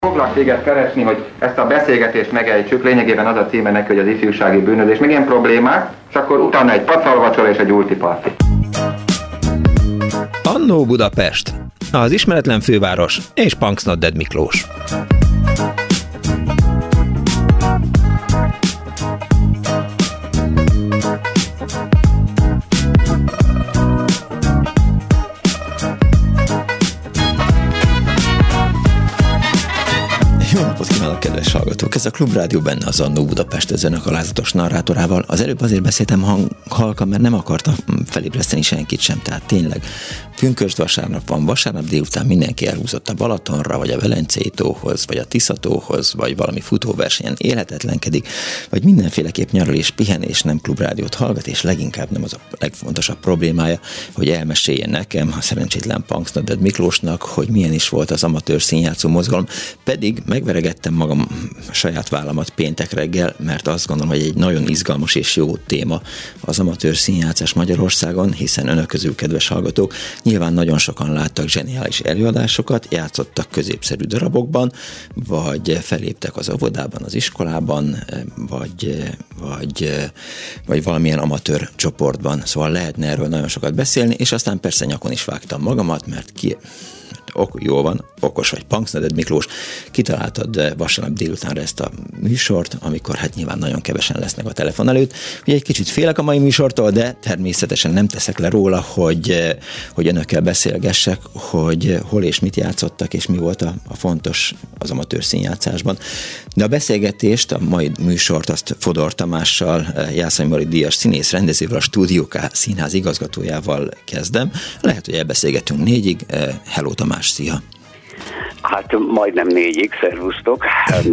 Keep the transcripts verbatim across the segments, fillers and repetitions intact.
Foglak téged keresni, hogy ezt a beszélgetést megejtsük, lényegében az a címe neki, hogy az ifjúsági bűnözés, meg ilyen problémák, és akkor utána egy pacalvacsora és egy ultiparti. Annó Budapest, az ismeretlen főváros és Punksnodded Miklós. Jó napot kívánok, kedves hallgatók! Ez a Klubrádió, benne az Annó Budapest, az önök alázatos narrátorával. Az előbb azért beszéltem hang, halkan, mert nem akartam felébreszteni senkit sem, tehát tényleg pünkösd vasárnap van, vasárnap délután mindenki elhúzott a Balatonra, vagy a Velencei tóhoz, vagy a Tiszatóhoz, vagy valami futóversenyen élhetetlenkedik, vagy mindenféleképp nyaral és pihen, és nem Klubrádiót hallgat, és leginkább nem az a legfontosabb problémája, hogy elmeséljen nekem, a szerencsétlen Punksnodded Miklósnak, hogy milyen is volt az amatőr színjátszó mozgalom, pedig megveregettem magam saját vállamat péntek reggel, mert azt gondolom, hogy egy nagyon izgalmas és jó téma az amatőr színjátszás Magyarországon, hiszen önök közül, kedves hallgatók, nyilván nagyon sokan láttak zseniális előadásokat, játszottak középszerű darabokban, vagy feléptek az óvodában, az iskolában, vagy, vagy, vagy valamilyen amatőr csoportban. Szóval lehetne erről nagyon sokat beszélni, és aztán persze nyakon is vágtam magamat, mert ki... Ok, jó van, okos vagy, Punksnodded Miklós, kitaláltad vasárnap délutánra ezt a műsort, amikor hát nyilván nagyon kevesen lesznek a telefon előtt. Ugye egy kicsit félek a mai műsortól, de természetesen nem teszek le róla, hogy, hogy önökkel beszélgessek, hogy hol és mit játszottak, és mi volt a, a fontos az amatőr színjátszásban. De a beszélgetést, a mai műsort azt Fodor Tamással, Jászai Mari díjas színész rendezővel, a Stúdió K színház igazgatójával kezdem. Lehet, hogy elbeszélgetünk négyig. Hello Tamás! Szia. Hát majdnem négyig, szervusztok.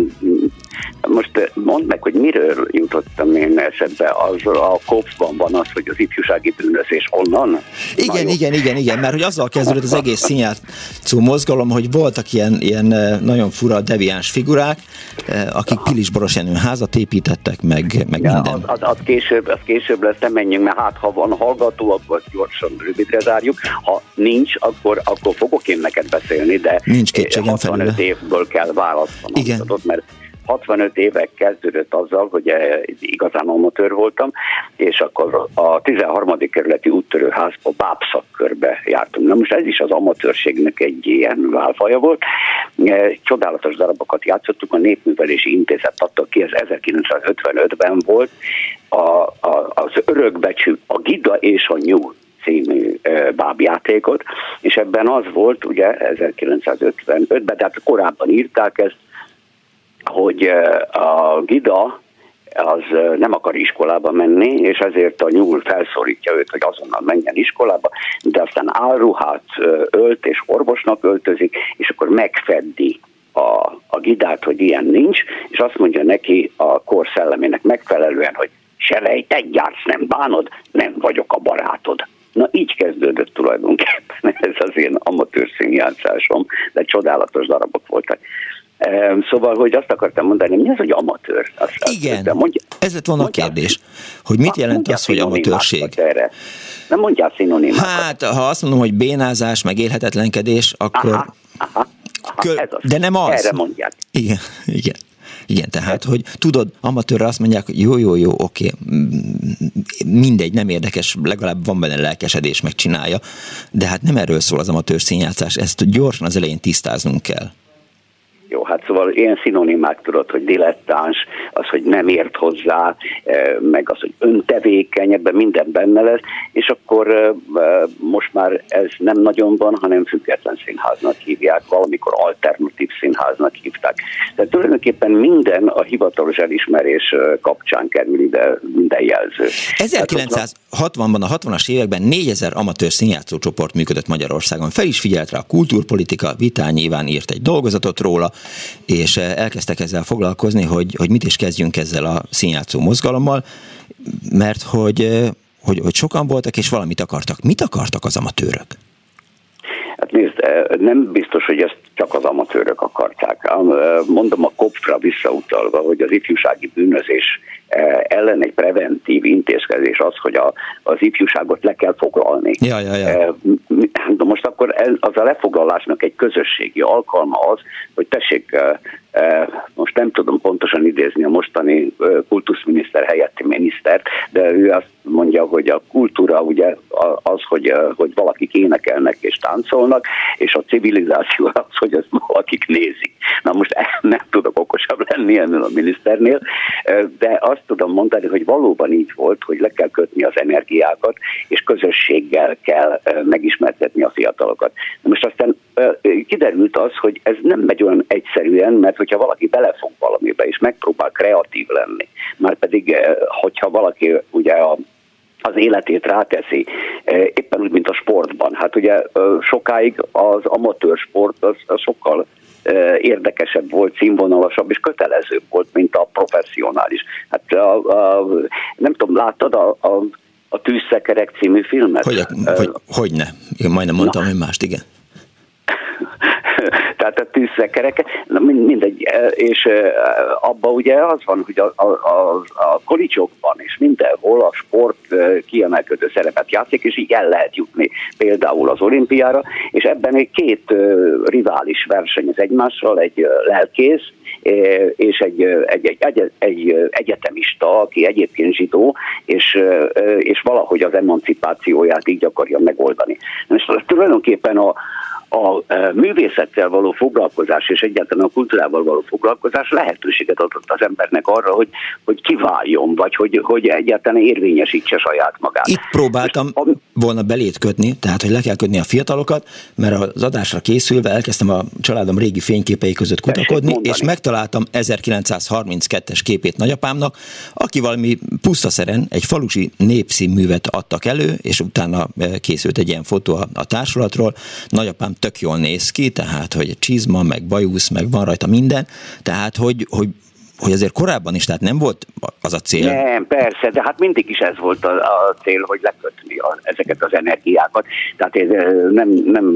Most mondd meg, hogy miről jutottam én eszedbe. Az a kopfban van az, hogy az ifjúsági bűnözés onnan? Igen, Na, igen, igen, igen, mert hogy azzal kezdődött az egész színjátszó mozgalom, hogy voltak ilyen, ilyen nagyon fura deviáns figurák, akik Pilis Boros Jenőn házat építettek, meg, meg ja, minden. Az, az, az, később, az később lesz, nem menjünk, mert hát ha van hallgató, akkor gyorsan rövidre zárjuk. Ha nincs, akkor, akkor fogok én neked beszélni, de nincs kétségem hatvanöt felül. évből kell választanom. Igen. Tudod, mert hatvanöt évek kezdődött azzal, hogy igazán amatőr voltam, és akkor a tizenharmadik kerületi úttörőházba bábszakkörbe jártunk. Na most ez is az amatőrségnek egy ilyen válfaja volt. Csodálatos darabokat játszottuk, a Népművelési Intézet adta ki, ez ezerkilencszázötvenötben volt, a, a, az Örökbecsű, a Gida és a Nyúl című bábjátékot, és ebben az volt, ugye ezerkilencszázötvenötben, tehát korábban írták ezt, hogy a Gida az nem akar iskolába menni, és ezért a Nyúl felszólítja őt, hogy azonnal menjen iskolába, de aztán álruhát ölt, és orvosnak öltözik, és akkor megfeddi a, a Gidát, hogy ilyen nincs, és azt mondja neki a kor szellemének megfelelően, hogy selejtet gyártsz, nem bánod, nem vagyok a barátod. Na így kezdődött tulajdonképpen ez az én amatőr színjátszásom, de csodálatos darabok voltak. Szóval, hogy azt akartam mondani, mi az, hogy amatőr? Azt, Igen, azt, mondja, ez lett volna a kérdés, hogy mit jelent az, hogy amatőrség? Erre. Nem mondjál szinonimákat. Hát, ha azt mondom, hogy bénázás, meg élhetetlenkedés, akkor... Aha, aha, aha, Kö... ez az. De nem az. Erre mondják. Igen, igen. Igen, tehát, hogy tudod, amatőrre azt mondják, hogy jó, jó, jó, oké, mindegy, nem érdekes, legalább van benne lelkesedés, megcsinálja, de hát nem erről szól az amatőr színjátszás, ezt gyorsan az elején tisztáznunk kell. Jó, hát szóval ilyen szinonimák, tudod, hogy dilettáns, az, hogy nem ért hozzá, meg az, hogy öntevékeny, ebben minden benne lesz, és akkor most már ez nem nagyon van, hanem független színháznak hívják, valamikor alternatív színháznak hívták. Tehát tulajdonképpen minden a hivatalos elismerés kapcsán kerül ide, minden jelző. ezerkilencszázhatvanban, a hatvanas években négyezer amatőr színjátszó csoport működött Magyarországon. Fel is figyelt rá a kultúrpolitika, Vitányi Iván írt egy dolgozatot róla, és elkezdtek ezzel foglalkozni, hogy, hogy mit is kezdjünk ezzel a színjátszó mozgalommal, mert hogy, hogy, hogy sokan voltak, és valamit akartak. Mit akartak az amatőrök? Hát nézd, nem biztos, hogy ezt csak az amatőrök akarták. Mondom a kopfra visszautalva, hogy az ifjúsági bűnözés ellen egy preventív intézkedés az, hogy a, az ifjúságot le kell foglalni. Ja, ja, ja. De most akkor az a lefoglalásnak egy közösségi alkalma az, hogy tessék, most nem tudom pontosan idézni a mostani kultuszminiszter helyetti minisztert, de ő azt mondja, hogy a kultúra ugye az, hogy, hogy valakik énekelnek és táncolnak, és a civilizáció az, hogy ezt valakik nézik. Na most nem tudok okosabb lenni ennél a miniszternél, de azt tudom mondani, hogy valóban így volt, hogy le kell kötni az energiákat, és közösséggel kell megismertetni a fiatalokat. Na most aztán kiderült az, hogy ez nem megy olyan egyszerűen, mert hogyha valaki belefog valamibe, és megpróbál kreatív lenni, már pedig, hogyha valaki ugye a az életét ráteszi, éppen úgy, mint a sportban. Hát ugye sokáig az amatőr sport az, az sokkal érdekesebb volt, színvonalasabb és kötelezőbb volt, mint a professzionális. Hát a, a, nem tudom, láttad a, a, a Tűzszekerek című filmet? Hogy, hogy, hogy ne? Én majdnem mondtam, hogy mást, igen. Tehát a tűzszekerek, mindegy, és abban ugye az van, hogy a, a, a, a kolicsokban és mindenhol a sport kiemelkedő szerepet játszik, és így el lehet jutni például az olimpiára, és ebben egy két rivális versenyez egymással, egy lelkész, és egy, egy, egy, egy egyetemista, aki egyébként zsidó, és, és valahogy az emancipációját így akarja megoldani. És tulajdonképpen a a művészettel való foglalkozás és egyáltalán a kultúrával való foglalkozás lehetőséget adott az embernek arra, hogy, hogy kiváljon, vagy hogy, hogy egyáltalán érvényesítse saját magát. Itt próbáltam volna belét kötni, tehát hogy le kell kötni a fiatalokat, mert az adásra készülve elkezdtem a családom régi fényképei között kutakodni, és megtaláltam ezerkilencszázharminckettes képét nagyapámnak, aki valami pusztaszeren egy falusi népszínművet adtak elő, és utána készült egy ilyen fotó a, a társulatról. Nagyapám tök jól néz ki, tehát, hogy csizma, meg bajusz, meg van rajta minden, tehát, hogy, hogy, hogy azért korábban is, tehát nem volt az a cél. Nem, persze, de hát mindig is ez volt a, a cél, hogy lekötni a, ezeket az energiákat. Tehát én nem, nem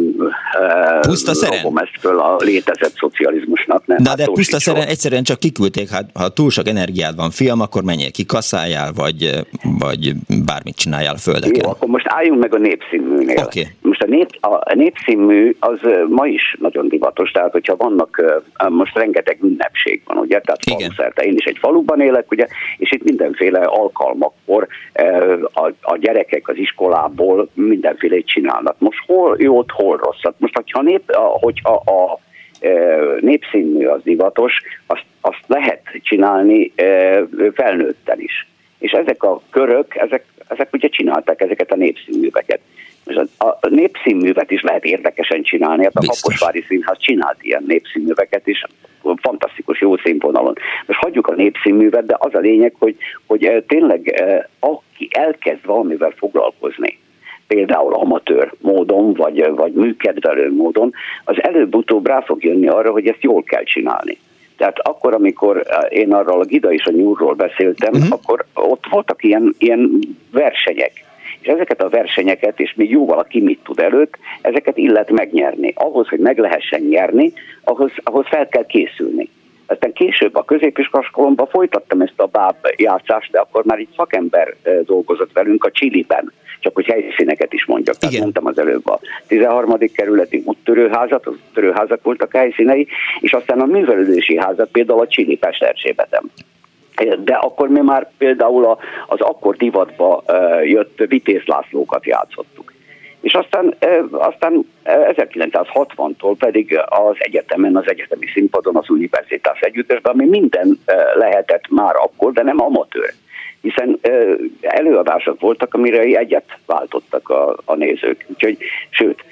robom ezt föl a létezett szocializmusnak. Nem, Na hát de pusztaszeren egyszerűen csak kiküldték, hát ha túl sok energiád van, fiam, akkor menjél ki, kaszáljál, vagy, vagy bármit csináljál a földeken. Jó, akkor most álljunk meg a népszínműnél. Okay. Most a, nép, a népszínmű az ma is nagyon divatos, tehát hogyha vannak, most rengeteg ünnepség van, ugye, tehát faluszerte. Én is egy faluban élek, ugye, és itt mindenféle alkalmakkor a, a gyerekek az iskolából mindenfélét csinálnak. Most hol jót, hol rosszat. Most, hogyha, nép, hogyha a népszínmű az divatos, azt, azt lehet csinálni felnőtten is. És ezek a körök, ezek, ezek ugye csinálták ezeket a népszínműveket. A népszínművet is lehet érdekesen csinálni, hát a Kaposvári Színház csinált ilyen népszínműveket is, fantasztikus, jó színvonalon. Most hagyjuk a népszínművet, de az a lényeg, hogy, hogy tényleg aki elkezd valamivel foglalkozni, például amatőr módon, vagy, vagy műkedvelő módon, az előbb-utóbb rá fog jönni arra, hogy ezt jól kell csinálni. Tehát akkor, amikor én arról a Gida és a Nyúrról beszéltem, uh-huh. akkor ott voltak ilyen, ilyen versenyek. És ezeket a versenyeket, és még jóval aki mit tud előtt, ezeket illet megnyerni. Ahhoz, hogy meg lehessen nyerni, ahhoz, ahhoz fel kell készülni. Aztán később a középiskolomban folytattam ezt a báb játszást, de akkor már itt szakember dolgozott velünk a Csiliben, csak hogy helyszíneket is mondjak. Tehát mondtam az előbb a tizenharmadik kerületi úttörőházat, az úttörőházak voltak helyszínei, és aztán a művelődési házat például a Csili Pesterzsébetem. De akkor mi már például az akkor divatba jött Vitéz Lászlókat játszottuk. És aztán, aztán ezerkilencszázhatvantól pedig az egyetemen, az egyetemi színpadon, az Universitás Együttesben, ami minden lehetett már akkor, de nem amatőr. Hiszen előadások voltak, amire egyet váltottak a, a nézők. Úgyhogy, sőt,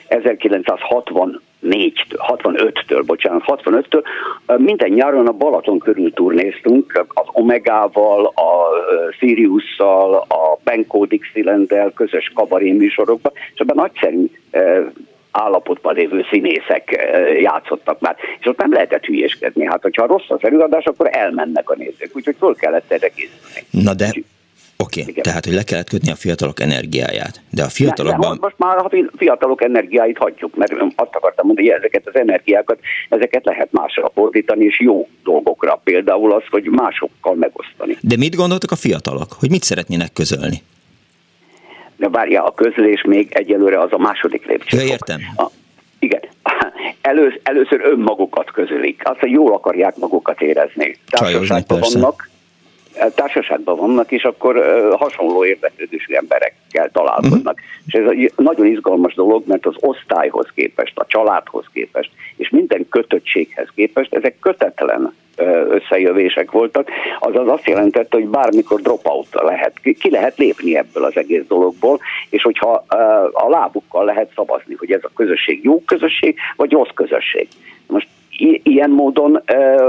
ezerkilencszázhatvannégytől, hatvanöttől, bocsánat, hatvanöttől minden nyáron a Balaton körül turnéztunk, az Omegával, a Siriusszal, a Benko Dixielanddel, közös kabaré műsorokban, és ebben nagyszerű állapotban lévő színészek játszottak már, és ott nem lehetett hülyéskedni. Hát, hogyha rossz az előadás, akkor elmennek a nézők, úgyhogy föl kellett erre készülni. Na de Oké, okay, tehát, hogy le kellett kötni a fiatalok energiáját. De a fiatalokban... De, de most már a fiatalok energiáit hagyjuk, mert azt akartam mondani, hogy ezeket az energiákat, ezeket lehet másra fordítani, és jó dolgokra. Például az, hogy másokkal megosztani. De mit gondoltak a fiatalok? Hogy mit szeretnének közölni? De várjál, a közlés még egyelőre az a második lépcső. Ja, értem. A, igen. Elősz, először önmagukat közölik. Azt, hogy jól akarják magukat érezni. Társaságban vannak, társaságban vannak, és akkor uh, hasonló érdeklődésű emberekkel találkoznak. Uh-huh. És ez egy nagyon izgalmas dolog, mert az osztályhoz képest, a családhoz képest, és minden kötöttséghez képest ezek kötetlen összejövések voltak, azaz azt jelentette, hogy bármikor dropout lehet, ki lehet lépni ebből az egész dologból, és hogyha a lábukkal lehet szavazni, hogy ez a közösség jó közösség, vagy rossz közösség. Most i- ilyen módon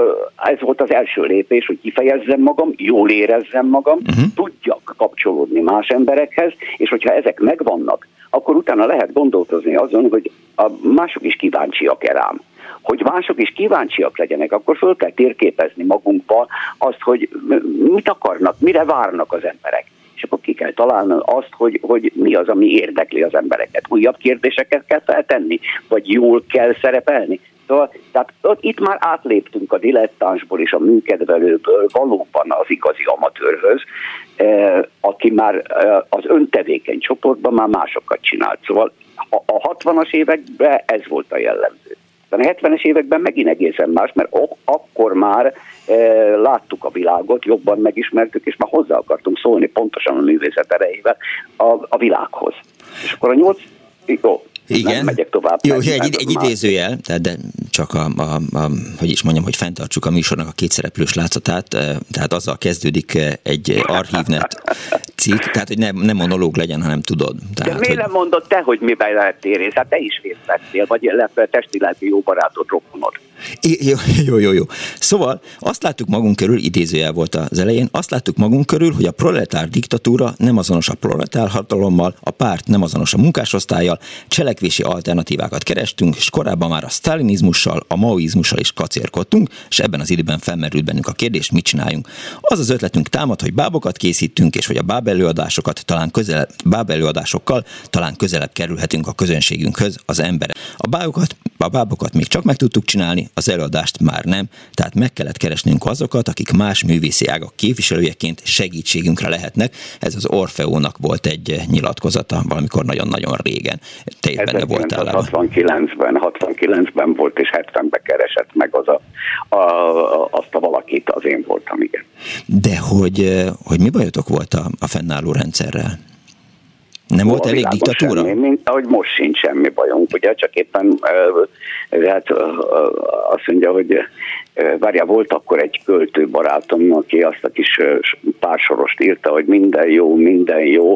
ez volt az első lépés, hogy kifejezzem magam, jól érezzem magam, uh-huh. tudjak kapcsolódni más emberekhez, és hogyha ezek megvannak, akkor utána lehet gondolkozni azon, hogy a mások is kíváncsiak-e rám. Hogy mások is kíváncsiak legyenek, akkor föl kell térképezni magunkban azt, hogy mit akarnak, mire várnak az emberek. És akkor ki kell találni azt, hogy, hogy mi az, ami érdekli az embereket. Újabb kérdéseket kell feltenni, vagy jól kell szerepelni. Szóval, tehát ott, itt már átléptünk a dilettánsból és a műkedvelőből valóban az igazi amatőrhöz, eh, aki már eh, az öntevékeny csoportban már másokat csinált. Szóval a, a hatvanas években ez volt a jellemző. De a hetvenes években megint egészen más, mert ok, akkor már e, láttuk a világot, jobban megismertük, és már hozzá akartunk szólni pontosan a művészet erejével a, a világhoz. És akkor a nyolc... Jó, igen. Nem megyek tovább. Jó, egy, egy, egy idézőjel, de csak a, a, a, hogy is mondjam, hogy fenntartsuk a műsornak a kétszereplős látszatát, tehát azzal kezdődik egy Archivnet cikk, tehát hogy nem, nem monológ legyen, hanem tudod. Tehát, de miért hogy... nem mondod te, hogy miben lehet érész? Hát te is részt vettél, vagy illetve testi-lelki jó barátod, rokonod. Jó, jó, jó, jó. Szóval azt láttuk magunk körül, idézőjel volt az elején, azt láttuk magunk körül, hogy a proletár diktatúra nem azonos a proletár hatalommal, a párt nem azonos a munkásosztállyal, cselekvési alternatívákat kerestünk, és korábban már a sztálinizmussal, a maoizmussal is kacérkodtunk, és ebben az időben felmerült bennünk a kérdés, mit csináljunk. Az az ötletünk támad, hogy bábokat készítünk, és hogy a báb előadásokat talán közelebb, báb előadásokkal talán közelebb kerülhetünk a közönségünkhöz, az emberek. A bábokat, a bábokat még csak meg tudtuk csinálni, az előadást már nem, tehát meg kellett keresnünk azokat, akik más művészi ágak képviselőjeként segítségünkre lehetnek. Ez az Orfeónak volt egy nyilatkozata valamikor nagyon-nagyon régen. Te is benne voltál. hatvankilencben, hatvankilencben volt, és hetvenben keresett meg az a, a, azt a valakit, az én voltam, igen. De hogy, hogy mi bajotok volt a, a fennálló rendszerrel? Nem volt elég diktatúra? Semmi, mint ahogy most sincs semmi bajunk, ugye, csak éppen hát, azt mondja, hogy várjál, volt akkor egy költő barátom, aki azt a kis pársorost írta, hogy minden jó, minden jó,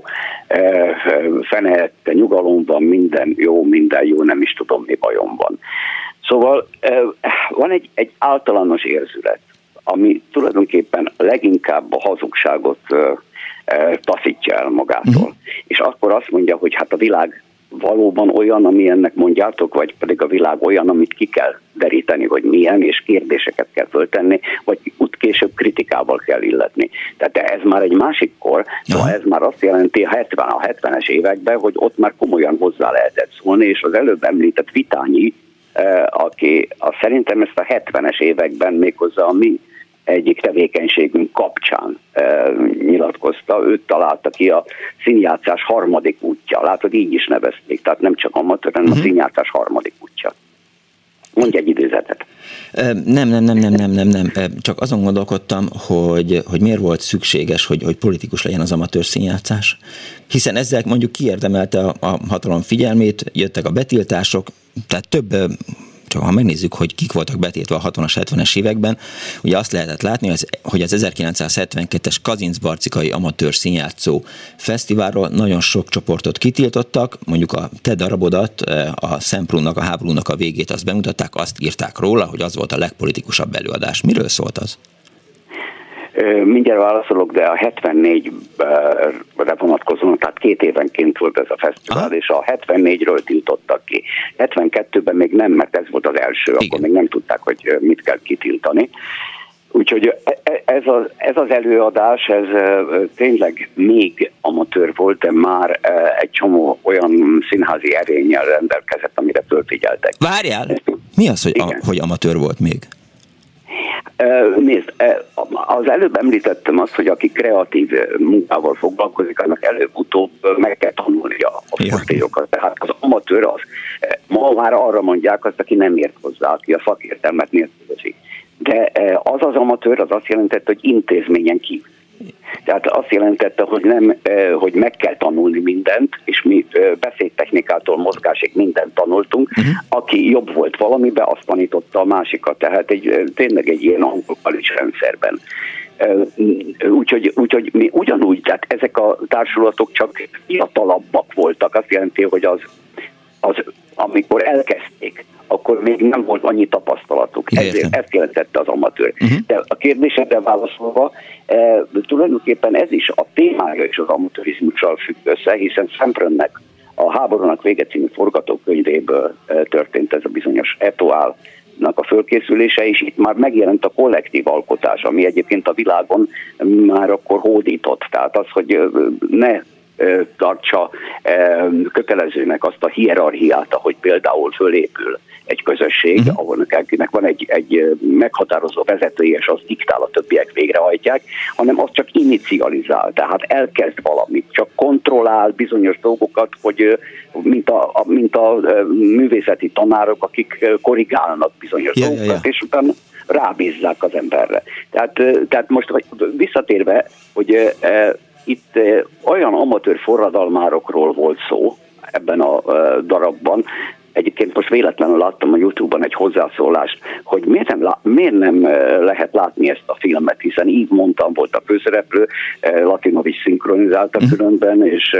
fenehette nyugalom van, minden jó, minden jó, nem is tudom, mi bajom van. Szóval van egy, egy általános érzület, ami tulajdonképpen leginkább a hazugságot taszítja el magától. Uh-huh. És akkor azt mondja, hogy hát a világ valóban olyan, ami ennek mondjátok, vagy pedig a világ olyan, amit ki kell deríteni, hogy milyen, és kérdéseket kell föltenni, vagy út később kritikával kell illetni. Tehát ez már egy másik kor, szóval ez már azt jelenti a hetven, a hetvenes években, hogy ott már komolyan hozzá lehetett szólni, és az előbb említett Vitányi, aki a, szerintem ezt a hetvenes években méghozzá a mi egyik tevékenységünk kapcsán e, nyilatkozta, őt találta ki a színjátszás harmadik útja. Látod, így is nevezték, tehát nem csak amatőr, hanem uh-huh. a színjátszás harmadik útja. Mondj egy idézetet. Nem, nem, nem, nem, nem, nem, nem. Csak azon gondolkodtam, hogy, hogy miért volt szükséges, hogy, hogy politikus legyen az amatőr színjátszás. Hiszen ezzel mondjuk kiérdemelte a, a hatalom figyelmét, jöttek a betiltások, tehát több... Csak ha megnézzük, hogy kik voltak betiltva a hatvanas, hetvenes években, ugye azt lehetett látni, hogy az ezerkilencszázhetvenkettes Kazincbarcikai Amatőr Színjátszó Fesztiválról nagyon sok csoportot kitiltottak, mondjuk a te darabodat, a Szemplónnak, a háborúnak a végét azt bemutatták, azt írták róla, hogy az volt a legpolitikusabb előadás. Miről szólt az? Mindjárt válaszolok, de a hetvennégyre vonatkozóan, tehát két évenként volt ez a fesztivál, aha. és a hetvennégyről tiltottak ki. hetvenkettőben még nem, mert ez volt az első, igen. Akkor még nem tudták, hogy mit kell kitiltani. Úgyhogy ez az, ez az előadás, ez tényleg még amatőr volt, de már egy csomó olyan színházi erénnyel rendelkezett, amire fölfigyeltek. Várjál! Mi az, hogy, a, hogy amatőr volt még? Nézd, az előbb említettem azt, hogy aki kreatív munkával foglalkozik, annak előbb-utóbb meg kell tanulni a fortélyokat. Tehát az amatőr az, ma már arra mondják azt, aki nem ért hozzá, aki a szakértelmet nélkülözi. De az az amatőr, az azt jelentette, hogy intézményen kívül. Tehát azt jelentette, hogy, nem, hogy meg kell tanulni mindent, és mi beszédtechnikától mozgásig mindent tanultunk. Uh-huh. Aki jobb volt valamiben, azt tanította a másikat. Tehát egy, tényleg egy ilyen anglopalis rendszerben. Úgyhogy, úgyhogy mi ugyanúgy, tehát ezek a társulatok csak fiatalabbak voltak. Azt jelenti, hogy az, az amikor elkezdték, akkor még nem volt annyi tapasztalatuk. Ezért ezt jelentette az amatőr. Uh-huh. De a kérdésedre válaszolva, e, tulajdonképpen ez is a témája is az amatőrizmussal függ össze, hiszen Szemprönnek a Háborúnak vége című forgatókönyvéből e, történt ez a bizonyos Etoile-nak a fölkészülése, és itt már megjelent a kollektív alkotás, ami egyébként a világon már akkor hódított. Tehát az, hogy ne tartsa kötelezőnek azt a hierarchiát, ahogy például fölépül egy közösség, uh-huh. ahol akinek van egy, egy meghatározó vezetője, és az diktál, a többiek végrehajtják, hanem az csak inicializál, tehát elkezd valamit, csak kontrollál bizonyos dolgokat, hogy mint a, a, mint a művészeti tanárok, akik korrigálnak bizonyos yeah, dolgokat, yeah, yeah. és utána rábízzák az emberre. Tehát, tehát most visszatérve, hogy itt olyan amatőr forradalmárokról volt szó ebben a darabban. Egyébként most véletlenül láttam a YouTube-on egy hozzászólást, hogy miért nem, lá- miért nem lehet látni ezt a filmet, hiszen Yves Montand volt a főszereplő, Latinovics szinkronizálta különben, és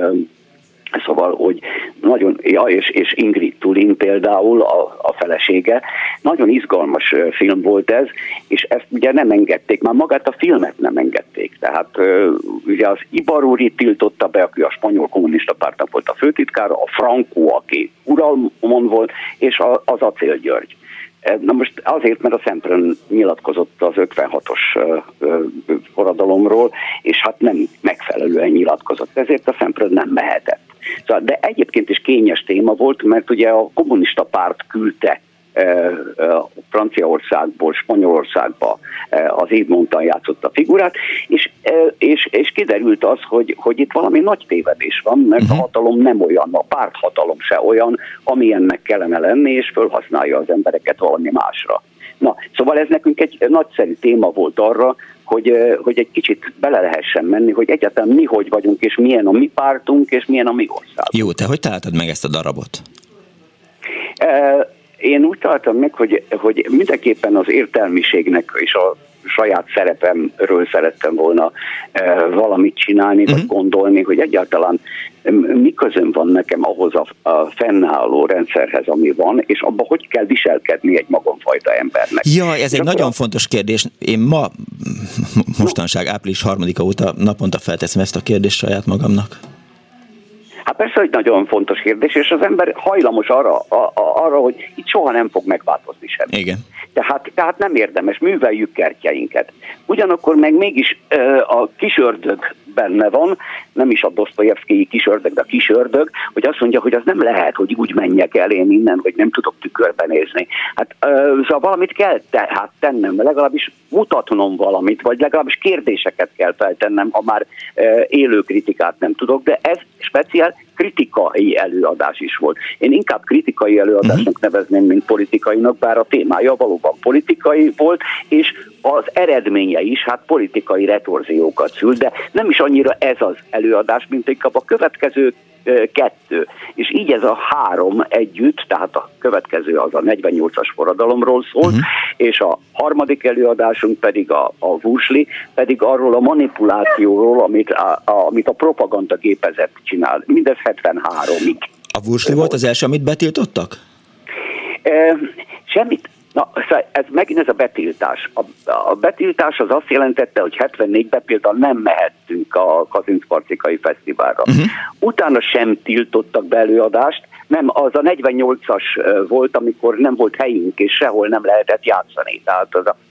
szóval, hogy nagyon, ja, és, és Ingrid Tulin például, a, a felesége, nagyon izgalmas film volt ez, és ezt ugye nem engedték, már magát a filmet nem engedték. Tehát ugye az Ibaruri tiltotta be, aki a spanyol kommunista pártnak volt a főtitkára, a Franco, aki uralmon volt, és a, az Acél György. Na most azért, mert a Szemprön nyilatkozott az ötvenhatos forradalomról, és hát nem megfelelően nyilatkozott, ezért a Szemprön nem mehetett. Szóval, de egyébként is kényes téma volt, mert ugye a kommunista párt küldte Franciaországból, Spanyolországba az Yves Montand játszott a figurát, és, és, és kiderült az, hogy, hogy itt valami nagy tévedés van, mert a hatalom nem olyan, a párthatalom se olyan, amilyennek kellene lenni, és fölhasználja az embereket valami másra. Na, szóval ez nekünk egy nagyszerű téma volt arra, hogy, hogy egy kicsit bele lehessen menni, hogy egyáltalán mi hogy vagyunk, és milyen a mi pártunk, és milyen a mi országunk. Jó, te hogy találtad meg ezt a darabot? Én úgy találtam meg, hogy, hogy mindenképpen az értelmiségnek és a saját szerepemről szerettem volna e, valamit csinálni, uh-huh. vagy gondolni, hogy egyáltalán mi közön van nekem ahhoz a, a fennálló rendszerhez, ami van, és abban hogy kell viselkedni egy magamfajta embernek. Jaj, ez és egy nagyon a... fontos kérdés. Én ma, mostanság április harmadika óta naponta felteszem ezt a kérdést saját magamnak. Hát persze, hogy nagyon fontos kérdés, és az ember hajlamos arra, a, a, arra hogy itt soha nem fog megváltozni semmi. Igen. Tehát, tehát nem érdemes, műveljük kertjeinket. Ugyanakkor meg mégis ö, a kisördög benne van, nem is a Dosztojevszkiji kisördög, de a kisördög, hogy azt mondja, hogy az nem lehet, hogy úgy menjek el én innen, hogy nem tudok tükörbe nézni. Hát ö, szóval valamit kell tehát tennem, legalábbis mutatnom valamit, vagy legalábbis kérdéseket kell feltennem, ha már ö, élő kritikát nem tudok, de ez speciál kritikai előadás is volt. Én inkább kritikai előadásnak nevezném, mint politikainak, bár a témája valóban politikai volt, és az eredménye is, hát politikai retorziókat szül, de nem is annyira ez az előadás, mint inkább a következő kettő. És így ez a három együtt, tehát a következő az a negyvennyolcas forradalomról szólt, uh-huh. és a harmadik előadásunk pedig a, a Vursli, pedig arról a manipulációról, amit a, a, amit a propaganda gépezet csinál. Mindez hetvenháromig. A Vursli volt az első, amit betiltottak? E, semmit. Na, ez megint ez a betiltás. A, a betiltás az azt jelentette, hogy hetvennégyben például nem mehettünk a Kazincbarcikai Fesztiválra. Uh-huh. Utána sem tiltottak be előadást, nem, az a negyvennyolcas volt, amikor nem volt helyünk, és sehol nem lehetett játszani. Tehát az a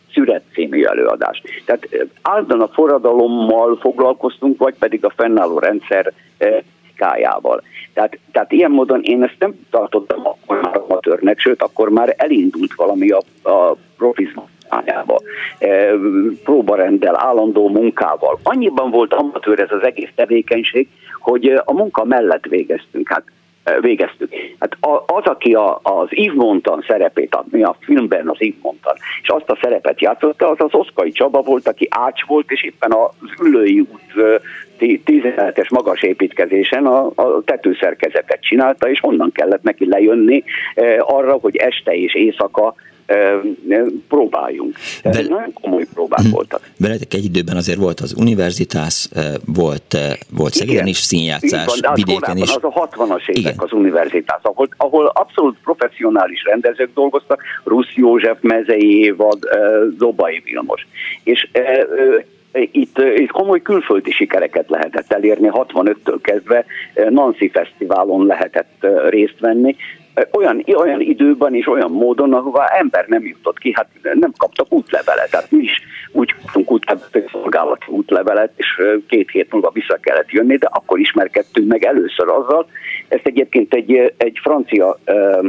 Szüret című előadás. Tehát állandóan a forradalommal foglalkoztunk, vagy pedig a fennálló rendszer kájával. Tehát, tehát ilyen módon én ezt nem tartottam akkor már amatőrnek, sőt, akkor már elindult valami a, a profizmus irányába. E, próbarenddel, állandó munkával. Annyiban volt amatőr ez az egész tevékenység, hogy a munka mellett végeztünk. Hát végeztük. Hát az, aki a, az Yves Montand szerepét, mi a filmben az Yves Montand, és azt a szerepet játszotta, az az Oszkai Csaba volt, aki ács volt, és éppen az Üllői út tizenhetes magas építkezésen a, a tetőszerkezetet csinálta, és onnan kellett neki lejönni arra, hogy este és éjszaka próbáljunk. Tehát nagyon komoly próbák hmm. voltak. Veletek egy időben azért volt az univerzitás, volt, volt Szegeden is színjátszás, van, vidéken is. Az a hatvanas évek Igen. az univerzitás, ahol, ahol abszolút professzionális rendezők dolgoztak, Rusz József, Mezei Évad, Zobai Vilmos. És Itt, itt komoly külföldi sikereket lehetett elérni, hatvanöttől kezdve Nancy Fesztiválon lehetett részt venni, olyan, olyan időben és olyan módon, ahová ember nem jutott ki, hát nem kaptak útlevelet, tehát mi is úgy kaptunk útlevelet, szolgálati útlevelet, és két hét múlva vissza kellett jönni, de akkor ismerkedtünk meg először azzal, ezt egyébként egy, egy francia ö,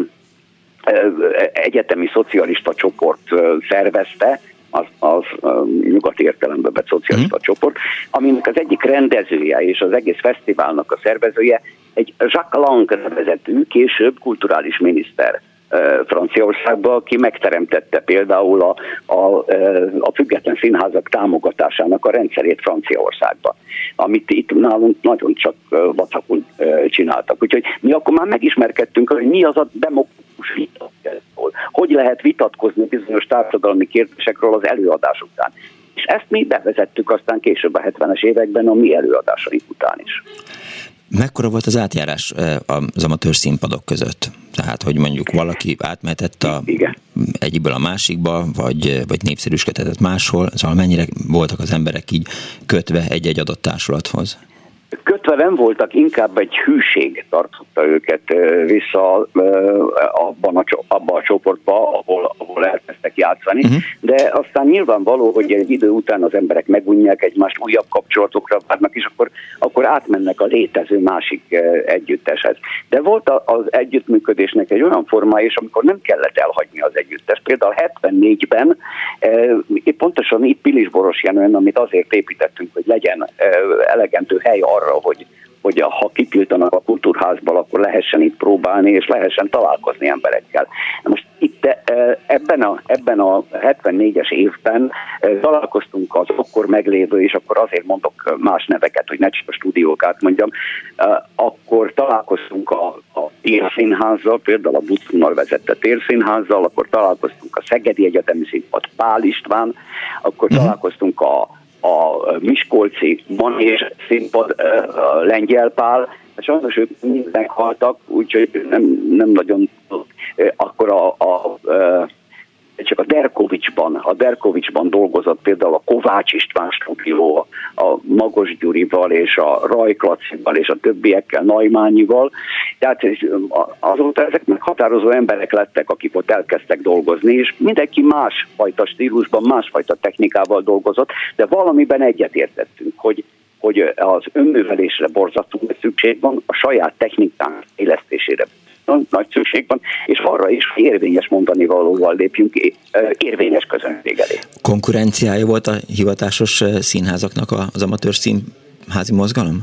ö, egyetemi szocialista csoport ö, szervezte, az, az um, nyugati értelemben vett szocialista mm. csoport, aminek az egyik rendezője és az egész fesztiválnak a szervezője egy Jacques Lang nevezetű, később kulturális miniszter uh, Franciaországban, aki megteremtette például a, a, a független színházak támogatásának a rendszerét Franciaországban, amit itt nálunk nagyon csak uh, vacakul uh, csináltak. Úgyhogy mi akkor már megismerkedtünk, hogy mi az a demokratikus vita. Hogy lehet vitatkozni bizonyos társadalmi kérdésekről az előadás után. És ezt mi bevezettük aztán később a hetvenes években a mi előadásaink után is. Mekkora volt az átjárás az amatőr színpadok között? Tehát, hogy mondjuk valaki átmehetett a egyikből a másikba, vagy, vagy népszerűsködhetett máshol, szóval mennyire voltak az emberek így kötve egy-egy adott társulathoz? Kötve nem voltak, inkább egy hűség tartotta őket vissza abban a, abban a csoportba, ahol, ahol elkezdtek játszani, uh-huh. de aztán nyilvánvaló, hogy egy idő után az emberek megunják egymást, újabb kapcsolatokra várnak, és akkor, akkor átmennek a létező másik együtteshez. De volt az együttműködésnek egy olyan formája, és amikor nem kellett elhagyni az együttest. Például hetvennégyben pontosan itt Pilisboros Jenőn, amit azért építettünk, hogy legyen elegendő hely arra, hogy, hogy ha kitiltanak a kultúrházból, akkor lehessen itt próbálni, és lehessen találkozni emberekkel. Most itt ebben a, ebben a hetvennégyes évben találkoztunk az akkor meglévő, és akkor azért mondok más neveket, hogy ne csak a stúdiókat mondjam, akkor találkoztunk a, a Térszínházzal, például a Buckunal vezette Térszínházzal, akkor találkoztunk a Szegedi Egyetemi Színpad Pál István, akkor uh-huh. találkoztunk a a Miskolci Manés Színpad, a Lengyel Pál, sajnos ők mind meghaltak, úgyhogy nem, nem nagyon akkor a, a, a csak a Derkovicsban, a Derkovicsban dolgozott például a Kovács István stúdió, a Magos Gyurival és a Rajk Lacival és a többiekkel, Naimányival. Tehát azóta ezek meghatározó emberek lettek, akik ott elkezdtek dolgozni, és mindenki másfajta stílusban, másfajta technikával dolgozott, de valamiben egyetértettünk, hogy hogy az önművelésre borzasztóan szükség van, a saját technikánk élesztésére nagy szükség van, és arra is, hogy érvényes mondani valóval lépjünk érvényes közönség elé. Konkurenciája volt a hivatásos színházaknak az amatőr színházi mozgalom?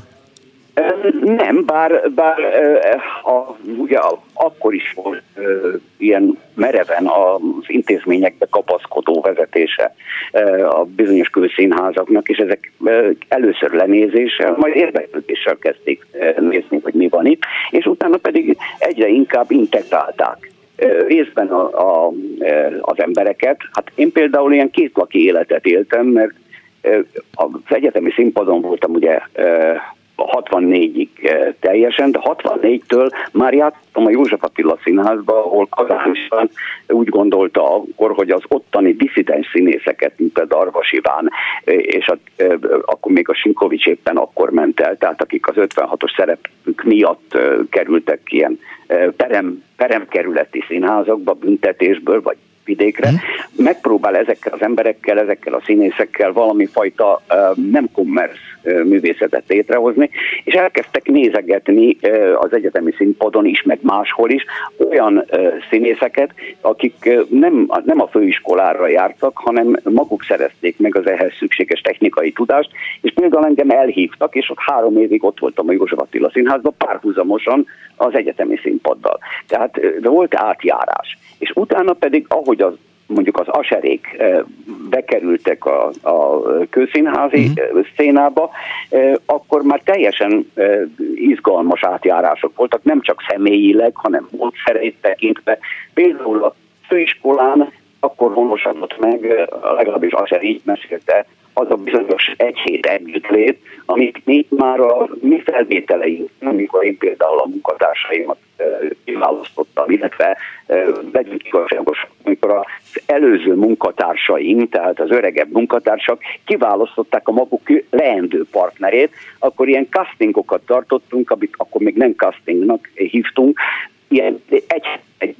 Nem, bár, bár a, ugye akkor is volt e, ilyen mereven az intézményekbe kapaszkodó vezetése e, a bizonyos külszínházaknak, és ezek e, először lenézéssel, majd érdeklődéssel kezdték e, nézni, hogy mi van itt, és utána pedig egyre inkább integrálták e, részben a, a, az embereket. Hát én például ilyen kétlaki életet éltem, mert e, az egyetemi színpadon voltam ugye e, hatvannégyig teljesen, de hatvannégytől már játszottam a József Attila Színházba, ahol Kazán István úgy gondolta akkor, hogy az ottani disszidens színészeket, mint például Arvas Iván, és a, akkor még a Sinkovics éppen akkor ment el, tehát akik az ötvenhatos szerepük miatt kerültek ilyen perem, peremkerületi színházakba büntetésből, vagy vidékre, megpróbál ezekkel az emberekkel, ezekkel a színészekkel valami fajta nem kommersz művészetet létrehozni, és elkezdtek nézegetni az egyetemi színpadon is, meg máshol is olyan színészeket, akik nem, nem a főiskolára jártak, hanem maguk szerezték meg az ehhez szükséges technikai tudást, és például engem elhívtak, és ott három évig ott voltam a József Attila Színházban, párhuzamosan az egyetemi színpaddal. Tehát volt átjárás. És utána pedig, ahogy az mondjuk az aserék bekerültek a, a kőszínházi uh-huh. szénába, akkor már teljesen izgalmas átjárások voltak, nem csak személyileg, hanem módszereit tekintve. Például a főiskolán akkor honosodott meg, legalábbis Aser így mesélte, az a bizonyos egy hét együttlét, amit mi már a mi felvételeink, amikor én például a munkatársaimat kiválasztottam, illetve legyünk igazságosak, amikor az előző munkatársaim, tehát az öregebb munkatársak kiválasztották a maguk leendő partnerét, akkor ilyen castingokat tartottunk, amit akkor még nem castingnak hívtunk, ilyen egy, egy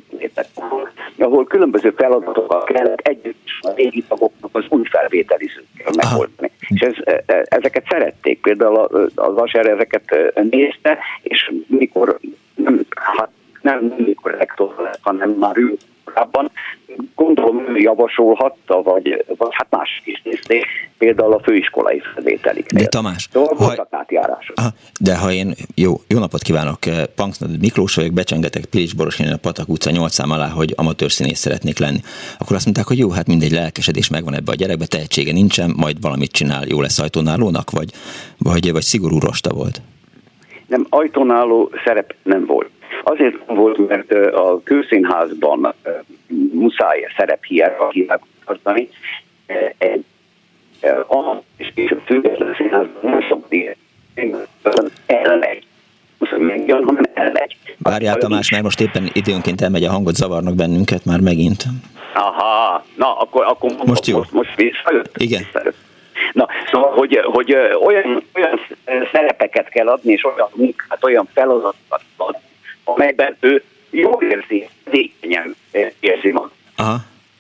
ahol különböző feladatokkal kellett együtt a régi tagoknak az új felvételizőkkel megoldani. És ez, ezeket szerették, például az Aser ezeket nézte, és mikor nem, hát nem mikor rektor lett, hanem már ő korábban, gondolom ő javasolhatta, vagy, vagy hát mások is nézték, például a főiskolai felvételiknél. De Tamás, szóval voltak átjárások. Aha, de ha én, jó, jó napot kívánok, Punksnoded Miklós vagyok, becsengetek Pilics Borosjányn a Patak utca nyolc szám alá, hogy amatőr színész szeretnék lenni. Akkor azt mondták, hogy jó, hát mindegy, lelkesedés megvan ebbe a gyerekbe, tehetsége nincsen, majd valamit csinál, jó lesz ajtónálónak, vagy, vagy, vagy szigorú rosta volt? Nem, ajtónáló szerep nem volt. Azért volt, mert a kőszínházban muszáj szerephierarchiát tartani, egy és később független színházban nem szokti elmegy. Muszáj megjön, hanem elmegy. Várjál Tamás, mert most éppen időnként elmegy a hangot, zavarnak bennünket már megint. Aha, na akkor, akkor most jó. Most, most visszajött. Igen. Visszajött. Na, szóval, hogy, hogy olyan, olyan szerepeket kell adni, és olyan munkát, olyan feladatokat adni, amelyben ő jól érzi, ékenyen érzi magát. Aha.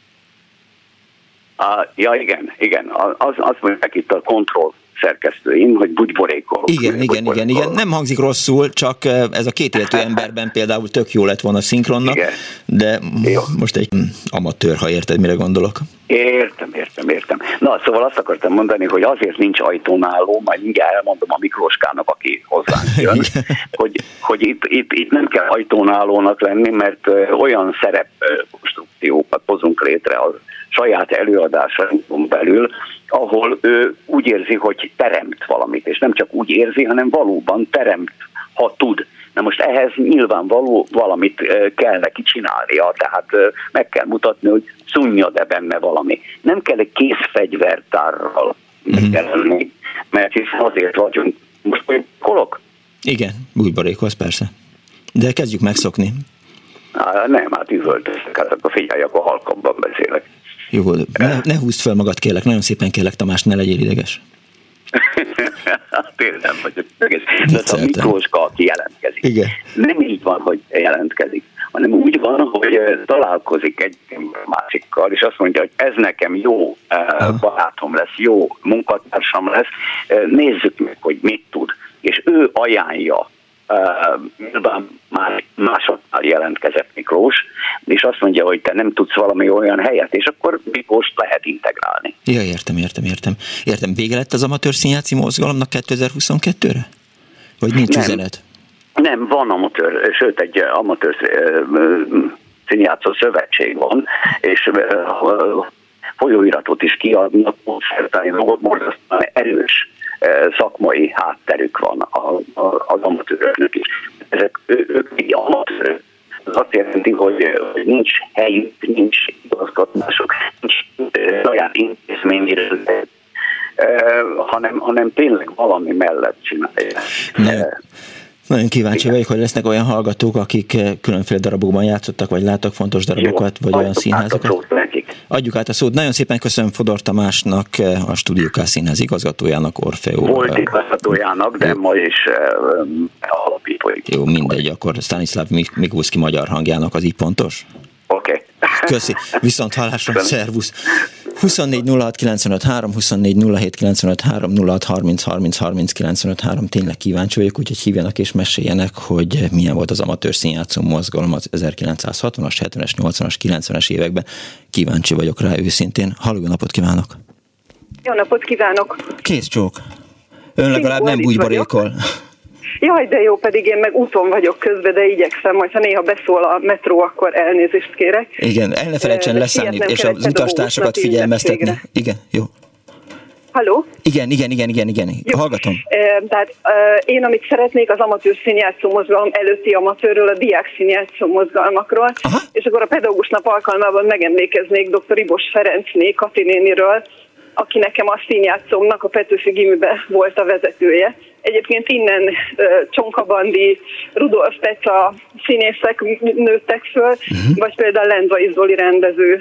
Ah, ja, igen, igen. Az, azt mondják itt a kontroll szerkesztőim, hogy bugyborékolok. Igen, igen, igen, igen. Nem hangzik rosszul, csak ez a két éltő emberben például tök jó lett volna szinkronnak, igen. De jó. Most egy amatőr, ha érted, mire gondolok. Értem, értem, értem. Na, szóval azt akartam mondani, hogy azért nincs ajtónáló, majd mindjárt elmondom a Miklóskának, aki hozzánk jön, hogy, hogy itt, itt, itt nem kell ajtónálónak lenni, mert olyan szerepkonstrukciókat hozunk létre a saját előadásainkon belül, ahol ő úgy érzi, hogy teremt valamit, és nem csak úgy érzi, hanem valóban teremt, ha tud. Na most ehhez nyilvánvaló valamit kell neki csinálnia, tehát meg kell mutatni, hogy szunnyad-e benne valami. Nem kell egy készfegyvertárral mm-hmm. megjelenni, mert hiszen azért vagyunk. Most hogy kolok? Igen, bújbarékhoz persze. De kezdjük megszokni. Á, nem, hát üvöltöztek, hát akkor figyelj, akkor halkabban beszélek. Jó, ne, ne húzd fel magad, kérlek, nagyon szépen kérlek, Tamás, ne legyél ideges. Tényleg nem vagyok ideges. De a Miklóska, aki jelentkezik. Igen. Nem így van, hogy jelentkezik, hanem úgy van, hogy találkozik egy másikkal, és azt mondja, hogy ez nekem jó barátom lesz, jó munkatársam lesz, nézzük meg, hogy mit tud. És ő ajánlja, nyilván uh, már másodnál jelentkezett Miklós, és azt mondja, hogy te nem tudsz valami olyan helyet, és akkor Miklóst lehet integrálni. Ja, értem, értem, értem. Értem, vége lett az amatőr színjátszi mozgalomnak kétezer-huszonkettőre? Vagy nincs nem, üzenet? Nem, van amatőr, sőt egy amatőr színjátszó szövetség van, és folyóiratot is kiadnak, szertáni dolgot, borzasztóan erős szakmai hátterük van az amatőröknek is. Ezek, ők egy amatőrök. Ez azt jelenti, hogy nincs helyük, nincs igazgatások, nincs saját intézményről, hanem, hanem tényleg valami mellett csinálják. Ne. Nagyon kíváncsi vagyok, hogy lesznek olyan hallgatók, akik különféle darabokban játszottak, vagy láttak fontos darabokat, jó, vagy olyan színházakat. Adjuk át a szót. Nagyon szépen köszönöm Fodor Tamásnak, a Stúdió K színház igazgatójának, Orfeó. Volt igazgatójának, de ma is uh, alapítói. Jó, mindegy, akkor Stanislav Mikulski magyar hangjának, az így pontos? Oké. Okay. Köszi. Viszont hallásra, szervusz. huszonnégy nulla hat kilencvenöt három, huszonnégy nulla hét kilencvenöt három, nulla hat harminc harminc harminc kilencvenöt három. Tényleg kíváncsi vagyok, úgyhogy hívjanak és meséljenek, hogy milyen volt az amatőr színjátszó mozgalom az ezerkilencszázhatvanas, hetvenes, nyolcvanas, kilencvenes években. Kíváncsi vagyok rá őszintén. Halló, jó napot kívánok! Jó napot kívánok! Kész csók! Ön legalább nem bugyborékol. Jaj, de jó, pedig én meg úton vagyok közben, de igyekszem, majd ha néha beszól a metró, akkor elnézést kérek. Igen, el ne felejtsen leszállni, és az utastársakat figyelmeztetni. Igen, jó. Halló? Igen, igen, igen, igen, igen. Jó. Hallgatom. E, tehát e, én, amit szeretnék, az amatőr színjátszó mozgalom előtti amatőrről, a diák színjátszó mozgalmakról, aha, és akkor a pedagógus nap alkalmában megemlékeznék dr. Ibos Ferencné, Kati néniről, aki nekem a színjátszómnak a Petőfi Gimibe volt a vezetője. Egyébként innen uh, Csonka Bandi, Rudolf Peca színészek nőttek föl, uh-huh. vagy például Lendvai Zoli rendező.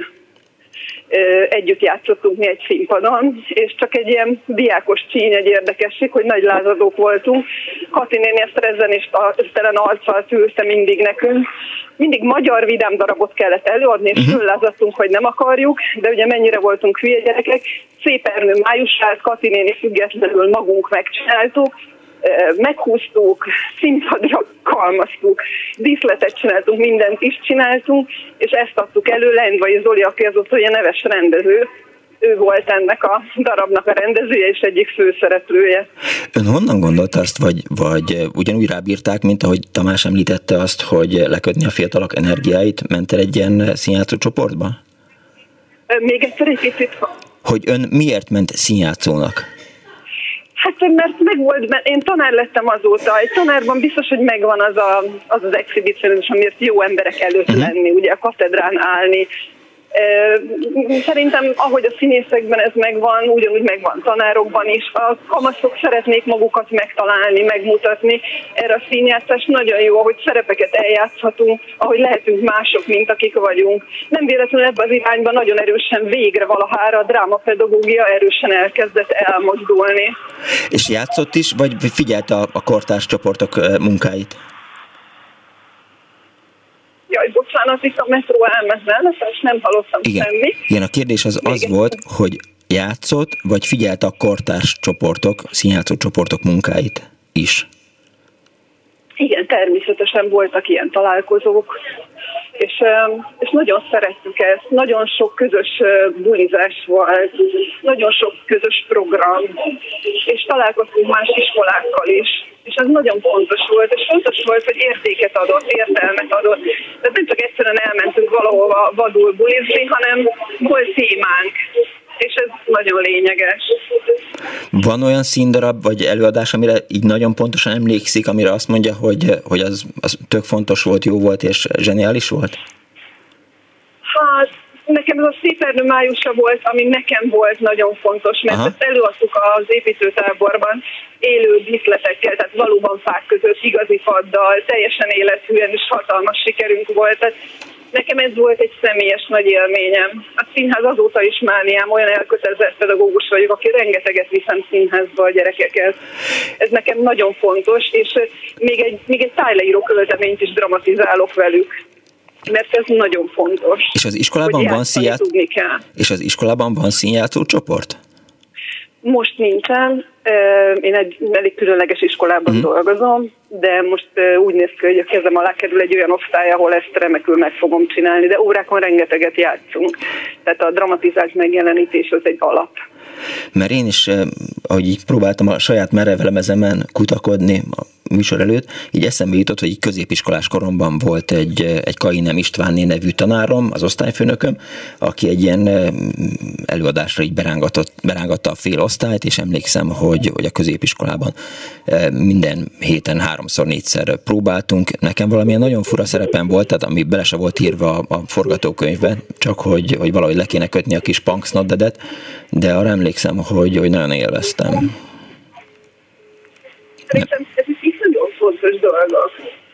Uh, együtt játszottunk mi egy színpadon, és csak egy ilyen diákos csíny, egy érdekesség, hogy nagy lázadók voltunk. Kati néni ezt rezzen és telen arccal tűrte mindig nekünk. Mindig magyar vidám darabot kellett előadni, és uh-huh. föllázadtunk, hogy nem akarjuk, de ugye mennyire voltunk hülye gyerekek. Szép Ernő májusát, Kati néni függetlenül magunk megcsináltuk, meghúztuk, színpadra kalmaztuk, díszletet csináltunk, mindent is csináltunk, és ezt adtuk elő. Lendvai Zoli, aki azóta ugye neves rendező, ő volt ennek a darabnak a rendezője és egyik főszereplője. Ön honnan gondolta azt, vagy, vagy ugyanúgy rábírták, mint ahogy Tamás említette azt, hogy lekötni a fiatalok energiáit, ment el egy ilyen színjátszó csoportba? Még egyszer egy kicsit. Hogy ön miért ment színjátszónak? Hát mert megvolt, mert én tanár lettem azóta. Egy tanárban biztos, hogy megvan az a, az, az exhibicionizmus, amiért jó emberek előtt uh-huh. lenni, ugye a katedrán állni. Szerintem, ahogy a színészekben ez megvan, ugyanúgy megvan tanárokban is. A kamaszok szeretnék magukat megtalálni, megmutatni. Erre a színjátszás nagyon jó, ahogy szerepeket eljátszhatunk, ahogy lehetünk mások, mint akik vagyunk. Nem véletlenül ebben az irányban nagyon erősen végre valahára a drámapedagógia erősen elkezdett elmozdulni. És játszott is, vagy figyelte a, a kortárs csoportok munkáit? Jaj, bocsánat, itt a metró elment, és nem hallottam igen. semmi. Igen, a kérdés az az igen. volt, hogy játszott, vagy figyelte a kortárs csoportok, színjátszó csoportok munkáit is? Igen, természetesen voltak ilyen találkozók, és, és nagyon szerettük ezt. Nagyon sok közös bulizás volt, nagyon sok közös program, és találkoztunk más iskolákkal is. És ez nagyon fontos volt, és fontos volt, hogy értéket adott, értelmet adott. Tehát nem csak egyszerűen elmentünk valahova vadul bulizni, hanem volt témánk, és ez nagyon lényeges. Van olyan színdarab vagy előadás, amire így nagyon pontosan emlékszik, amire azt mondja, hogy, hogy az, az tök fontos volt, jó volt és zseniális volt? Hát, nekem ez a Szép Ernő májusa volt, ami nekem volt nagyon fontos, mert aha. ezt előadtuk az építőtáborban élő díszletekkel, tehát valóban fák között, igazi faddal, teljesen élethűen és hatalmas sikerünk volt. Tehát nekem ez volt egy személyes nagy élményem. A színház azóta is mániám, olyan elkötelezett pedagógus vagyok, aki rengeteget viszem színházba a gyerekeket. Ez nekem nagyon fontos, és még egy, még egy tájleíró költeményt is dramatizálok velük. Mert ez nagyon fontos. És az iskolában van színjátszó? És az iskolában van színjátszó csoport? Most nincsen. Én egy elég különleges iskolában mm. dolgozom, de most úgy néz ki, hogy a kezem alá kerül egy olyan osztály, ahol ezt remekül meg fogom csinálni, de órákon rengeteget játszunk. Tehát a dramatizált megjelenítés az egy alap. Mert én is, ahogy így próbáltam a saját merevelemezemen kutakodni a műsor előtt, így eszembe jutott, hogy így középiskolás koromban volt egy, egy Kainem Istvánné nevű tanárom, az osztályfőnököm, aki egy ilyen előadásra így berángatott, berángatta a fél osztályt, és emlékszem, hogy, hogy a középiskolában minden héten háromszor, négyszer próbáltunk. Nekem valamilyen nagyon fura szerepem volt, tehát ami bele se volt írva a forgatókönyvbe, csak hogy, hogy valahogy le kéne kötni a kis punksnoddedet, de arra emlékszem, hogy, hogy nagyon élveztem. Szerintem ez is nagyon fontos dolgok.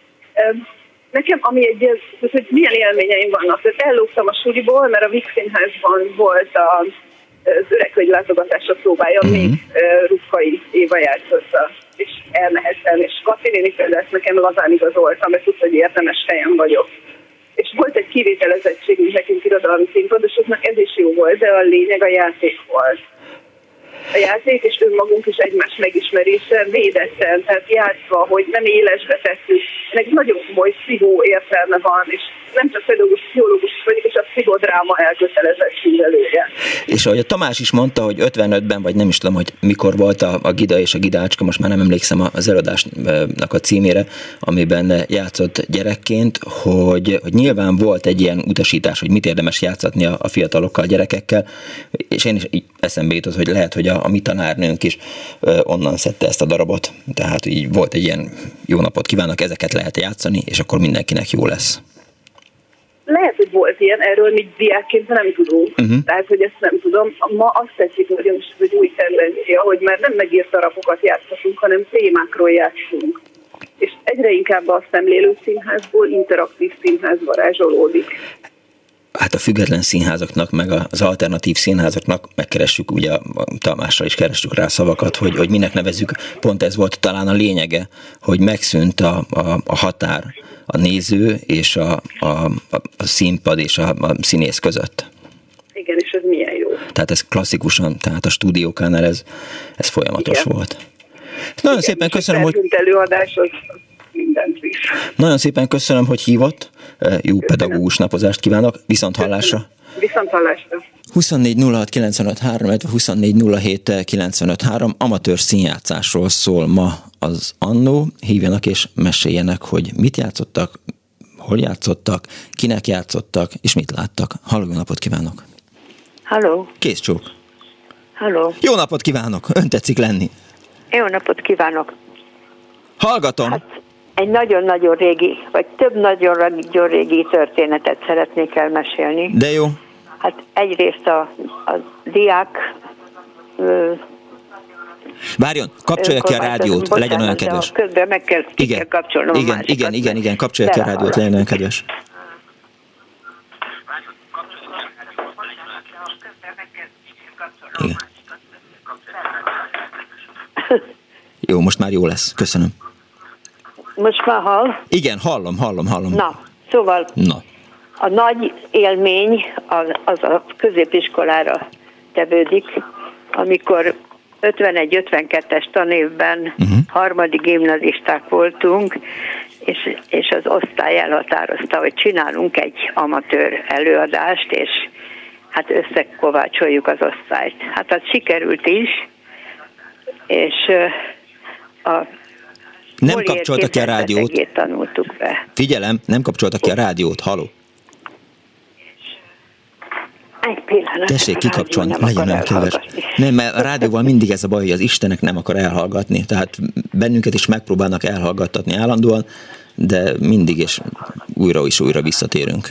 Nekem, ami egy, ez, hogy milyen élményeim vannak. Tehát ellógtam a suliból, mert a Víg Színházban volt a, az Öregvölgy látogatásra próbálja, mm-hmm. még uh, Rufkai Éva játszotta, és elmehettem. És Kati néni például ezt nekem lazán igazoltam, mert tudta, hogy érdemes helyen vagyok. és volt egy kivételezettségünk nekünk irodalmi színpadosoknak, ez is jó volt, de a lényeg a játék volt. A játék és önmagunk is egymás megismerése védetten, tehát játszva, hogy nem élesbe tesszük. Ennek nagyon komoly pszichó értelme van, és nem csak pedagógus, pszichológus vagyok, és a pszichodráma elkötelezett művelője. És ahogy a Tamás is mondta, hogy ötvenötben, vagy nem is tudom, hogy mikor volt a, a Gida és a Gidácska, most már nem emlékszem az előadásnak a címére, amiben játszott gyerekként, hogy, hogy nyilván volt egy ilyen utasítás, hogy mit érdemes játszatni a, a fiatalokkal, a gyerekekkel, és én is így eszembe jutott, hogy lehet, hogy a, a mi tanárnőnk is ö, onnan szedte ezt a darabot, tehát így volt egy ilyen jó napot kívánok, ezeket lehet játszani, és akkor mindenkinek jó lesz. Lehet, hogy volt ilyen, erről mi diákként nem tudunk, uh-huh. tehát, hogy ezt nem tudom. Ma azt tetszik nagyon, és ez egy új tendencia, hogy már nem megírt darabokat játszhatunk, hanem témákról játszunk. És egyre inkább a szemlélő színházból interaktív színház varázsolódik. Hát a független színházaknak, meg az alternatív színházaknak megkeressük, ugye a Tamással is keressük rá szavakat, hogy, hogy minek nevezzük. Pont ez volt talán a lényege, hogy megszűnt a, a, a határ a néző és a, a, a színpad és a, a színész között. Igen, és ez milyen jó. Tehát ez klasszikusan, tehát a stúdiókánál ez, ez folyamatos Igen. volt. Nagyon Igen, szépen köszönöm, hogy... előadás az mindent visz. Nagyon szépen köszönöm, hogy hívott. Jó pedagógus napozást kívánok. Viszont hallásra. Viszont hallásra. huszonnégy nulla hat kilencvenöt három, illetve huszonnégy nulla hét kilencvenöt három amatőr színjátszásról szól ma az Annó. Hívjanak és meséljenek, hogy mit játszottak, hol játszottak, kinek játszottak, és mit láttak. Halló, jó napot kívánok! Halló! Kész csók! Halló! Jó napot kívánok! Ön tetszik lenni! Jó napot kívánok! Hallgatom! Hát, egy nagyon-nagyon régi, vagy több nagyon-nagyon régi történetet szeretnék elmesélni. De jó! Hát egyrészt a, a diák... Ö, Várjon, kapcsolja ki a rádiót, bocsánat, legyen olyan kedves. Közben meg kell, igen, kell kapcsolnom igen, a másikat. Igen, igen, igen, kapcsolja ki a rádiót, legyen olyan kedves. Igen. Jó, most már jó lesz, köszönöm. Most már hall? Igen, hallom, hallom, hallom. Na, szóval Na. A nagy élmény az, az a középiskolára tevődik, amikor ötvenegy ötvenkettes tanévben uh-huh. harmadik gimnazisták voltunk, és, és az osztály elhatározta, hogy csinálunk egy amatőr előadást, és hát összekovácsoljuk az osztályt. Hát az sikerült is, és a nem kapcsoltak ki a rádiót. Tanultuk be. Figyelem, nem kapcsoltak ki a rádiót, haló. Egy pillanat. Tessék kikapcsolni, legyen olyan kedves. Nem, mert a rádióval mindig ez a baj, hogy az Istenek nem akar elhallgatni. Tehát bennünket is megpróbálnak elhallgattatni állandóan, de mindig és újra és újra visszatérünk.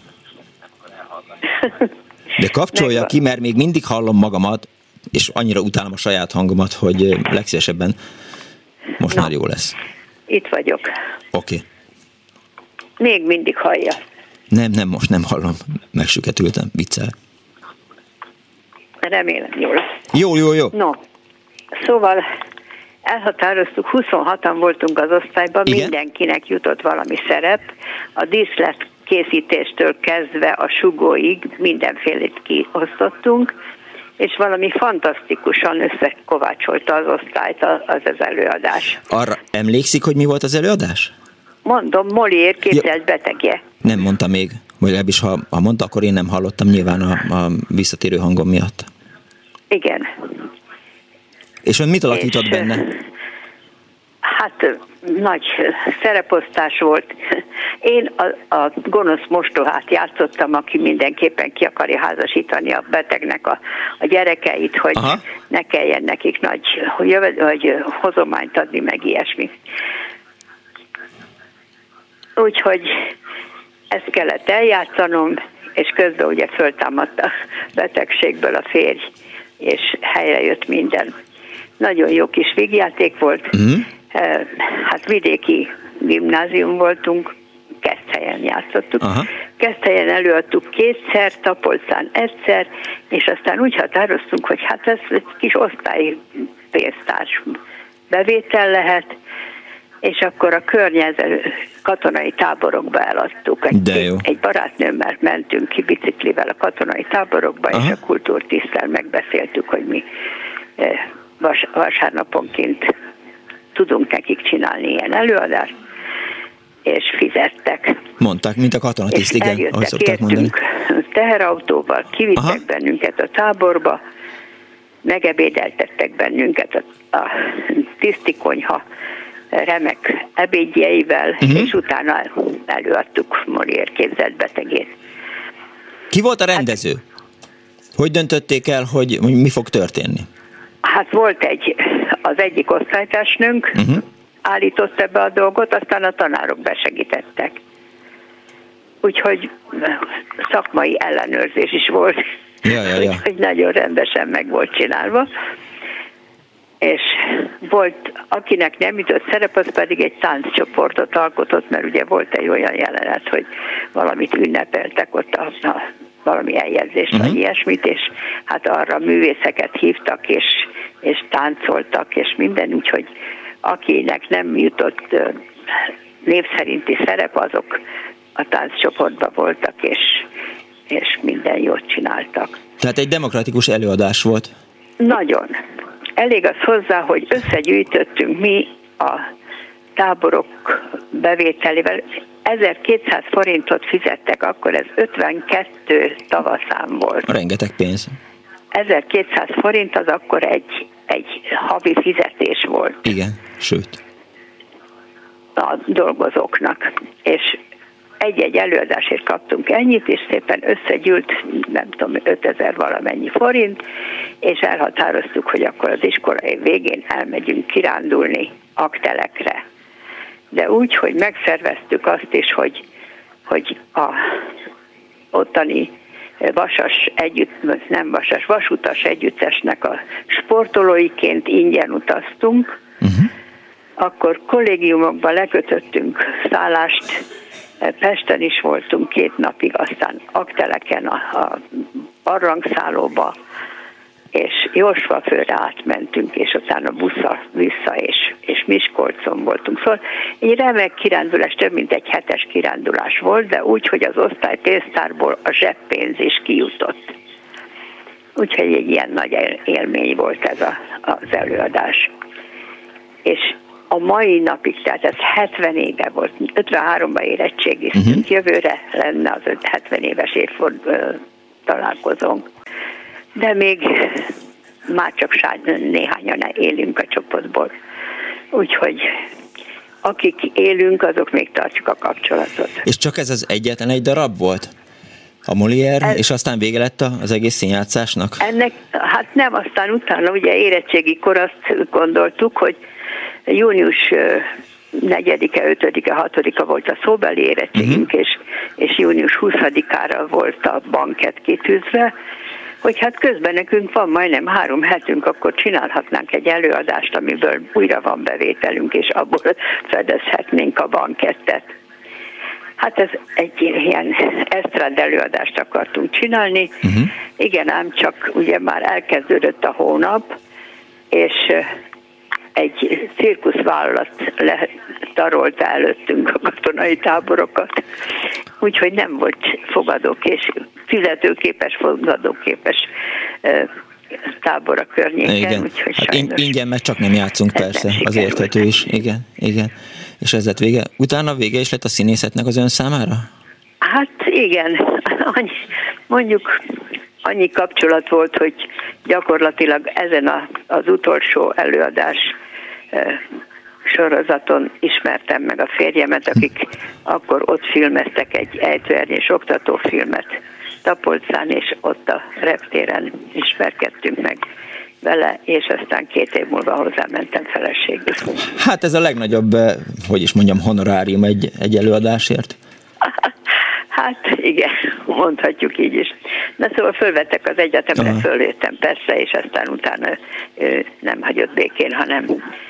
De kapcsolja ki, mert még mindig hallom magamat, és annyira utálom a saját hangomat, hogy legszívesebben most Na, már jó lesz. Itt vagyok. Oké. Okay. Még mindig hallja. Nem, nem, most nem hallom. Megsüketültem, viccel. Remélem, jó lesz. Jó, jó, jó. No, szóval elhatároztuk, huszonhatan voltunk az osztályban, igen? Mindenkinek jutott valami szerep. A díszlet készítéstől kezdve a sugóig mindenfélét kiosztottunk, és valami fantasztikusan összekovácsolta az osztályt az az előadás. Arra emlékszik, hogy mi volt az előadás? Mondom, Molière képzelt betegje. Nem mondta még, vagy legalábbis ha, ha mondta, akkor én nem hallottam nyilván a, a visszatérő hangom miatt. Igen. És ön mit alakított és, benne? Hát nagy szereposztás volt. Én a, a gonosz mostohát játszottam, aki mindenképpen ki akarja házasítani a betegnek a, a gyerekeit, hogy Aha. ne kelljen nekik nagy jövet, vagy hozományt adni, meg ilyesmi. Úgyhogy ezt kellett eljátszanom, és közben ugye föltámadt a betegségből a férj, és helyre jött minden. Nagyon jó kis vígjáték volt. Uh-huh. Hát vidéki gimnázium voltunk, Keszthelyen játszottuk. Uh-huh. Keszthelyen előadtuk kétszer, Tapolcán egyszer, és aztán úgy határoztunk, hogy hát ez egy kis osztálypénztárs bevétel lehet, és akkor a környező katonai táborokba eladtuk. Egy, De jó. egy barátnőmmel mentünk ki biciklivel a katonai táborokba, Aha. és a kultúrtiszttel megbeszéltük, hogy mi vas, vasárnaponként tudunk nekik csinálni ilyen előadást, és fizettek. Mondták, mint a katonatiszt, igen, ahogy szokták mondani. Teherautóval, kivittek Aha. bennünket a táborba, megebédeltettek bennünket a, a tisztikonyha remek ebédjeivel, uh-huh. és utána előadtuk Molière képzelt betegét. Ki volt a rendező? Hát, hogy döntötték el, hogy mi fog történni? Hát volt egy, az egyik osztálytársnőnk, uh-huh. állította be a dolgot, aztán a tanárok besegítettek. Úgyhogy szakmai ellenőrzés is volt. Ja, ja, ja. Úgyhogy nagyon rendesen meg volt csinálva. És volt, akinek nem jutott szerep, az pedig egy tánccsoportot alkotott, mert ugye volt egy olyan jelenet, hogy valamit ünnepeltek ott, a, a, valami eljegyzést, uh-huh. vagy ilyesmit, és hát arra művészeket hívtak, és, és táncoltak, és minden, úgyhogy akinek nem jutott uh, név szerinti szerep, azok a tánccsoportban voltak, és, és minden jót csináltak. Tehát egy demokratikus előadás volt? Nagyon. Elég az hozzá, hogy összegyűjtöttünk mi a táborok bevételével. ezerkétszáz forintot fizettek, akkor ez ötvenkettő tavaszán volt. Rengeteg pénz. ezerkétszáz forint az akkor egy, egy havi fizetés volt. Igen, sőt. A dolgozóknak. És egy-egy előadásért kaptunk ennyit, és szépen összegyűlt, nem tudom, ötezer valamennyi forint, és elhatároztuk, hogy akkor az iskolai végén elmegyünk kirándulni Aktelekre. De úgy, hogy megszerveztük azt is, hogy, hogy a ottani vasas együtt, nem vasas, vasutas együttesnek a sportolóiként ingyen utaztunk, uh-huh. akkor kollégiumokban lekötöttünk szállást, Pesten is voltunk két napig, aztán Akteleken a, a barlangszállóba, és Jósvafőre átmentünk, és utána busszal vissza, és, és Miskolcon voltunk. Szóval egy remek kirándulás, több mint egy hetes kirándulás volt, de úgy, hogy az osztálypénztárból a zseppénz is kijutott. Úgyhogy egy ilyen nagy élmény volt ez a, az előadás. És a mai napig, tehát ez hetven éve volt, ötvenháromban érettségiztünk, uh-huh. jövőre lenne az hetven éves évforduló találkozónk. De még már csak néhányan élünk a csoportból. Úgyhogy akik élünk, azok még tartjuk a kapcsolatot. És csak ez az egyetlen egy darab volt? A Molière, ez, és aztán vége lett az egész színjátszásnak? Ennek, hát nem, aztán utána ugye érettségikor azt gondoltuk, hogy június negyedike, ötödike, hatodika volt a szóbeli érettségünk, uh-huh. és, és június huszadikára volt a bankett kitűzve, hogy hát közben nekünk van majdnem három hetünk, akkor csinálhatnánk egy előadást, amiből újra van bevételünk, és abból fedezhetnénk a bankettet. Hát ez egy ilyen esztrád előadást akartunk csinálni. Uh-huh. Igen, ám csak ugye már elkezdődött a hónap, és egy cirkuszvállalat letarolta előttünk a katonai táborokat, úgyhogy nem volt fogadóképes, fizetőképes, fogadóképes tábor a környéken. Igen. Úgyhogy hát ingyen, mert csak nem játszunk, persze, nem az érthető is. Igen, igen. És ez lett vége. Utána vége is lett a színészetnek az ön számára? Hát igen, annyi, mondjuk annyi kapcsolat volt, hogy gyakorlatilag ezen a, az utolsó előadás e, sorozaton ismertem meg a férjemet, akik akkor ott filmeztek egy ejtőernyős oktatófilmet Tapolcán, és ott a reptéren ismerkedtünk meg vele, és aztán két év múlva hozzámentem feleségül. Hát ez a legnagyobb, hogy is mondjam, honorárium egy, egy előadásért. Hát igen, mondhatjuk így is. Na szóval fölvettek az egyetemre, följöttem persze, és aztán utána ő nem hagyott békén, hanem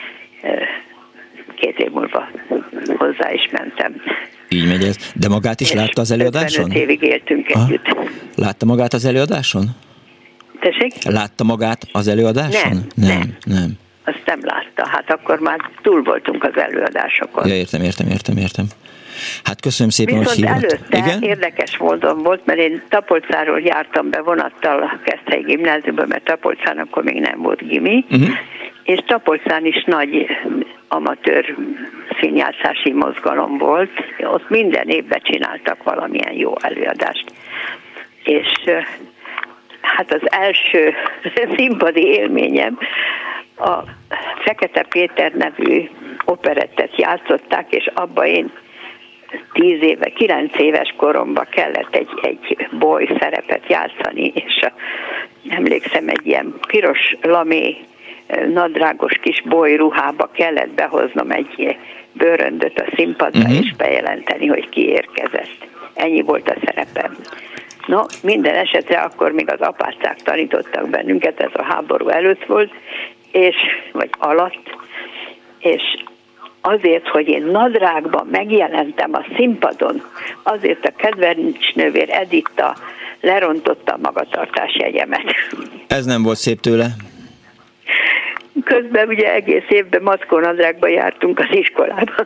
két év múlva hozzá is mentem. Így megy ez. De magát is és látta az előadáson? ötvenöt évig éltünk Aha. együtt. Látta magát az előadáson? Tessék? Látta magát az előadáson? Nem, nem. nem. azt nem látta. Hát akkor már túl voltunk az előadásokon. Ja, értem, értem, értem, értem. Hát köszönöm szépen, viszont hogy hívott. Előtte Igen? érdekes módon volt, mert én Tapolcáról jártam be vonattal a Keszthelyi gimnáziumba, mert Tapolcán akkor még nem volt gimi, uh-huh. és Tapolcán is nagy amatőr színjátszási mozgalom volt. Ott minden évben csináltak valamilyen jó előadást. És hát az első színpadi élményem, a Fekete Péter nevű operettet játszották, és abba én tíz éve, kilenc éves koromban kellett egy, egy boly szerepet játszani, és a, emlékszem, egy ilyen piros lamé, nadrágos kis boly ruhába kellett behoznom egy bőröndöt a színpadra, uh-huh. és bejelenteni, hogy ki érkezett. Ennyi volt a szerepem. No, minden esetre akkor még az apácák tanítottak bennünket, ez a háború előtt volt, és, vagy alatt, és azért, hogy én nadrágban megjelentem a színpadon, azért a kedvenc nővér Editta lerontotta a magatartásjegyemet. Ez nem volt szép tőle? Közben ugye egész évben mackónadrágban jártunk az iskolában.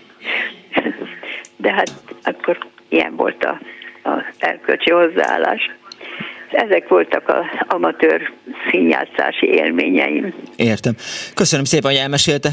De hát akkor ilyen volt a, az erkölcsi hozzáállás. Ezek voltak az amatőr színjátszási élményeim. Értem. Köszönöm szépen, hogy elmesélte.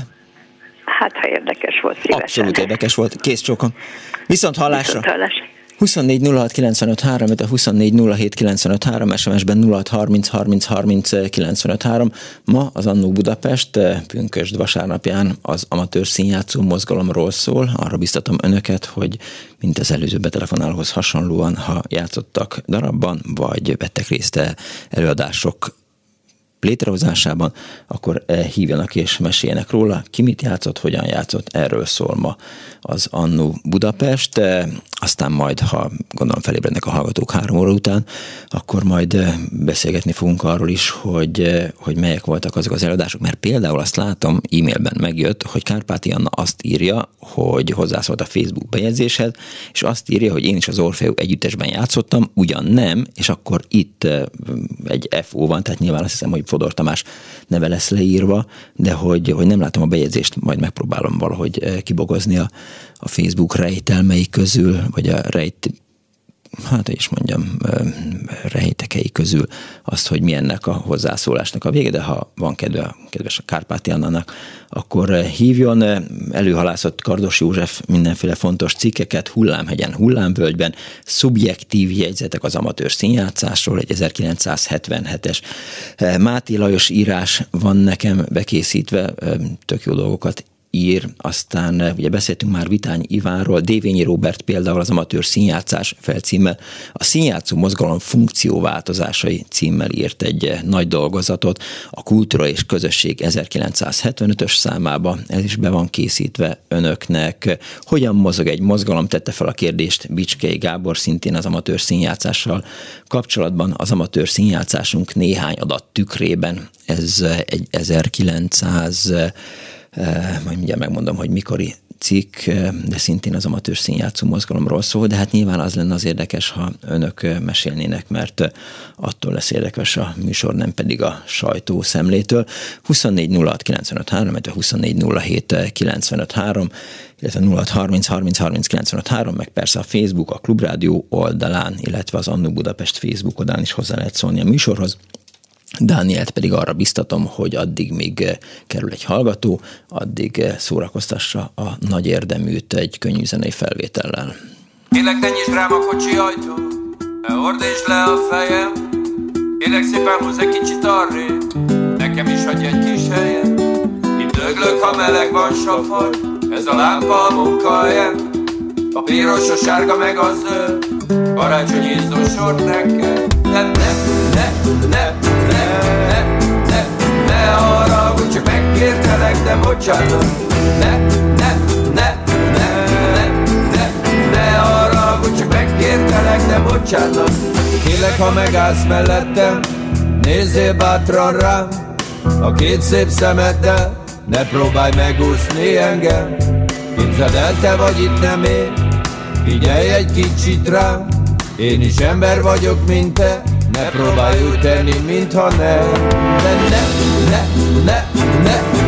Hát, ha érdekes volt, szívesen. Abszolút érdekes volt. Kész csókom. Viszont hallásra. Viszont hallás. huszonnégy nulla hat kilencvenöt három, a huszonnégy nulla hét kilencvenöt három, es em es-ben nulla hat harminc harminc harminc kilencvenöt három. Ma az Annó Budapest pünkösd vasárnapján az amatőr színjátszó mozgalomról szól. Arra biztatom önöket, hogy mint az előző betelefonálóhoz hasonlóan, ha játszottak darabban, vagy vettek részt előadások létrehozásában, akkor hívjanak és meséljenek róla, ki mit játszott, hogyan játszott, erről szól ma az Annó Budapest. Aztán majd, ha gondolom felébrednek a hallgatók három óra után, akkor majd beszélgetni fogunk arról is, hogy, hogy melyek voltak azok az előadások, mert például azt látom, e-mailben megjött, hogy Kárpáti Anna azt írja, hogy hozzászólt a Facebook bejegyzéshez, és azt írja, hogy én is az Orfeó együttesben játszottam, ugyan nem, és akkor itt egy ef o van, tehát nyilván azt hiszem, hogy Fodor Tamás neve lesz leírva, de hogy, hogy nem látom a bejegyzést, majd megpróbálom valahogy kibogozni a, a Facebook rejtelmei közül, vagy a rejt, hát is mondjam, rejtekei közül azt, hogy mi ennek a hozzászólásnak a vége, de ha van kedve a kedves a Kárpáti Annának, akkor hívjon. Előhalászott Kardos József mindenféle fontos cikkeket Hullámhegyen, Hullámvölgyben, szubjektív jegyzetek az amatőr színjátszásról, egy ezerkilencszázhetvenhetes Máté Lajos írás van nekem bekészítve, tök jó dolgokat ír, aztán ugye beszéltünk már Vitányi Ivánról, Dévényi Róbert például az amatőr színjátszás felcímmel, a színjátszó mozgalom funkcióváltozásai címmel írt egy nagy dolgozatot, a Kultúra és Közösség ezerkilencszázhetvenötös számába, ez is be van készítve önöknek. Hogyan mozog egy mozgalom, tette fel a kérdést Bicskei Gábor, szintén az amatőr színjátszással kapcsolatban. Az amatőr színjátszásunk néhány adat tükrében, ez egy ezerkilencszáz majd mindjárt megmondom, hogy mikori cikk, de szintén az amatőr színjátszó mozgalomról szól, de hát nyilván az lenne az érdekes, ha önök mesélnének, mert attól lesz érdekes a műsor, nem pedig a sajtó szemlétől. huszonnégy nulla hat kilencvenöt három, illetve huszonnégy nulla hét kilencvenöt három, illetve nulla hat harminc harminc harminc kilencvenöt három, meg persze a Facebook, a Klubrádió oldalán, illetve az Annó Budapest Facebook oldalán is hozzá lehet szólni a műsorhoz. Dánielt pedig arra biztatom, hogy addig még kerül egy hallgató, addig szórakoztassa a nagy érdeműt egy könnyű zenei felvétellel. Kérlek, ne nyisd rám a kocsi ajtó, ne ordítsd le a fejem. Kérlek szépen húzz egy kicsit arrébb, nekem is hagyj egy kis helyet. Itt döglök, ha meleg van safagy, ez a lámpa a munkahelyem. A piros, a sárga meg a zöld, karácsonyi izzó sort nekem. Ne, ne, ne, ne, ne, ne, ne, ne haragudj, csak megkértelek, de bocsánat. Ne, ne, ne, ne, ne, ne, ne haragudj, csak megkértelek, de bocsánat. Kérlek, ha megállsz mellettem, nézzél bátran rám, a két szép szemeddel, ne próbálj megúszni engem. Képzeld el, te vagy itt, nem én, figyelj egy kicsit rám, én is ember vagyok, mint te, ne próbálj úgy tenni, mintha ne. Ne, ne, ne, ne, ne,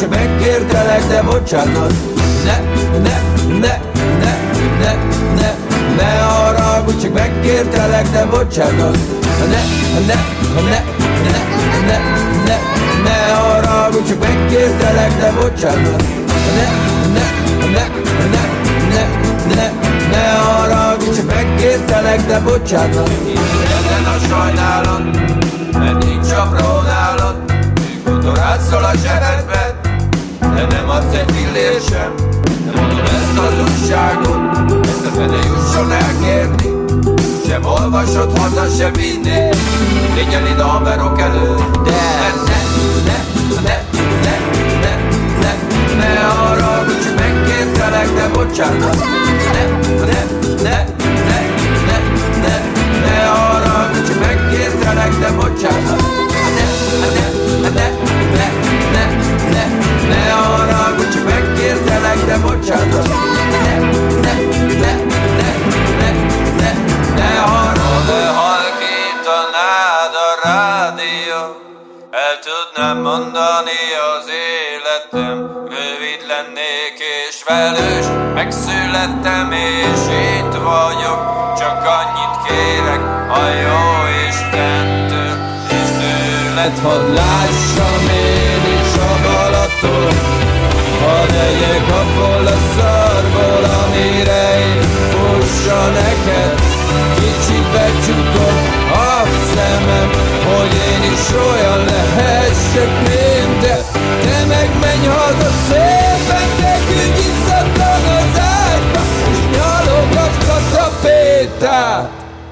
csak megkértelek, de bocsánat. Ne, ne, ne, ne, ne, ne, ne haragudj, csak megkértelek, de bocsánat. Ne, ne, ne, ne, ne, ne, ne haragudj, csak megkértelek, de bocsánat. Ne, ne, ne, ne, ne, ne, ne haragudj, csak megkértelek, de bocsánat. Ezen a sajnálat, mert nincs apró nálad, mikor átszol a zsebedben, de nem adsz egy fillér sem. Nem mondom ezt az újságot, ezt a fene jusson elkérni, sem olvasod haza, sem vinni, légyen ide haverok előtt. De ne, ne, ne, ne, ne, ne, ne haragudj, csak megkértelek, de bocsánat. Ne, ne, ne, ne, ne, ne, ne haragudj, csak megkértelek, de bocsánat. Ne, ne, ne, ne, ne, ne, ne, ne haragudj, csak megkértelek, de bocsánat. Ne, ne, ne, ne, ne, ne, ne haragudj. De halkítanád a rádió, el tudnám mondani az életem, rövid lennék és velős, megszülettem és itt vagyok, csak annyit kérek a jó Istentől és tőled. Hadd lássam én is a Balaton, hadd egyek abból a szarból, amire én fussa neked. Kicsit becsukom a szemem, hogy én is olyan lehessek, mint te. Te meg menj haza szépen, nekünk iszatlan az ágyba, és nyalogass a tapétát.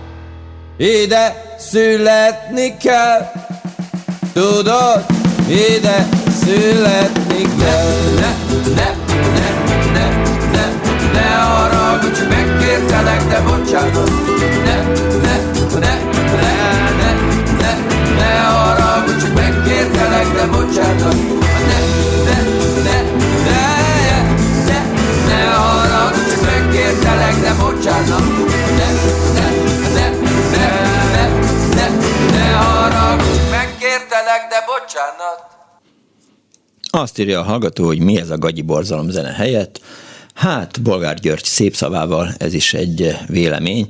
Ide születni kell, tudod, ide születni kell. Ne, ne, ne, ne, ne, ne haragudj, csak megkértelek, de bocsánat. Ne, ne, ne, ne, ne, ne, ne haragudj, csak megkértelek, de bocsánat. Ne, ne, ne, ne, ne, ne haragudj, csak megkértelek, de bocsánat. Ne, ne, ne, ne, ne, ne, ne haragudj, csak megkértelek, de bocsánat. Azt írja a hallgató, hogy mi ez a gagyi borzalom zene helyett. Hát, Bolgár György szép szavával ez is egy vélemény.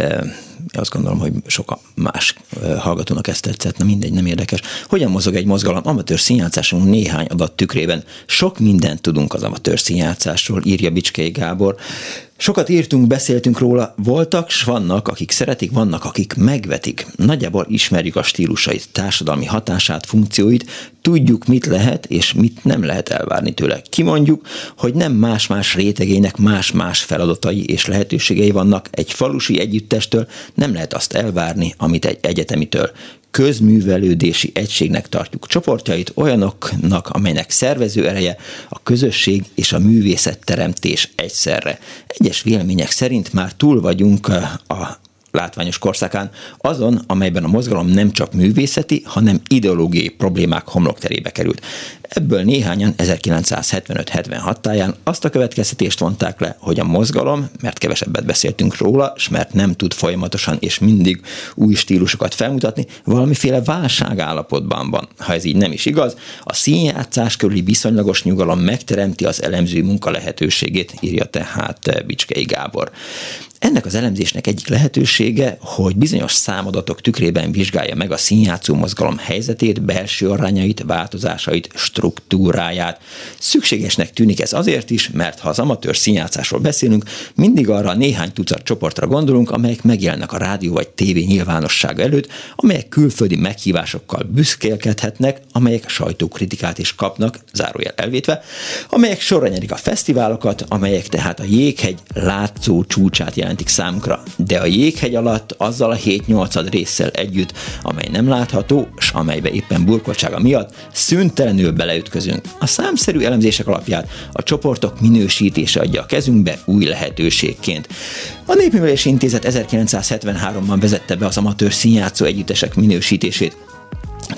Azt gondolom, hogy sok más hallgatónak ezt tetszett, na mindegy, nem érdekes. Hogyan mozog egy mozgalom? Amatőr színjátszásunk néhány adat tükrében. Sok mindent tudunk az amatőr színjátszásról, írja Bicskei Gábor. Sokat írtunk, beszéltünk róla, voltak, s vannak, akik szeretik, vannak, akik megvetik. Nagyjából ismerjük a stílusait, társadalmi hatását, funkcióit, tudjuk, mit lehet és mit nem lehet elvárni tőle. Kimondjuk, hogy nem más-más rétegének más-más feladatai és lehetőségei vannak. Egy falusi együttestől nem lehet azt elvárni, amit egy egyetemitől. Közművelődési egységnek tartjuk csoportjait, olyanoknak, amelynek szervező ereje a közösség és a művészetteremtés egyszerre. Egyes vélemények szerint már túl vagyunk a látványos korszakán, azon, amelyben a mozgalom nem csak művészeti, hanem ideológiai problémák homlokterébe került. Ebből néhányan ezerkilencszázhetvenöt hetvenhat táján azt a következtetést vonták le, hogy a mozgalom, mert kevesebbet beszéltünk róla, s mert nem tud folyamatosan és mindig új stílusokat felmutatni, valamiféle válságállapotban van. Ha ez így nem is igaz, a színjátszás körüli viszonylagos nyugalom megteremti az elemző munka lehetőségét, írja tehát Bicskei Gábor. Ennek az elemzésnek egyik lehetősége, hogy bizonyos számadatok tükrében vizsgálja meg a színjátszó mozgalom helyzetét, belső arányait, változásait, struktúráját. Szükségesnek tűnik ez azért is, mert ha az amatőr színjátszásról beszélünk, mindig arra a néhány tucat csoportra gondolunk, amelyek megjelennek a rádió vagy tévé nyilvánossága előtt, amelyek külföldi meghívásokkal büszkélkedhetnek, amelyek sajtókritikát is kapnak, zárójel elvétve, amelyek sorra nyerik a fesztiválokat, amelyek tehát a jéghegy látszó csúcsát jelentik számunkra. De a jéghegy alatt azzal a hét-nyolcad résszel együtt, amely nem látható, s amelybe éppen burkoltsága miatt szüntelenül beleütközünk. A számszerű elemzések alapját a csoportok minősítése adja a kezünkbe új lehetőségként. A Népművelési Intézet ezerkilencszázhetvenháromban vezette be az amatőr színjátszó együttesek minősítését.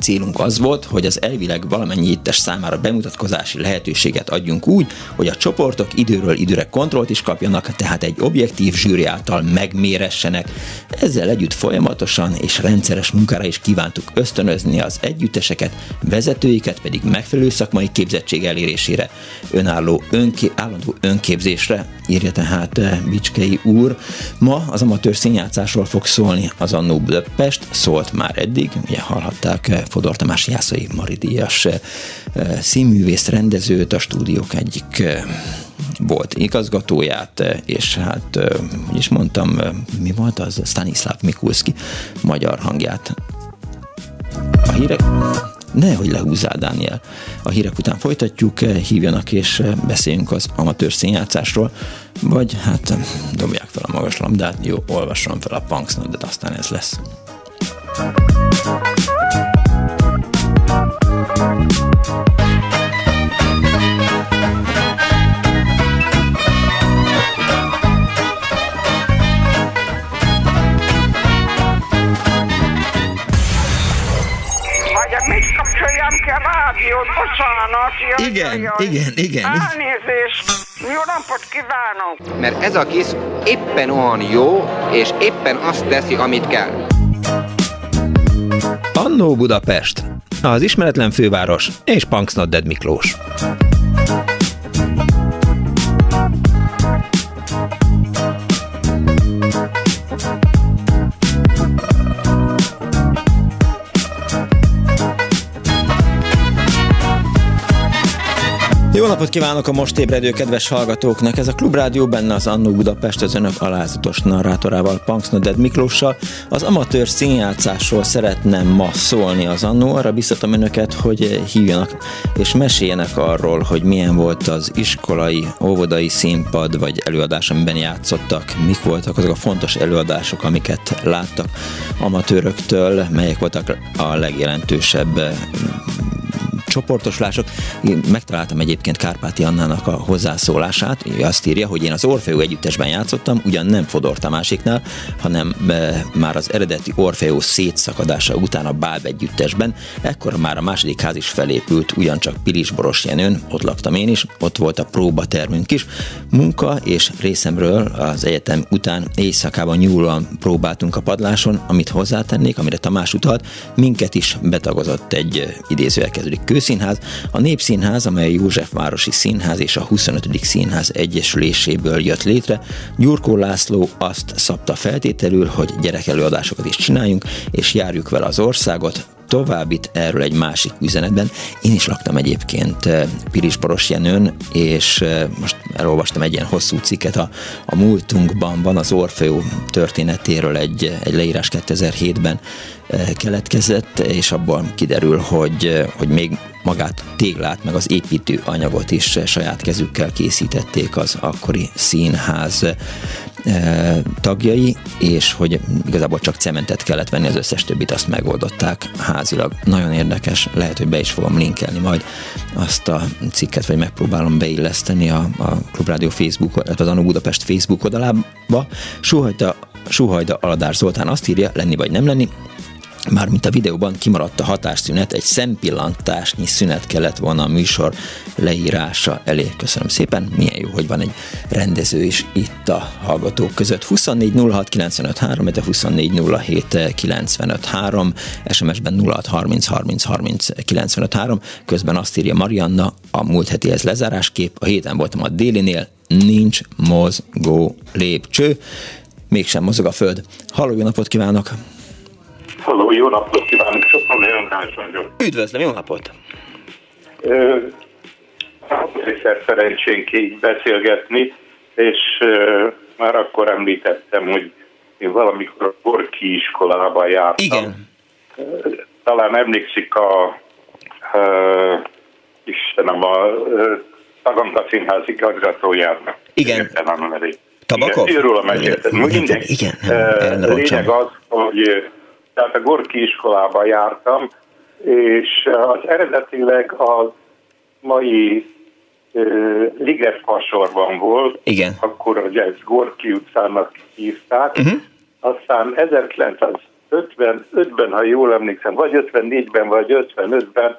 célunk az volt, hogy az elvileg valamennyi ittes számára bemutatkozási lehetőséget adjunk úgy, hogy a csoportok időről időre kontrollt is kapjanak, tehát egy objektív zsűri által megméressenek. Ezzel együtt folyamatosan és rendszeres munkára is kívántuk ösztönözni az együtteseket, vezetőiket pedig megfelelő szakmai képzettség elérésére, önálló önké- állandó önképzésre, írja tehát Bicskei úr. Ma az amatőr színjátszásról fog szólni az Annó Budapest, szólt már eddig, ugye hallhatták Fodor Tamás Jászai Mari díjas színművész rendezőt, a stúdiók egyik volt igazgatóját, és hát, hogy is mondtam, mi volt az? Stanislav Mikulski magyar hangját. A hírek... Nehogy lehúzzál, Dániel. A hírek után folytatjuk, hívjanak és beszéljünk az amatőr színjátszásról, vagy hát dobják fel a magas labdát, jó, olvasson fel a Punksnoddot, aztán ez lesz. Mit kapcsoljam ki a rádiót? Bocsánat. Jaj, igen, jaj. igen, igen. Elnézést. Jó napot kívánok. Mert ez a kis éppen olyan jó, és éppen azt teszi, amit kell. Annó Budapest, az ismeretlen főváros és Punksnodded Miklós. Jó napot kívánok a most ébredő kedves hallgatóknak! Ez a Klubrádió, benne az Annó Budapest, az önök alázatos narrátorával, Punksnodded Miklóssal. Az amatőr színjátszásról szeretnem ma szólni az Annó. Arra biztatom önöket, hogy hívjanak és meséljenek arról, hogy milyen volt az iskolai, óvodai színpad vagy előadás, amiben játszottak, mik voltak azok a fontos előadások, amiket láttak amatőröktől, melyek voltak a legjelentősebb csoportosulások. Én megtaláltam egyébként Kárpáti Annának a hozzászólását. Ő azt írja, hogy én az Orfeó együttesben játszottam, ugyan nem Fodor Tamásiknál, hanem e, már az eredeti Orfeó szétszakadása után a Báb együttesben. Ekkor már a második ház is felépült, ugyancsak Pilisboros Jenőn, ott laktam én is, ott volt a próbatermünk is. Munka és részemről az egyetem után éjszakában nyúlóan próbáltunk a padláson, amit hozzátennék, amire Tamás utalt, minket is betagozott egy idézővel kezdődik Kőszínház, a Népszínház, amely a Józsefvárosi Színház és a huszonötödik Színház egyesüléséből jött létre. Gyurkó László azt szabta feltételül, hogy gyerekelőadásokat is csináljunk, és járjuk vele az országot. Továbbit erről egy másik üzenetben. Én is laktam egyébként Pilisboros Jenőn, és most elolvastam egy ilyen hosszú cikket a, a múltunkban, van az Orfeó történetéről egy, egy leírás kétezer-hétben keletkezett, és abban kiderül, hogy, hogy még magát téglát, meg az építőanyagot is saját kezükkel készítették az akkori színház tagjai, és hogy igazából csak cementet kellett venni, az összes többit azt megoldották házilag. Nagyon érdekes, lehet, hogy be is fogom linkelni majd azt a cikket, vagy megpróbálom beilleszteni a, a Klubrádió Facebook, az Annó Budapest Facebook oldalába. Suhajda, Suhajda Aladár Zoltán azt írja, lenni vagy nem lenni, mármint a videóban kimaradt a hatásszünet, egy szempillantásnyi szünet kellett volna a műsor leírása elé. Köszönöm szépen, milyen jó, hogy van egy rendező is itt a hallgatók között. huszonnégy nulla hat kilencvenöt három, de huszonnégy nulla hét kilencvenöt három, es em es-ben nulla hat harminc harminc harminc kilencvenöt három, közben azt írja Marianna, a múlt heti ez lezáráskép, a héten voltam a délinél, nincs mozgó lépcső, mégsem mozog a föld. Halló, jó napot kívánok! Halló, jó napot kívánok, sokan András vagyok. Üdvözlöm, jó napot! Egyszer szerencsénk így beszélgetni, és ö, már akkor említettem, hogy én valamikor a Gorki iskolában jártam. Igen. Talán emlékszik a ö, Istenem, a Taganka Színház igazgatójának. Igen. Tabakov? Igen, őről meséltem. Igen. Igen. Lényeg az, hogy tehát a Gorki iskolában jártam, és az eredetileg a mai uh, Ligetfasorban volt, igen. Akkor ugye ezt Gorki utcának hívták, uh-huh. Aztán ezerkilencszáz ötvenötben, ha jól emlékszem, vagy ötvennégyben, vagy ötvenötben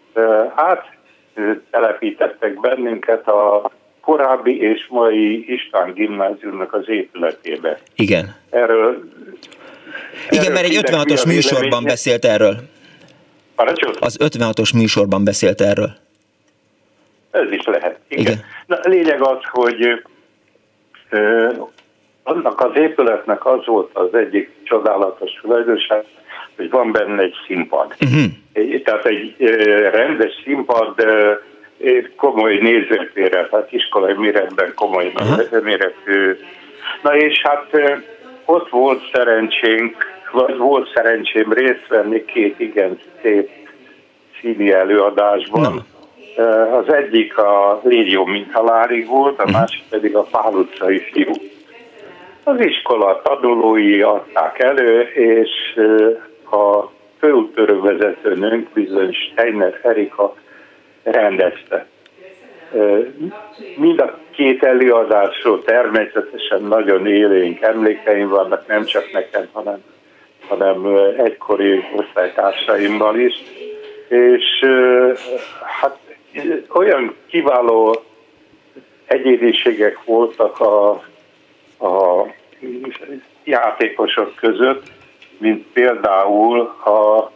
áttelepítettek bennünket a korábbi és mai István gimnáziumnak az épületébe. Igen. Erről, Igen, erről mert egy ötvenhatos műsorban beszélt erről. Parancsolt? Az ötvenhatos műsorban beszélt erről. Ez is lehet. Igen. Igen. Na, lényeg az, hogy ö, annak az épületnek az volt az egyik csodálatos tulajdonság, hogy van benne egy színpad. Uh-huh. Tehát egy ö, rendes színpad, ö, komoly nézőtérrel, tehát iskolai méretben komoly uh-huh. méretű. Na és hát ö, ott volt szerencsénk, vagy volt szerencsém részt venni két igen szép színi előadásban. Na. Az egyik a Légió mint halálig volt, a másik pedig a Pál utcai fiú. Az iskola tanulói adták elő, és a főúttörővezetőnünk, bizony Steiner Erika rendezte. Mind a két előadásról természetesen nagyon élénk emlékeim vannak, nem csak nekem, hanem, hanem egykori osztálytársaimmal is. És hát olyan kiváló egyéniségek voltak a, a játékosok között, mint például a,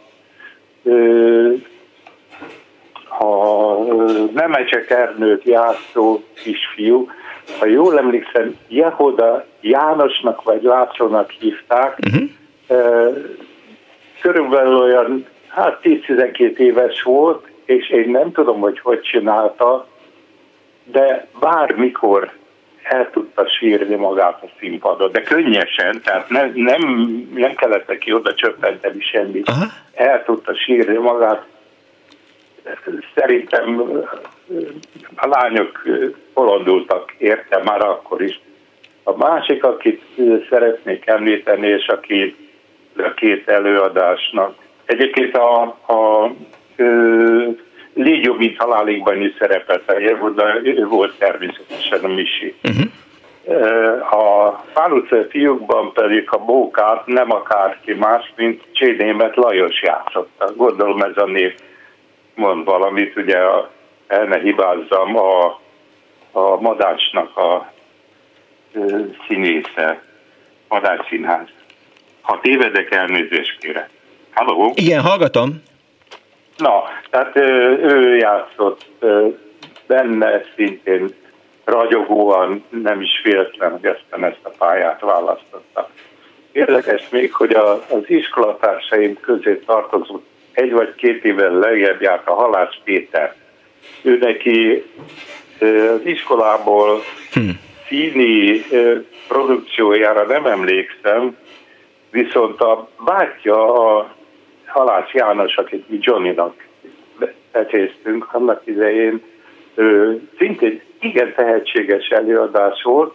a Nemecsek Ernőt játszó kisfiú, ha jól emlékszem, Jehoda Jánosnak vagy Lászlónak hívták, uh-huh. körülbelül olyan hát tíz-tizenkét éves volt, és én nem tudom, hogy hogy csinálta, de bármikor el tudta sírni magát a színpadon, de könnyesen, tehát nem, nem, nem kellett neki oda csöppenteni semmit. Aha. El tudta sírni magát. Szerintem a lányok bolondultak érte már akkor is. A másik, akit szeretnék említeni, és aki a két előadásnak, egyébként a, a Légió mint haláligban is szerepelt, de ő volt természetesen a Misi. Uh-huh. A Pál utcai fiúkban pedig a Bókát nem akárki más, mint Csénémet Lajos játszotta. Gondolom ez a név mond valamit, ugye a, el ne hibázzam, a, a Madácsnak a ö, színésze, Madács Színház. Ha tévedek, elnézést kérek. Halló? Igen, hallgatom. Na, tehát ő játszott benne szintén ragyogóan, nem is véletlen, hogy ezt, ezt a pályát választotta. Érdekes még, hogy a, az iskolatársaim közé tartozott egy vagy két évvel lejjebb járt a Halász Péter. Ő neki az iskolából hmm. színi produkciójára nem emlékszem, viszont a bátyja, a Halász János, akit mi Johnnynak becéztünk annak idején, szintén igen tehetséges előadás volt,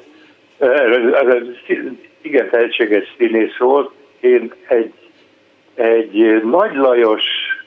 igen tehetséges színész volt. Én egy, egy Nagy Lajos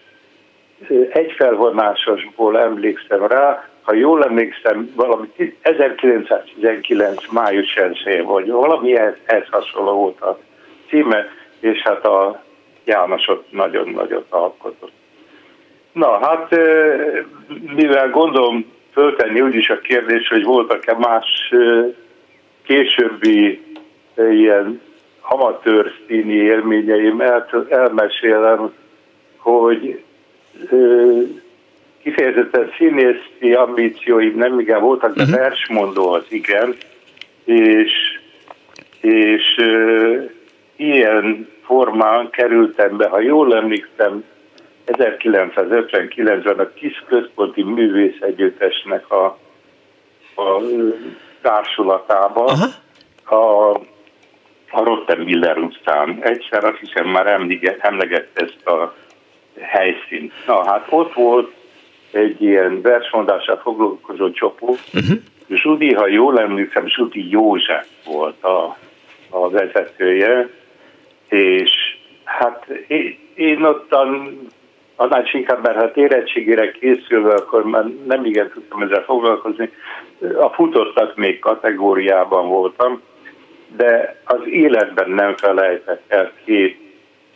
egyfelvonásosból emlékszem rá, ha jól emlékszem, valami ezerkilencszáztizenkilenc május elsején, vagy valami ehhez, ehhez hasonló volt a címe, és hát a János ott nagyon-nagyon alkotott. Na, hát mivel gondolom föltenni úgyis a kérdés, hogy voltak-e más későbbi ilyen amatőr színi élményeim, el, elmesélem, hogy kifejezetten színészi ambícióim nem igen voltak, de versmondó az igen, és, és ilyen formán kerültem be, ha jól emlékszem, ezerkilencszázötvenkilencben a Kis Központi Művész Együttesnek a, a társulatába, a, a Rottenmiller utcán. Egyszer azt hiszem már emlegette ezt a helyszínt. Na hát ott volt egy ilyen versmondással foglalkozó csoport, uh-huh. Zsudi, ha jól emlékszem, Zsudi József volt a, a vezetője, és hát én, én ottan annál inkább, mert hát érettségére készülve, akkor már nem igen tudtam ezzel foglalkozni. A futottak még kategóriában voltam, de az életben nem felejtek el két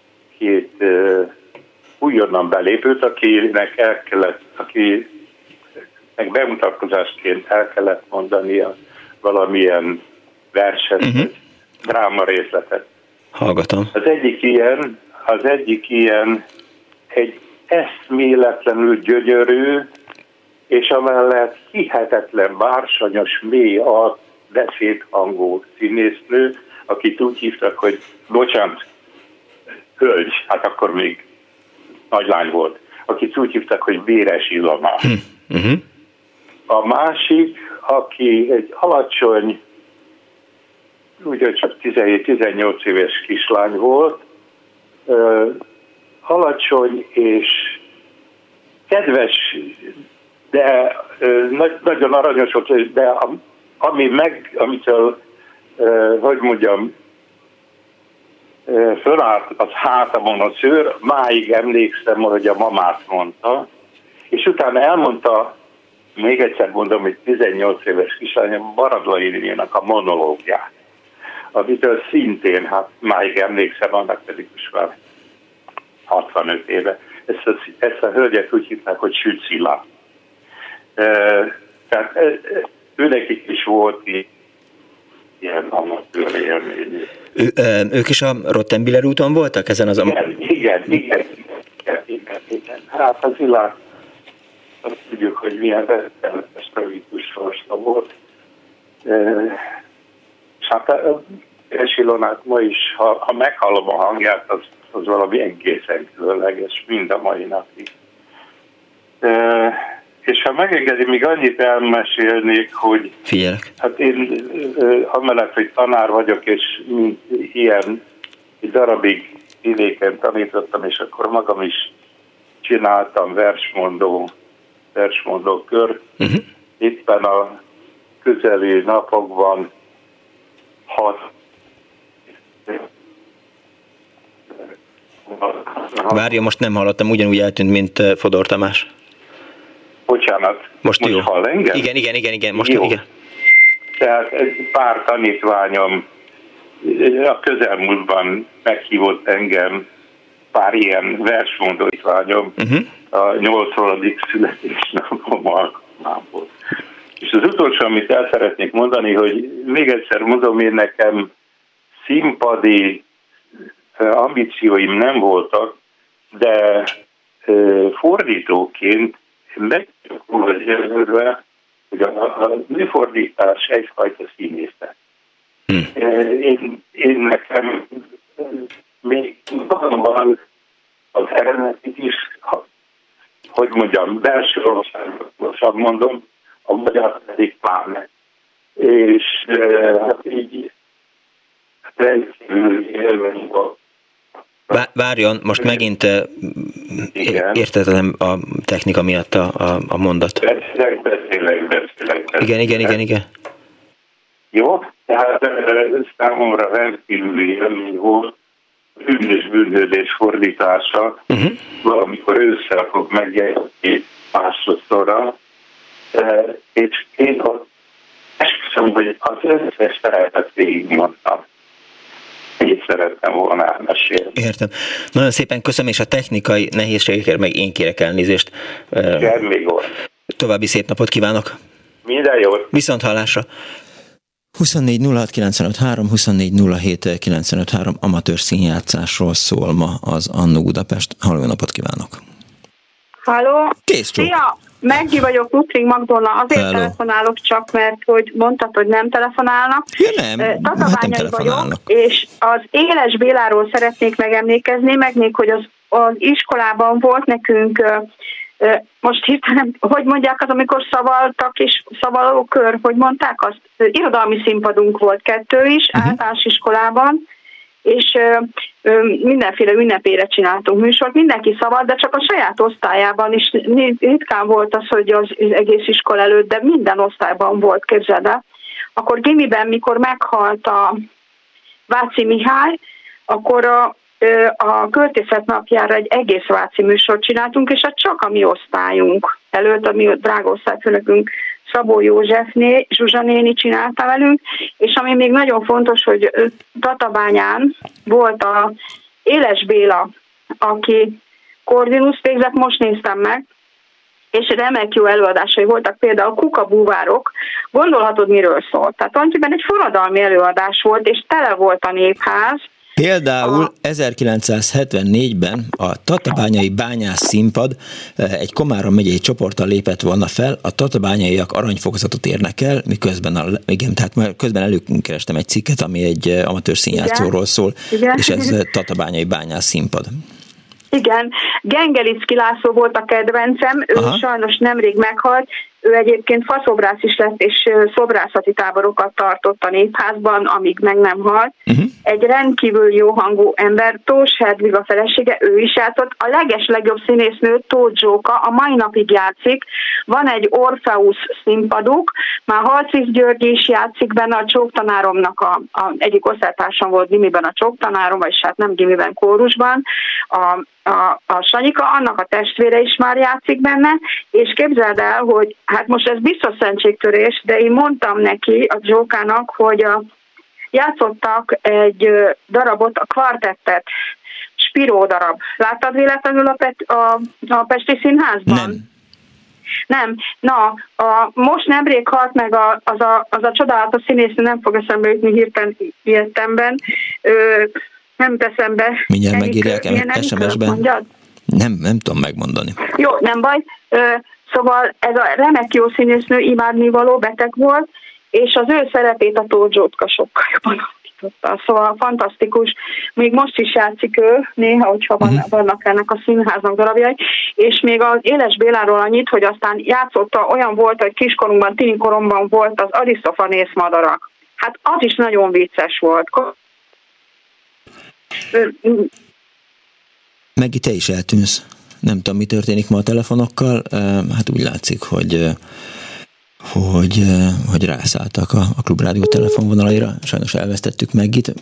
egy-két uh, újonnan belépőt, akinek el kellett, akinek bemutatkozásként el kellett mondania valamilyen verset, uh-huh. dráma részletet. Hallgatom. Az egyik ilyen, az egyik ilyen egy eszméletlenül gyönyörű, és amellett hihetetlen bársonyos, mély a beszédhangú színésznő, akit úgy hívtak, hogy bocsánat, hölgy, hát akkor még nagylány volt, akit úgy hívtak, hogy Véres Ilona. Uh-huh. A másik, aki egy alacsony, ugye csak tizenhét-tizennyolc éves kislány volt, uh, alacsony és kedves, de uh, nagyon aranyos volt, de ami meg, amitől, uh, hogy mondjam, uh, fölállt az hátamon a szőr, máig emlékszem, hogy a mamát mondta, és utána elmondta, még egyszer mondom, hogy tizennyolc éves kislány, Baradlai Liliának a monológiát, amitől szintén, hát máig emlékszem, annak pedig most már hatvanöt éve. Ezt a, ezt a hölgyet úgy hívták, hogy Sücila. E, tehát e, őnekik is volt ilyen amatőr élmény. Ő, ők is a Rottenbiller úton voltak ezen az... Igen, igen, igen, igen, igen, igen. Hát az Ilák, azt tudjuk, hogy milyen rettenetes tragikus sorsa volt. E, és hát Véres Ilonát ma is, ha, ha meghallom a hangját, az, az valami egészen különleges, mind a mai napig. E, és ha megengedi, még annyit elmesélnék, hogy Figyelek. Hát én amellett, hogy tanár vagyok, és mint ilyen egy darabig vidéken tanítottam, és akkor magam is csináltam versmondó, versmondó kör. Uh-huh. Éppen a közeli napokban hat Várja, most nem hallottam, ugyanúgy eltűnt, mint Fodor Tamás. Bocsánat, most, most jó. Hall engem? Igen, igen, igen, igen, most jó. igen. Tehát pár tanítványom a közelmúltban meghívott engem, pár ilyen versmondóitványom uh-huh. a nyolcvadik születésnapom alkalmából. És az utolsó, amit el szeretnék mondani, hogy még egyszer mondom, én nekem színpadi ambícióim nem voltak, de fordítóként meg vagy jelölve, hogy a, a műfordítás egyfajta színészet. Hmm. Én, én nekem még van az eredetit is, hogy mondjam, belső országosan mondom, a magyar pedig pláne. És hát így rendkívül élmény volt. Várjon, most megint értetlen a technika miatt a, a, a mondat. Beszélek, beszélek, beszélek. Igen, igen, igen, igen. Jó, tehát számomra rendkívüli élmény volt bűnös bűnhődés fordítása, uh-huh. valamikor ősszel fog megjelenni másodszorra, és én ott esküszöm, hogy az összes szeretet végigmondtam. Így szerettem volna elmesélni. Értem. Nagyon szépen köszönöm, és a technikai nehézségekért meg én kérek elnézést. Semmi gond. További szép napot kívánok. Minden jót. Viszont hallásra. huszonnégy nulla hat kilencvenöt három, huszonnégy nulla hét kilencvenöt három amatőr színjátszásról szól ma az Annó Budapest. Halló, napot kívánok! Halló! Kész csók! Szia! Meggi vagyok, Lutring Magdolna, azért Hello. telefonálok csak, mert hogy mondtad, hogy nem telefonálnak. Ja, nem, hát nem telefonálnak. Vagyok, és az Éles Béláról szeretnék megemlékezni, meg még, hogy az, az iskolában volt nekünk, most hirtelen, hogy mondják az, amikor szavaltak, és szavalókör, hogy mondták azt? Irodalmi színpadunk volt kettő is, uh-huh. általános iskolában, és ö, ö, mindenféle ünnepére csináltunk műsort, mindenki szavalt, de csak a saját osztályában is ritkán volt az, hogy az egész iskola előtt, de minden osztályban volt, képzeld el. Akkor gimiben, mikor meghalt a Váci Mihály, akkor a, a költészet napjára egy egész Váci műsort csináltunk, és hát csak a mi osztályunk előtt, a mi drága osztályfőnökünk Szabó Józsefné, Zsuzsa néni csinálta velünk, és ami még nagyon fontos, hogy Tatabányán volt a Éles Béla aki Corvinus végzett, most néztem meg, és remek jó előadásai voltak, például Kukabúvárok, gondolhatod, miről szólt. Tehát tulajdonképpen egy forradalmi előadás volt, és tele volt a népház. Például a... ezerkilencszázhetvennégyben a Tatabányai Bányász Színpad egy Komárom megyei csoporttal lépett volna fel, a tatabányaiak aranyfokozatot érnek el, miközben a, igen, tehát közben előkerestem egy cikket, ami egy amatőr színjátszóról szól, igen. És ez Tatabányai Bányász Színpad. Igen, Gengelicki László volt a kedvencem, ő Aha. sajnos nemrég meghalt, ő egyébként faszobrász is lett, és szobrászati táborokat tartott a népházban, amíg meg nem halt. Uh-huh. Egy rendkívül jó hangú ember, Tóth Hedvig a felesége, ő is játszott. A leges legjobb színésznő, Tóth Zsóka, a mai napig játszik. Van egy Orpheus színpaduk, már Halcik György is játszik benne, a csóktanáromnak a, a egyik osztálytársam volt gimiben a csóktanárom, vagyis hát nem gimiben, kórusban. A, a, a Sanyika, annak a testvére is már játszik benne, és képzeld el, hogy hát most ez biztos szentségtörés, de én mondtam neki, a Zsókának, hogy a, játszottak egy darabot, a kvartettet, Spiró darab. Láttad véletlenül a, Pet, a, a Pesti Színházban? Nem. Nem. Na, a, most nemrég halt meg a, az, a, az a csodálatos színésznő, nem fog eszembe jutni hirtelen ilyetemben, Ö, nem teszem be. Mindjárt megírják es em es-ben. Nem, nem tudom megmondani. Jó, nem baj. Ö, Szóval ez a remek jó színésznő, imádnivaló, beteg volt, és az ő szerepét a Tóth Zsótka sokkal jobban alakította. Szóval fantasztikus. Még most is játszik ő, néha, hogyha van, uh-huh. vannak ennek a színháznak darabjai. És még az Éles Béláról annyit, hogy aztán játszotta, olyan volt, hogy kiskorunkban, tinikoromban volt az Arisztofanész madarak. Hát az is nagyon vicces volt. Meggi, te is eltűnsz. Nem tudom, mi történik ma a telefonokkal, hát úgy látszik, hogy, hogy, hogy rászálltak a, a Klubrádió telefonvonalaira, sajnos elvesztettük Meggit,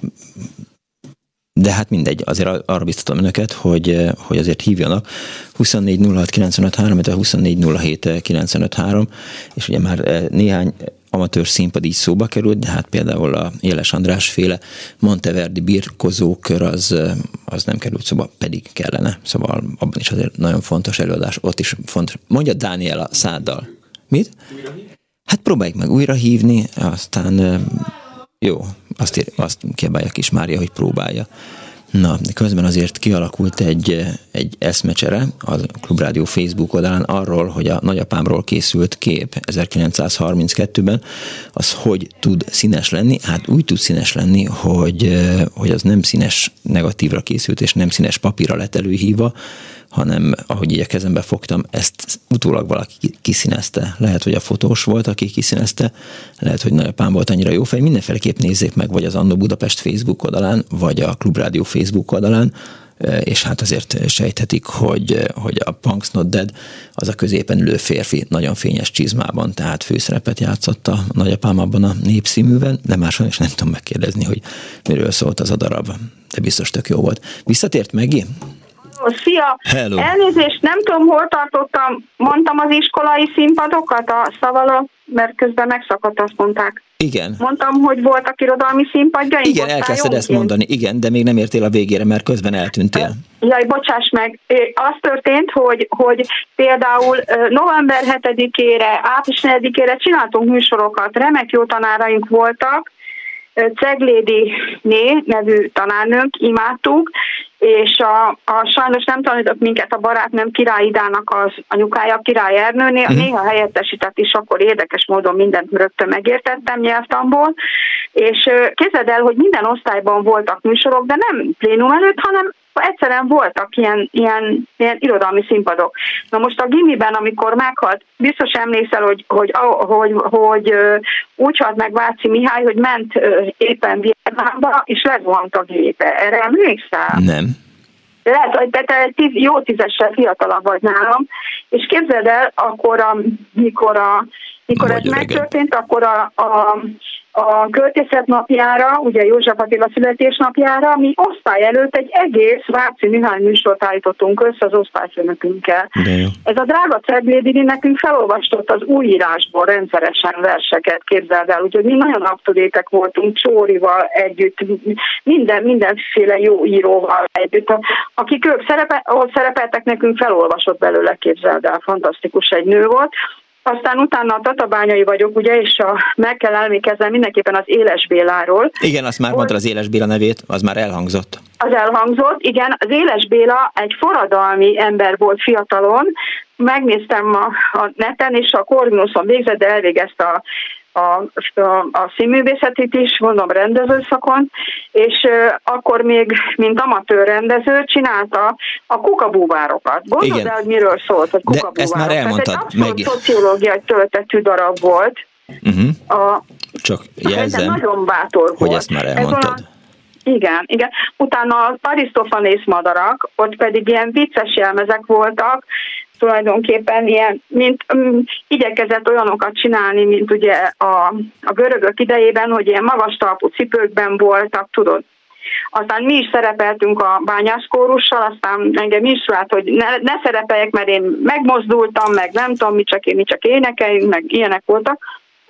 de hát mindegy, azért arra biztatom önöket, hogy, hogy azért hívjanak huszonnégy nulla hat kilencvenöt három, illetve huszonnégy nulla hét kilencvenöt három, és ugye már néhány amatőr színpad így szóba került, de hát például a Éles András féle Monteverdi birkozókör az, az nem került szóba, pedig kellene. Szóval abban is azért nagyon fontos előadás, ott is fontos. Mondja Dániel a száddal. Mit? Hát próbáljuk meg újra hívni, aztán jó, azt, ír, azt kiabálja Kis Mária, hogy próbálja. Na, de közben azért kialakult egy, egy eszmecsere a Klubrádió Facebook oldalán arról, hogy a nagyapámról készült kép ezerkilencszázharminckettőben, az hogy tud színes lenni? Hát úgy tud színes lenni, hogy, hogy az nem színes negatívra készült, és nem színes papírra lett előhívva, hanem ahogy így a kezembe fogtam, ezt utólag valaki kiszínezte. Lehet, hogy a fotós volt, aki kiszínezte, lehet, hogy nagyapám volt annyira jó fej. Mindenféleképp nézzék meg, vagy az Annó Budapest Facebook oldalán, vagy a Klubrádió Facebook oldalán, és hát azért sejthetik, hogy, hogy a Punks Not Dead az a középen ülő férfi nagyon fényes csizmában, tehát főszerepet játszott a nagyapám abban a Népszínműben, de máson is nem tudom megkérdezni, hogy miről szólt az a darab, de biztos tök jó volt. Visszatért Meggi? Szia! Hello. Elnézést, nem tudom, hol tartottam, mondtam az iskolai színpadokat a szavala, mert közben megszakadt, azt mondták. Igen. Mondtam, hogy voltak irodalmi színpadjaink. Igen, elkezdted ezt mondani, igen, de még nem értél a végére, mert közben eltűntél. Jaj, bocsáss meg. Az történt, hogy, hogy például november hetedikére, április negyedikére csináltunk műsorokat, remek jó tanáraink voltak, Ceglédi Né nevű tanárnőnk, imádtuk, és a, a sajnos nem tanított minket a barátnőm Király Idának az anyukája, Király Ernőnél, uh-huh. néha helyettesített is, akkor érdekes módon mindent rögtön megértettem nyelvtanból, és képzeld el, hogy minden osztályban voltak műsorok, de nem plénum előtt, hanem egyszerűen voltak ilyen, ilyen, ilyen irodalmi színpadok. Na most a gimiben, amikor meghalt, biztos emlékszel, hogy, hogy, hogy, hogy úgy halt meg Váci Mihály, hogy ment éppen Vietnámba, és lezuhant a gépe. Erre emlékszel? Nem. Lehet, hogy te, te tíz, jó tízessel fiatalabb vagy nálam, és képzeld el, akkor, a, mikor, a, mikor ez megtörtént, akkor a, a a költészet napjára, ugye József Attila születésnapjára, mi osztály előtt egy egész Váci Mihály műsort állítottunk össze az osztályfőnökünkkel. Ez a drága Ceglédi nekünk felolvastott az újírásból rendszeresen verseket, képzeld el, úgyhogy mi nagyon up-to-date-ek voltunk Csórival együtt, minden, mindenféle jó íróval együtt. Akik ők szerepe, ott szerepeltek, nekünk felolvasott belőle, képzeld el, fantasztikus egy nő volt. Aztán utána a tatabányai vagyok, ugye, és a, meg kell emlékeznem mindenképpen az Éles Béláról. Igen, azt már mondta az Éles Béla nevét, az már elhangzott. Az elhangzott, igen. Az Éles Béla egy forradalmi ember volt fiatalon. Megnéztem a, a neten, és a Corvinuson végzett, de elvégezte a a, a, a színművészetét is, mondom, rendezőszakon, és uh, akkor még, mint amatőr rendező, csinálta a kukabúvárokat. Gondold el, hogy miről szólt a kukabúvárok. De ezt már elmondtad. Ez egy abszolút szociológiai töltetű darab volt. Uh-huh. A, Csak jelzem, nagyon bátor hogy volt. ezt már elmondtad. Ez igen, igen. Utána az Arisztofanész madarak, ott pedig ilyen vicces jelmezek voltak, tulajdonképpen ilyen, mint um, igyekezett olyanokat csinálni, mint ugye a, a görögök idejében, hogy ilyen magas talpú cipőkben voltak, tudod. Aztán mi is szerepeltünk a bányászkórussal, aztán engem is vált, hogy ne, ne szerepeljek, mert én megmozdultam, meg nem tudom, mi csak, mi csak énekeljünk, meg ilyenek voltak.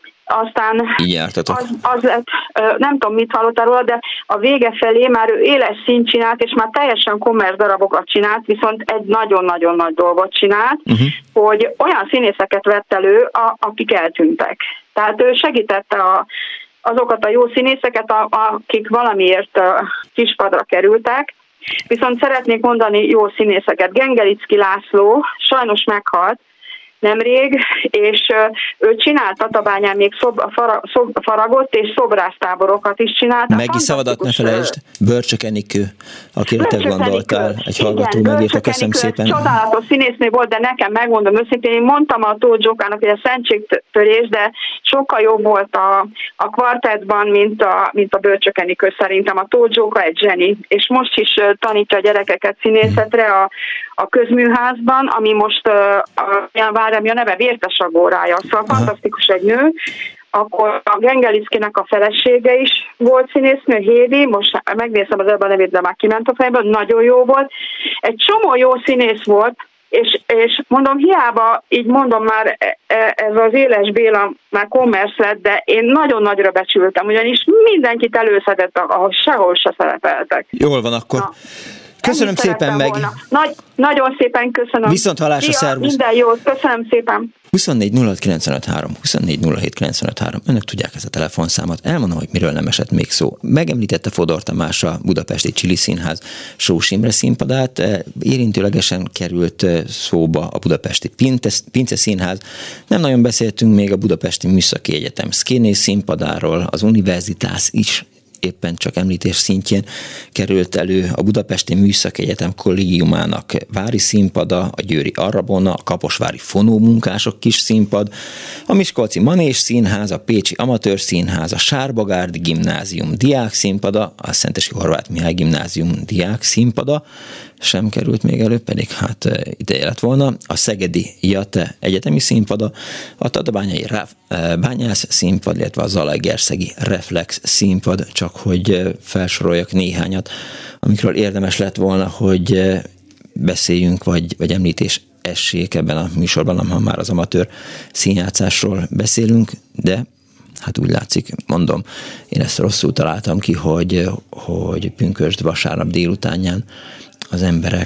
Aztán az, az lett, nem tudom, mit hallottál róla, de a vége felé már ő éles színt csinált, és már teljesen kommersz darabokat csinált, viszont egy nagyon-nagyon nagy dolgot csinált, uh-huh. hogy olyan színészeket vett elő, a, akik eltűntek. Tehát ő segítette a, azokat a jó színészeket, a, akik valamiért a kispadra kerültek, viszont szeretnék mondani jó színészeket. Gengelicki László sajnos meghalt nemrég, és ő csinált Tatabányán még szob, fara, szob, faragot és szobrásztáborokat is csinált. Megi szavadat ne felejtsd, Börcsök Enikő, akire te gondoltál, egy hallgató megírta, köszönöm szépen. Csodálatos színésznő volt, de nekem megmondom őszintén, én mondtam a Tóth Zsókának, hogy a szentségtörés, de sokkal jobb volt a, a kvartettban, mint a, mint a Börcsök Enikő szerintem. A Tóth Zsóka egy zseni, és most is tanítja a gyerekeket színészetre a, a közműházban, ami most a, a mi a neve Vértes Agórája, szóval aha. Fantasztikus egy nő. Akkor a Gengelickinek a felesége is volt színésznő, Hédi, most megnéztem az ebben a nevét, de már kiment a fejből, nagyon jó volt. Egy csomó jó színész volt, és, és mondom, hiába, így mondom már, ez az Éles Béla már kommersz lett, de én nagyon nagyra becsültem, ugyanis mindenkit előszedett, ahol sehol se szerepeltek. Jól van akkor. Na. Köszönöm szépen meg. Nagy, nagyon szépen köszönöm. Viszont hallásra, szervusz. Minden jót, köszönöm szépen. huszonnégy nulla hat kilencszázötvenhárom, huszonnégy nulla hét kilencszázötvenhárom. Önök tudják ezt a telefonszámot. Elmondom, hogy miről nem esett még szó. Megemlítette Fodor Tamás a budapesti Csili Színház Sós Imre színpadát. Érintőlegesen került szóba a budapesti Pince Színház. Nem nagyon beszéltünk még a budapesti Műszaki Egyetem Szkénész színpadáról, az Universitás is éppen csak említés szintjén került elő a Budapesti Műszaki Egyetem kollégiumának vári színpada, a győri Arrabona, a kaposvári fonómunkások kis színpad, a miskolci Manés Színház, a pécsi Amatőr Színház, a Sárbagárdi Gimnázium diák színpada, a Szentesi Horváth Mihály Gimnázium diák színpada sem került még elő, pedig hát ideje lett volna, a Szegedi Jate egyetemi színpada, a Tatabányai Bányász színpad, illetve a Zalaegerszegi Reflex színpad, csak hogy felsoroljak néhányat, amikről érdemes lett volna, hogy beszéljünk, vagy, vagy említés essék ebben a műsorban, ha már az amatőr színjátszásról beszélünk, de hát úgy látszik, mondom, én ezt rosszul találtam ki, hogy, hogy pünkösd vasárnap délutánján az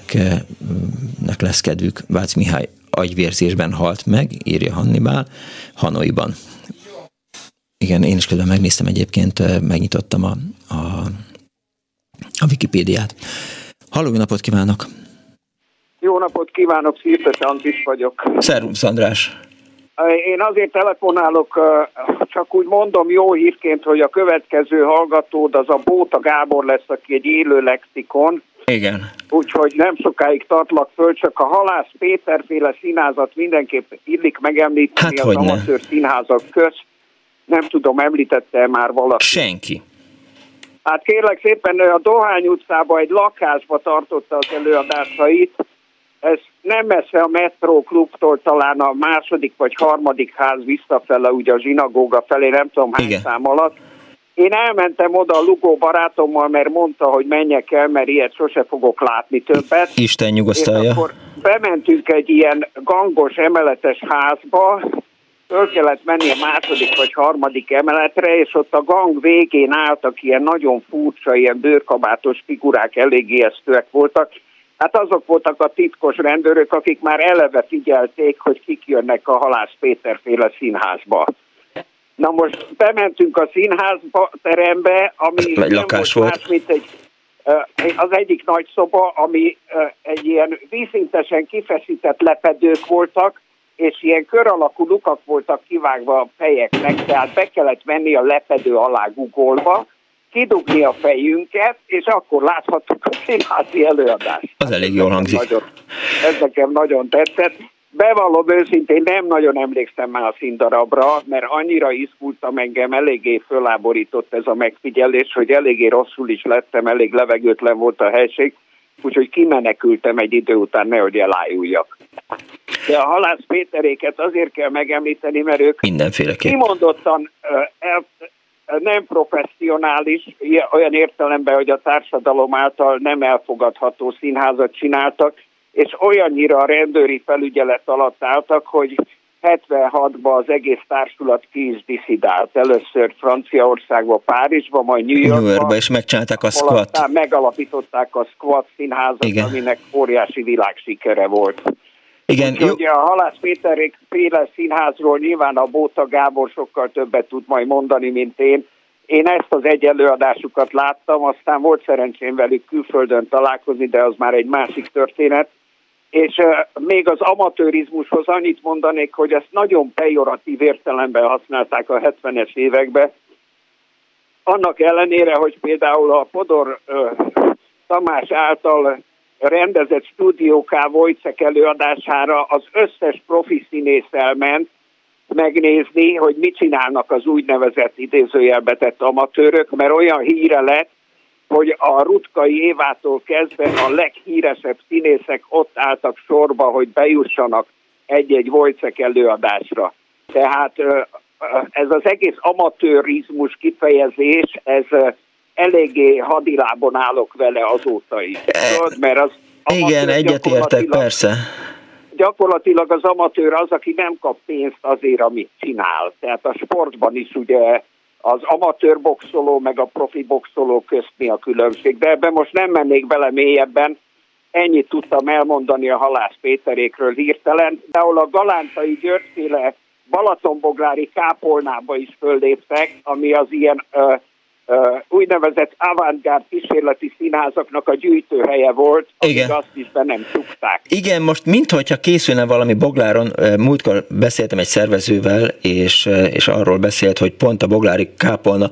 embereknek lesz kedvük. Vácz Mihály agyvérzésben halt meg, írja Hannibál, Hanoiban. Igen, én is közben megnéztem egyébként, megnyitottam a, a, a Wikipédiát. Halló, jó napot kívánok! Jó napot kívánok, Szirtes Antis vagyok. Szervusz, András! Én azért telefonálok, csak úgy mondom jó hírként, hogy a következő hallgatód az a Bóta Gábor lesz, aki egy élő lexikon. Igen. Úgyhogy nem sokáig tartlak föl, csak a Halász Péterféle színházat mindenképp illik megemlíteni hát, az amatőr színházak közt. Nem tudom, említette már valaki. Senki. Hát kérlek szépen, a Dohány utcában egy lakásba tartotta az előadásait. ez nem messze a Metro Klubtól, talán a második vagy harmadik ház visszafele, ugye a zsinagóga felé, nem tudom hány Igen. szám alatt. Én elmentem oda a Lugó barátommal, mert mondta, hogy menjek el, mert ilyet sose fogok látni többet. Isten nyugosztalja. És akkor bementünk egy ilyen gangos emeletes házba, föl kellett menni a második vagy harmadik emeletre, és ott a gang végén álltak ilyen nagyon furcsa, ilyen bőrkabátos figurák, elég ijesztőek voltak. Hát azok voltak a titkos rendőrök, akik már eleve figyelték, hogy kik jönnek a Halász Péter féle színházba. Na most bementünk a színházba, terembe, ami egy lakás volt, volt. Más, mint egy, az egyik nagy szoba, ami egy ilyen vízszintesen kifeszített lepedők voltak, és ilyen kör alakú lukak voltak kivágva a fejeknek, tehát be kellett menni a lepedő alá guggolva, kidugni a fejünket, és akkor láthattuk a színházi előadást. Az elég jól hangzik. Nagyon, ez nekem nagyon tetszett. Bevallom őszintén, nem nagyon emlékszem már a színdarabra, mert annyira izgultam engem, eléggé föláborított ez a megfigyelés, hogy eléggé rosszul is lettem, elég levegőtlen volt a helység, úgyhogy kimenekültem egy idő után, nehogy elájuljak. De a Halász Péteréket azért kell megemlíteni, mert ők kimondottan el, nem professzionális, olyan értelemben, hogy a társadalom által nem elfogadható színházat csináltak, és olyannyira a rendőri felügyelet alatt álltak, hogy hetvenhatban az egész társulat ki is diszidált. Először Franciaországba, Párizsba, majd New Yorkba. New Yorkba, és megcsinálták a Squat. Megalapították a Squat színházat, Igen. aminek óriási világsikere volt. Igen, Úgyhogy jó. A Halász Péterék féle színházról nyilván a Bóta Gábor sokkal többet tud majd mondani, mint én. Én ezt az egy előadásukat láttam, aztán volt szerencsém velük külföldön találkozni, de az már egy másik történet. És uh, még az amatőrizmushoz annyit mondanék, hogy ezt nagyon pejoratív értelemben használták a hetvenes években. Annak ellenére, hogy például a Fodor uh, Tamás által rendezett Stúdió K. Wojciech előadására az összes profi színész elment megnézni, hogy mit csinálnak az úgynevezett idézőjelbe tett amatőrök, mert olyan híre lett, hogy a Rutkai Évától kezdve a leghíresebb színészek ott álltak sorba, hogy bejussanak egy-egy Wojciech előadásra. Tehát ez az egész amatőrizmus kifejezés, ez eléggé hadilábon állok vele azóta is. Tudod, mert az Igen, egyetértek, persze. Gyakorlatilag az amatőr az, aki nem kap pénzt azért, amit csinál. Tehát a sportban is ugye az amatőr boxoló meg a profi boxoló közt mi a különbség. De ebben most nem mennék bele mélyebben. Ennyit tudtam elmondani a Halász Péterékről hirtelen. De ahol a Galántai Györgyféle Balatonboglári kápolnába is fölléptek, ami az ilyen uh, uh, úgynevezett avantgárd kísérleti színházaknak a gyűjtőhelye volt, amíg azt is be nem csukták. Igen, most minthogyha készülne valami Bogláron, múltkor beszéltem egy szervezővel, és, és arról beszélt, hogy pont a boglári kápolna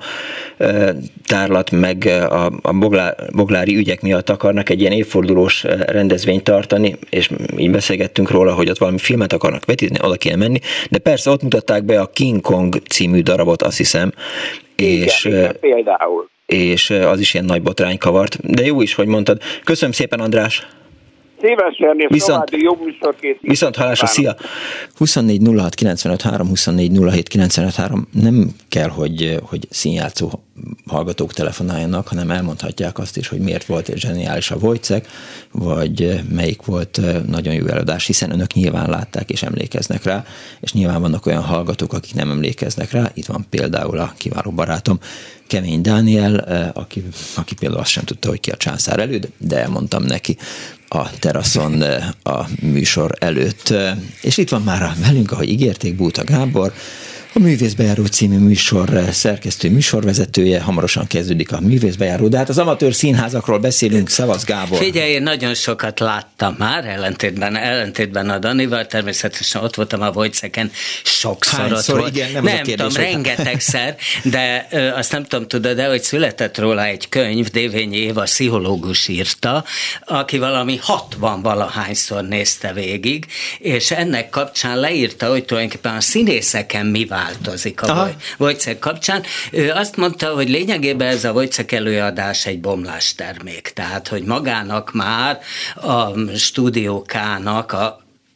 tárlat meg a, a boglá, boglári ügyek miatt akarnak egy ilyen évfordulós rendezvényt tartani, és így beszélgettünk róla, hogy ott valami filmet akarnak vetíteni, oda kéne menni, de persze ott mutatták be a King Kong című darabot, azt hiszem, igen, és, igen, például. és az is ilyen nagy botrány kavart. De jó is, hogy mondtad. Köszönöm szépen, András! Szívesen, és viszont, további jobb műsorkészítést. Viszont hallásra, szia! huszonnégy nulla hat kilencvenöt három, huszonnégy nulla hét kilencvenöt három. Nem kell, hogy, hogy színjátszó hallgatók telefonáljanak, hanem elmondhatják azt is, hogy miért volt zseniális a Wojciech, vagy melyik volt nagyon jó előadás, hiszen önök nyilván látták és emlékeznek rá, és nyilván vannak olyan hallgatók, akik nem emlékeznek rá. Itt van például a kiváló barátom, Kemény Dániel, aki, aki például azt sem tudta, hogy ki a császár előd, de elmondtam neki a teraszon a műsor előtt. És itt van már velünk, ahogy ígérték, Bóta Gábor, a Művészbejáró című műsor szerkesztő műsorvezetője. Hamarosan kezdődik a Művészbejáró, de hát az amatőr színházakról beszélünk. Szevasz, Gábor! Figyelj, én nagyon sokat láttam már, ellentétben, ellentétben a Danival, természetesen ott voltam a Wojciech-en, sokszor Hányszor, ott volt. igen, nem, nem tudom, rengetegszer, de ö, azt nem tudom, tudod, de hogy született róla egy könyv, Dévényi Éva pszichológus írta, aki valami hatvan-valahányszor nézte végig, és ennek kapcsán leírta, hogy tulajdonképpen a színészeken mi vár változik a Wojciech kapcsán. Ő azt mondta, hogy lényegében ez a Wojciech előadás egy bomlástermék, tehát hogy magának már a stúdiókának a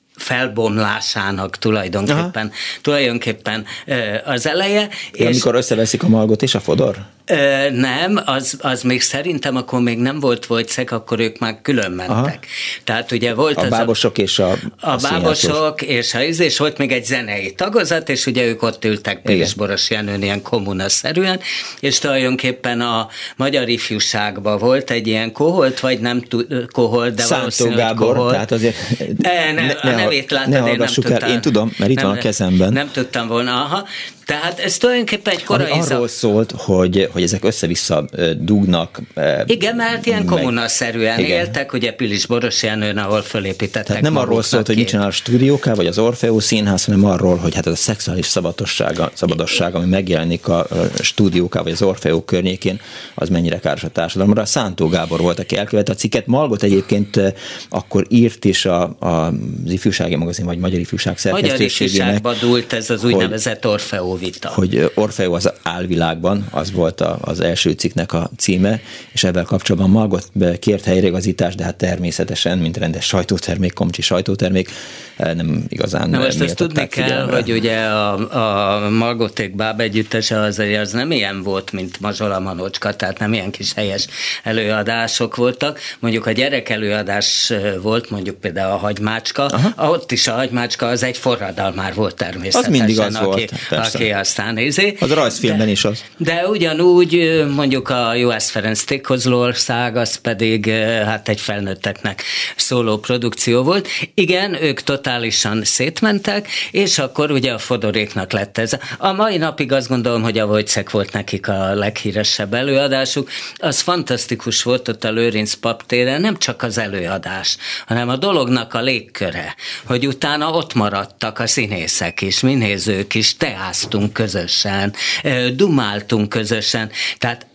felbomlásának tulajdonképpen, tulajdonképpen az eleje. Ja, és amikor összeveszik a Margot és a Fodor? Ö, nem, az, az még szerintem akkor még nem volt Wojciech, akkor ők már külön mentek. Aha. Tehát ugye volt a az bábosok a, és a A, a bábosok és a és volt még egy zenei tagozat, és ugye ők ott ültek Pilis Boros Jenőn ilyen kommunaszerűen, és tulajdonképpen a magyar ifjúságban volt egy ilyen koholt, vagy nem tud, koholt, de Szántó valószínűleg Gábor, koholt. Tehát azért e, ne, ne, a nevét látod, ne én nem tudtam. El. Én tudom, mert itt nem, van a kezemben. Nem tudtam volna, aha. Tehát ez tulajdonképpen egy korai... Ami arról szólt, hogy, hogy ezek össze-vissza dugnak. Igen, mert ilyen kommunaszerűen éltek, ugye Pilis Boros Jenőn, ahol fölépítettek. Tehát nem arról szólt, hogy mit csinál a stúdióká, vagy az Orfeó Színház, hanem arról, hogy hát ez a szexuális szabadossága, szabadosság, ami megjelenik a stúdióká, vagy az Orfeó környékén, az mennyire káros a társadalomra. A Szántó Gábor volt, aki elkövette a cikket. Margot egyébként akkor írt is a, a, az ifjúsági magazin, vagy Magyar Ifjúság szerkesztőségének. Magyar ifjúságba dúlt ez az úgynevezett Orfeó vita. Hogy Orfeó az álvilágban, az volt a, az első cikknek a címe, és ebben kapcsolatban Margot kért helyreigazítást, de hát természetesen, mint rendes sajtótermék, komcsi sajtótermék, nem igazán. Na most azt tudni kell, figyelme. Hogy ugye a, a Margoték báb együttese az, az nem ilyen volt, mint Mazsola Manocska, tehát nem ilyen kis helyes előadások voltak. Mondjuk a gyerek előadás volt, mondjuk például a Hagymácska, aha. Ott is a Hagymácska az egy forradalmár volt természetesen. Az mindig az aki, volt, aki aztán nézi. Az a rajzfilmben de, is az. De ugyanúgy mondjuk a Juhász Ferenc Tékozlóország, az pedig hát egy felnőtteknek szóló produkció volt. Igen, ők totálisan szétmentek, és akkor ugye a Fodoréknak lett ez. A mai napig azt gondolom, hogy a Wojciech volt nekik a leghíresebb előadásuk. Az fantasztikus volt ott a Lőrinc paptéren, nem csak az előadás, hanem a dolognak a légköre, hogy utána ott maradtak a színészek is, mi nézők is, teáztunk közösen, dumáltunk közösen, tehát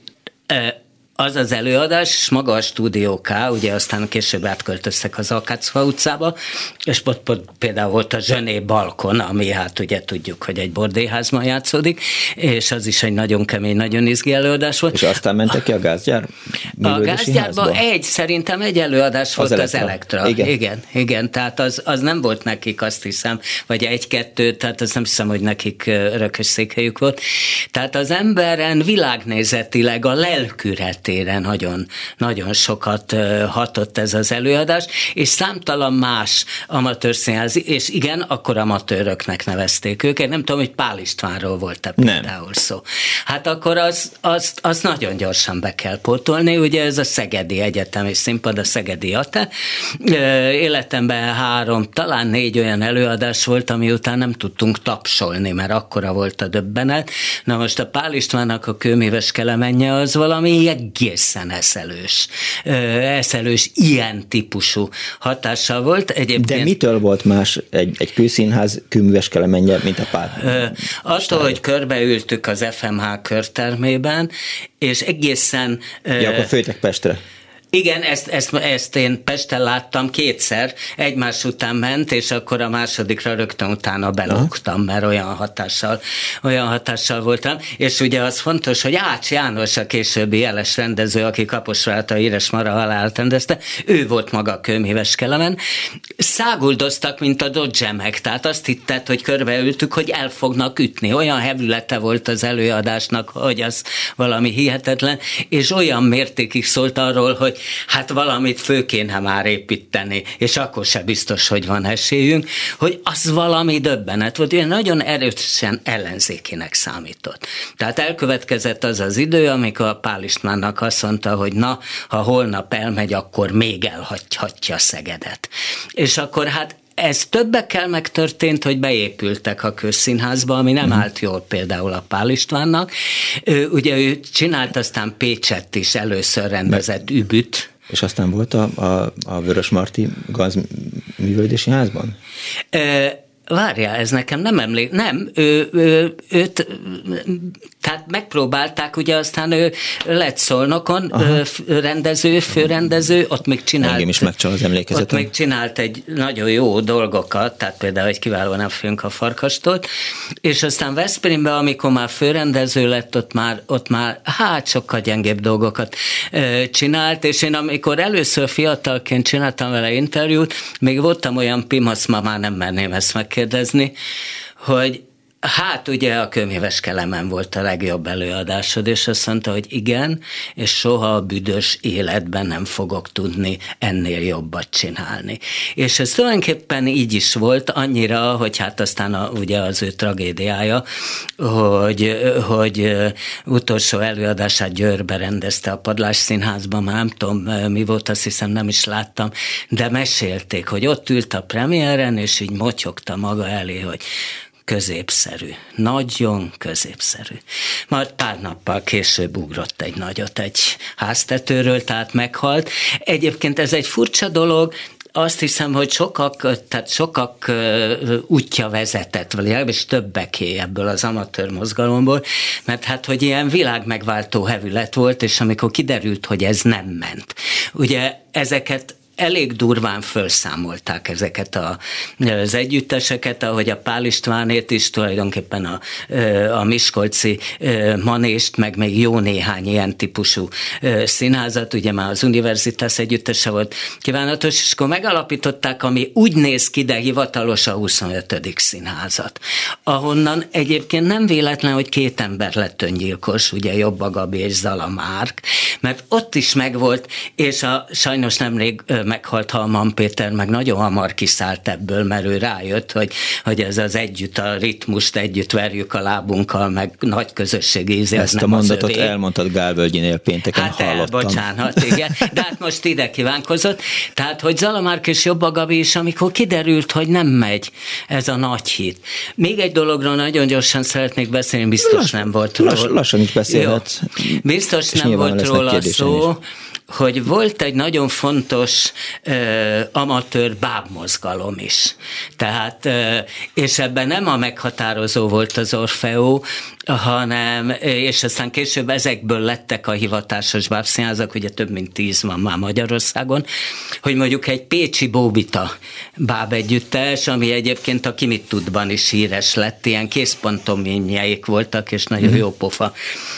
az az előadás, és maga a Stúdió K, ugye aztán később átköltöztek az Alkácfa utcába, és ott, ott például volt a Zsené balkon, ami hát ugye tudjuk, hogy egy bordélyházban játszódik, és az is egy nagyon kemény, nagyon izgi előadás volt. És aztán mentek ki a gázgyár? A gázgyárban egy, szerintem egy előadás volt az Elektra. Az Elektra. Igen. igen, igen, tehát az, az nem volt nekik, azt hiszem, vagy egy-kettő, tehát azt nem hiszem, hogy nekik örökös székhelyük volt. Tehát az emberen világnézetileg a lelküret nagyon, nagyon sokat hatott ez az előadás, és számtalan más amatőr színház, és igen, akkor amatőröknek nevezték őket, nem tudom, hogy Pál Istvánról volt-e például szó. Hát akkor az, az, az nagyon gyorsan be kell pótolni, ugye ez a Szegedi Egyetemi Színpad, a Szegedi á té é. Életemben három, talán négy olyan előadás volt, ami után nem tudtunk tapsolni, mert akkora volt a döbbenet. Na most a Pál Istvánnak a Kőmíves Kelemenje az valami egészen eszelős, eszelős, ilyen típusú hatással volt. Egyébként, de mitől volt más egy, egy kőszínház Kőmíves Kelemenje, mint a Pál? Attól, hogy körbeültük az ef em há körtermében, és egészen... Ja, akkor főtek Pestre. Igen, ezt, ezt, ezt én Pesten láttam kétszer, egymás után ment, és akkor a másodikra rögtön utána belógtam, mert olyan hatással, olyan hatással voltam. És ugye az fontos, hogy Ács János, a későbbi jeles rendező, aki Kaposvárta Éres Mara halált rendezte, ő volt maga Kőmíves Kelemen. Száguldoztak, mint a Dodgemek, tehát azt hitted, hogy körbeültük, hogy el fognak ütni. Olyan hevülete volt az előadásnak, hogy az valami hihetetlen, és olyan mértékig szólt arról, hogy hát valamit fő kéne már építeni, és akkor se biztos, hogy van esélyünk, hogy az valami döbbenet volt, olyan nagyon erősen ellenzékinek számított. Tehát elkövetkezett az az idő, amikor a Pál Istvánnak azt mondta, hogy na, ha holnap elmegy, akkor még elhagyhatja Szegedet. És akkor hát ez többekkel megtörtént, hogy beépültek a Közszínházba, ami nem állt jól például a Pál Istvánnak. Ő, ugye ő csinált aztán Pécsett is, először rendezett Übüt. És aztán volt a, a, a Vörösmarty Gazművelődési Házban? E- Várjál, ez nekem nem emlék, nem, ő, ő, őt, tehát megpróbálták, ugye aztán ő lett Szolnokon, ő, rendező, főrendező, ott még csinált. Engem is megcsal az emlékezetem. Ott még csinált egy nagyon jó dolgokat, tehát például egy kiváló napfilmünk a Farkastól, és aztán Veszprémben, amikor már főrendező lett, ott már, ott már hát sokkal gyengébb dolgokat csinált, és én amikor először fiatalként csináltam vele interjút, még voltam olyan pimasz, ma már nem merném ezt megkérdezni, hogy hát ugye a Kőműves Kelemen volt a legjobb előadásod, és azt mondta, hogy igen, és soha a büdös életben nem fogok tudni ennél jobbat csinálni. És ez tulajdonképpen így is volt, annyira, hogy hát aztán a, ugye az ő tragédiája, hogy, hogy utolsó előadását Győrbe rendezte a Padlás Színházban, már nem tudom mi volt, azt hiszem nem is láttam, de mesélték, hogy ott ült a premiéren, és így motyogta maga elé, hogy középszerű, nagyon középszerű. Majd pár nappal később ugrott egy nagyot egy háztetőről, tehát meghalt. Egyébként ez egy furcsa dolog, azt hiszem, hogy sokak, tehát sokak útja vezetett, vagy legalábbis többeké ebből az amatőr mozgalomból, mert hát, hogy ilyen világmegváltó hevület volt, és amikor kiderült, hogy ez nem ment. Ugye ezeket elég durván felszámolták ezeket a, az együtteseket, ahogy a Pál Istvánét is, tulajdonképpen a, a miskolci Manést, meg még jó néhány ilyen típusú színházat, ugye már az Universitás együttese volt kívánatos, és akkor megalapították, ami úgy néz ki, de hivatalos a huszonötödik színházat, ahonnan egyébként nem véletlen, hogy két ember lett öngyilkos, ugye Jobba Gabi és Zala Márk, mert ott is megvolt, és a sajnos nemrég meghalt Halman Péter, meg nagyon hamar kiszállt ebből, mert ő rájött, hogy, hogy ez az együtt, a ritmust együtt verjük a lábunkkal, meg nagy közösségi íze. Ezt a mondatot elmondtad Gálvölgyinél pénteken, hát hallottam. Hát bocsánat, igen, de hát most ide kívánkozott. Tehát, hogy Zala Márk és Jobba Gabi is, amikor kiderült, hogy nem megy ez a nagy hit. Még egy dologról nagyon gyorsan szeretnék beszélni, biztos Lass, nem volt róla. Lass, lassan is beszélhetsz. Biztos nem volt róla szó, hogy volt egy nagyon fontos ö, amatőr bábmozgalom is. Tehát, ö, és ebben nem a meghatározó volt az Orfeó, hanem, és aztán később ezekből lettek a hivatásos bábszínházak, ugye több mint tíz van már Magyarországon, hogy mondjuk egy pécsi Bóbita báb együttes, ami egyébként a Ki mit tudban is híres lett, ilyen készpantomimjeik voltak, és nagyon jó pofa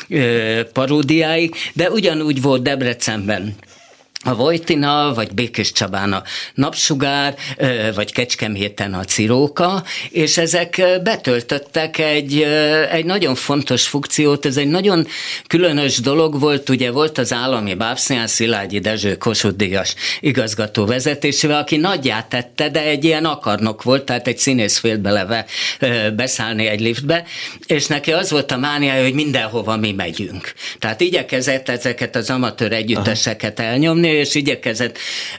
ö, paródiáik, de ugyanúgy volt Debrecenben a Vojtina, vagy Békés Csabán a Napsugár, vagy Kecskeméten a Ciróka, és ezek betöltöttek egy, egy nagyon fontos funkciót, ez egy nagyon különös dolog volt, ugye volt az állami bábszínház Szilágyi Dezső Kossuth Díjas igazgató vezetésével, aki nagyját tette, de egy ilyen akarnok volt, tehát egy színész félt beleve beszállni egy liftbe, és neki az volt a mániája, hogy mindenhova mi megyünk. Tehát igyekezett ezeket az amatőr együtteseket elnyomni, és igyekezett,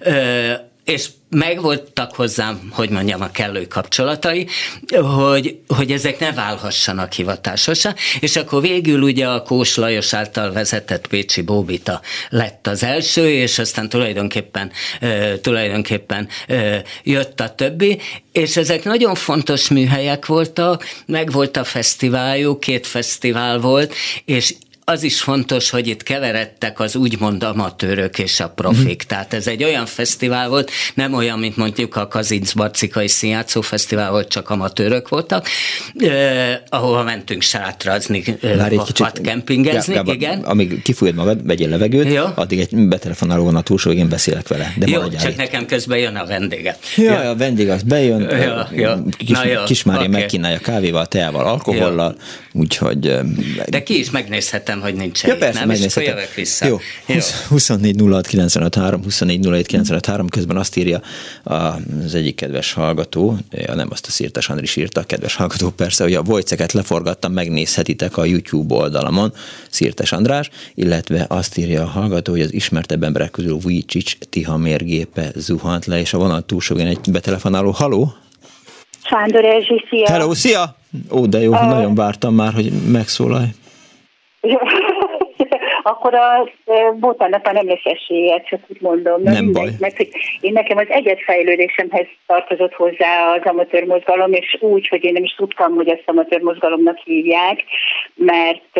és megvoltak hozzám, hogy mondjam, a kellő kapcsolatai, hogy, hogy ezek ne válhassanak hivatásosra, és akkor végül ugye a Kós Lajos által vezetett pécsi Bóbita lett az első, és aztán tulajdonképpen, tulajdonképpen jött a többi, és ezek nagyon fontos műhelyek voltak, meg volt a fesztiváljuk, két fesztivál volt, és az is fontos, hogy itt keveredtek az úgymond amatőrök és a profik. Mm. Tehát ez egy olyan fesztivál volt, nem olyan, mint mondjuk a Kazinc-Barcikai Színjátszó Fesztivál volt, csak amatőrök voltak, eh, ahova mentünk sátrazni, pat kempingezni. Gábor, igen. Amíg kifújod magad, vegyél levegőt, jó. Addig egy betelefonáló van a túlsó végén, beszélek vele. De jó, csak itt. Nekem közben jön a vendége. Ja, ja. A vendég az bejön, ja, ja. Kis, Kis Mária okay. megkínálja kávéval, teával, alkohollal, úgyhogy... De ki is megnézhetem, hogy nincs ja, persze, nem, és akkor jövök vissza. Jó, Jó. huszonnégy nulla hat kilencvenöt három, huszonnégy nulla hét kilencvenöt három, közben azt írja az egyik kedves hallgató, ja, nem azt a Szirtes Andris írta, a kedves hallgató persze, hogy a Vojceket leforgattam, megnézhetitek a YouTube oldalamon, Szirtes András, illetve azt írja a hallgató, hogy az ismertebb emberek közül Vujicic tihamérgépe zuhant le, és a vonal túlsógén egy betelefonáló. Haló? Sándor Erzsi, szia! Hello, szia! Ó, de jó, uh, nagyon vártam már, hogy megszólalj. akkor a Bótának nem lesz esélye, csak úgy mondom. Nem, nem baj. Mert hogy én nekem az egyedfejlődésemhez tartozott hozzá az amatőr mozgalom, és úgy, hogy én nem is tudtam, hogy ezt amatőr mozgalomnak hívják, mert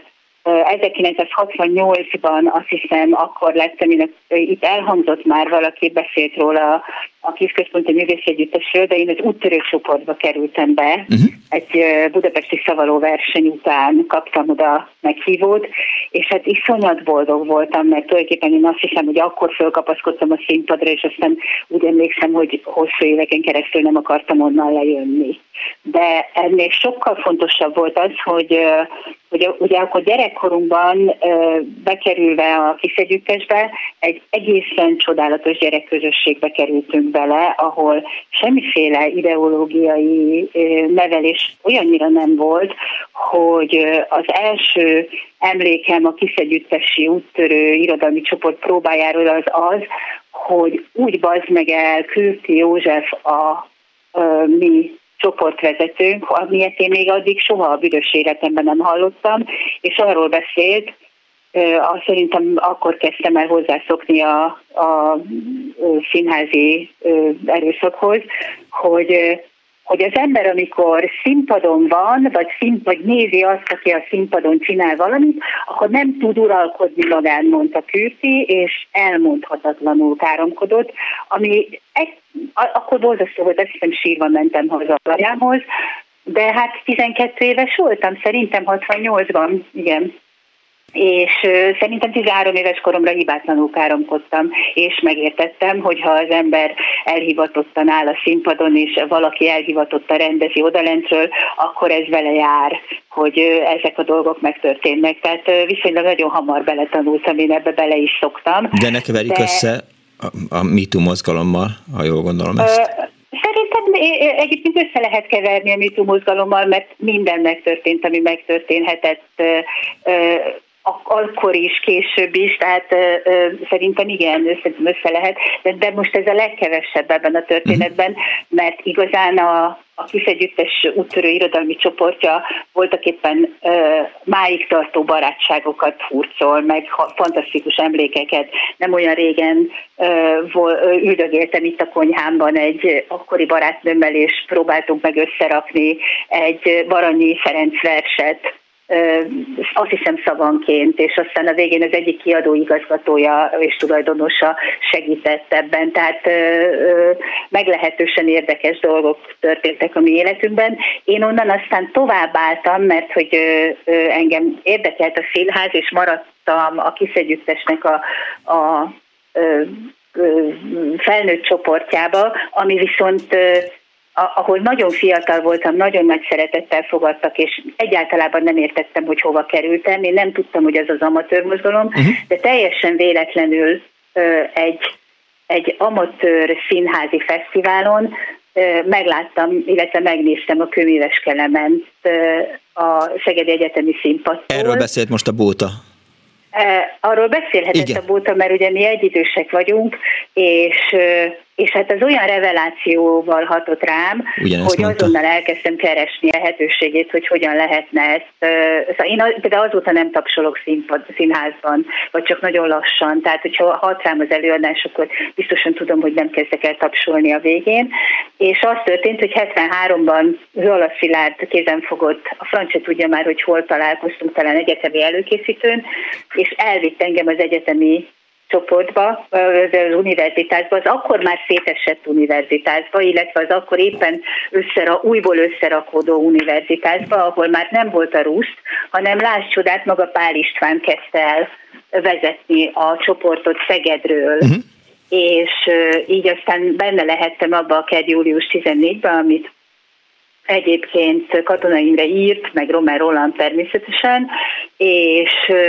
ezerkilencszázhatvannyolcban azt hiszem, akkor lett, aminek itt elhangzott már, valaki beszélt róla a Kisközponti Művészegyüttesről, de én az úttörő csoportba kerültem be. Uh-huh. Egy budapesti szavaló verseny után kaptam oda meghívót, és hát iszonyat boldog voltam, mert tulajdonképpen én azt hiszem, hogy akkor fölkapaszkodtam a színpadra, és aztán úgy emlékszem, hogy hosszú éveken keresztül nem akartam onnan lejönni. De ennél sokkal fontosabb volt az, hogy Ugye, ugye akkor gyerekkorunkban bekerülve a Kiss együttesbe egy egészen csodálatos gyerekközösségbe kerültünk bele, ahol semmiféle ideológiai nevelés olyannyira nem volt, hogy az első emlékem a Kiss együttesi úttörő irodalmi csoport próbájáról az az, hogy úgy bazd meg el Kürti József a, a mi csoportvezetőnk, amilyet én még addig soha a büdös életemben nem hallottam, és arról beszélt, azt szerintem akkor kezdtem el hozzászokni a, a színházi erőszakhoz, hogy, hogy az ember, amikor színpadon van, vagy, szín, vagy nézi azt, aki a színpadon csinál valamit, akkor nem tud uralkodni magán, mondta Kürti, és elmondhatatlanul káromkodott, ami egy, akkor borzasztó volt, azt hiszem sírva mentem haza a anyámhoz, de hát tizenkét éves voltam, szerintem hatvannyolcban, igen. És uh, szerintem tizenhárom éves koromra hibátlanul káromkodtam, és megértettem, hogyha az ember elhivatottan áll a színpadon, és valaki elhivatottan rendezi odalentről, akkor ez vele jár, hogy uh, ezek a dolgok megtörténnek. Tehát uh, viszonylag nagyon hamar beletanultam, én ebbe bele is szoktam. De ne keverjük de... össze a, a MeToo mozgalommal, ha jól gondolom ezt. Uh, Szerintem egyébként össze lehet keverni a MeToo mozgalommal, mert minden megtörtént, ami megtörténhetett uh, akkor is, később is, tehát ö, ö, szerintem igen, össze, össze lehet, de, de most ez a legkevesebb ebben a történetben, mert igazán a, a Kiss együttes úttörő irodalmi csoportja voltak éppen ö, máig tartó barátságokat hurcol, meg fantasztikus emlékeket. Nem olyan régen ö, vol, ö, üldögéltem itt a konyhámban egy akkori barátnőmmel, és próbáltunk meg összerakni egy Baranyi Ferenc verset, azt hiszem szavanként, és aztán a végén az egyik kiadó igazgatója és tulajdonosa segített ebben, tehát meglehetősen érdekes dolgok történtek a mi életünkben. Én onnan aztán továbbálltam, mert hogy engem érdekelt a színház, és maradtam a Kiss együttesnek a, a, a felnőtt csoportjába, ami viszont ahol nagyon fiatal voltam, nagyon nagy szeretettel fogadtak, és egyáltalán nem értettem, hogy hova kerültem. Én nem tudtam, hogy ez az amatőr mozgalom, uh-huh. de teljesen véletlenül egy, egy amatőr színházi fesztiválon megláttam, illetve megnéztem a Kőműves Kelement a Szegedi Egyetemi Színpadtól. Erről beszélt most a Bóta. Arról beszélhetett Igen. a Bóta, mert ugye mi egyidősek vagyunk, és, és hát az olyan revelációval hatott rám, Ugyanezt hogy mondta. Azonnal elkezdtem keresni a lehetőségét, hogy hogyan lehetne ezt. Szóval én például azóta nem tapsolok színpad, színházban, vagy csak nagyon lassan, tehát hogyha hat rám az előadás, akkor biztosan tudom, hogy nem kezdek el tapsolni a végén. És az történt, hogy hetvenháromban Zola Szilárd kézenfogott, a francia tudja már, hogy hol találkoztunk, talán egyetemi előkészítőn, és elvitt engem az egyetemi csoportba, az univerzitásba, az akkor már szétesett univerzitásba, illetve az akkor éppen összera, újból összerakódó univerzitásba, ahol már nem volt a ruszt, hanem láss csodát, maga Pál István kezdte el vezetni a csoportot Szegedről. Uh-huh. És így aztán benne lehettem abba a Ked július tizennégyben, amit egyébként Katona Imre írt, meg Romer Roland természetesen, és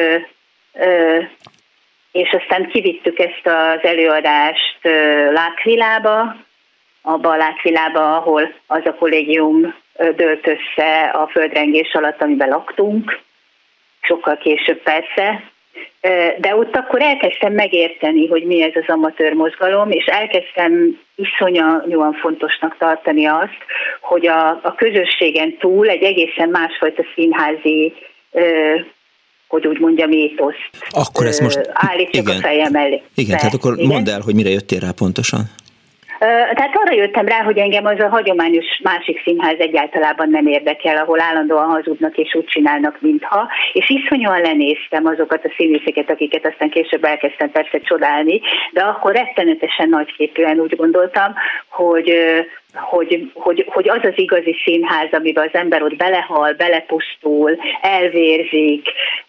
és aztán kivittük ezt az előadást Lákvilába, abba a Lákvilába, ahol az a kollégium dőlt össze a földrengés alatt, amiben laktunk, sokkal később persze, de ott akkor elkezdtem megérteni, hogy mi ez az amatőr mozgalom, és elkezdtem iszonyúan fontosnak tartani azt, hogy a, a közösségen túl egy egészen másfajta színházi hogy úgy mondjam, étoszt akkor ezt most, állítsak igen, a fejem elé. Igen, tehát akkor igen? Mondd el, hogy mire jöttél rá pontosan. Tehát arra jöttem rá, hogy engem az a hagyományos másik színház egyáltalán nem érdekel, ahol állandóan hazudnak és úgy csinálnak, mintha, és iszonyúan lenéztem azokat a színészeket, akiket aztán később elkezdtem persze csodálni, de akkor rettenetesen nagyképűen úgy gondoltam, hogy Hogy, hogy, hogy az az igazi színház, amiben az ember ott belehal, belepusztul, elvérzik,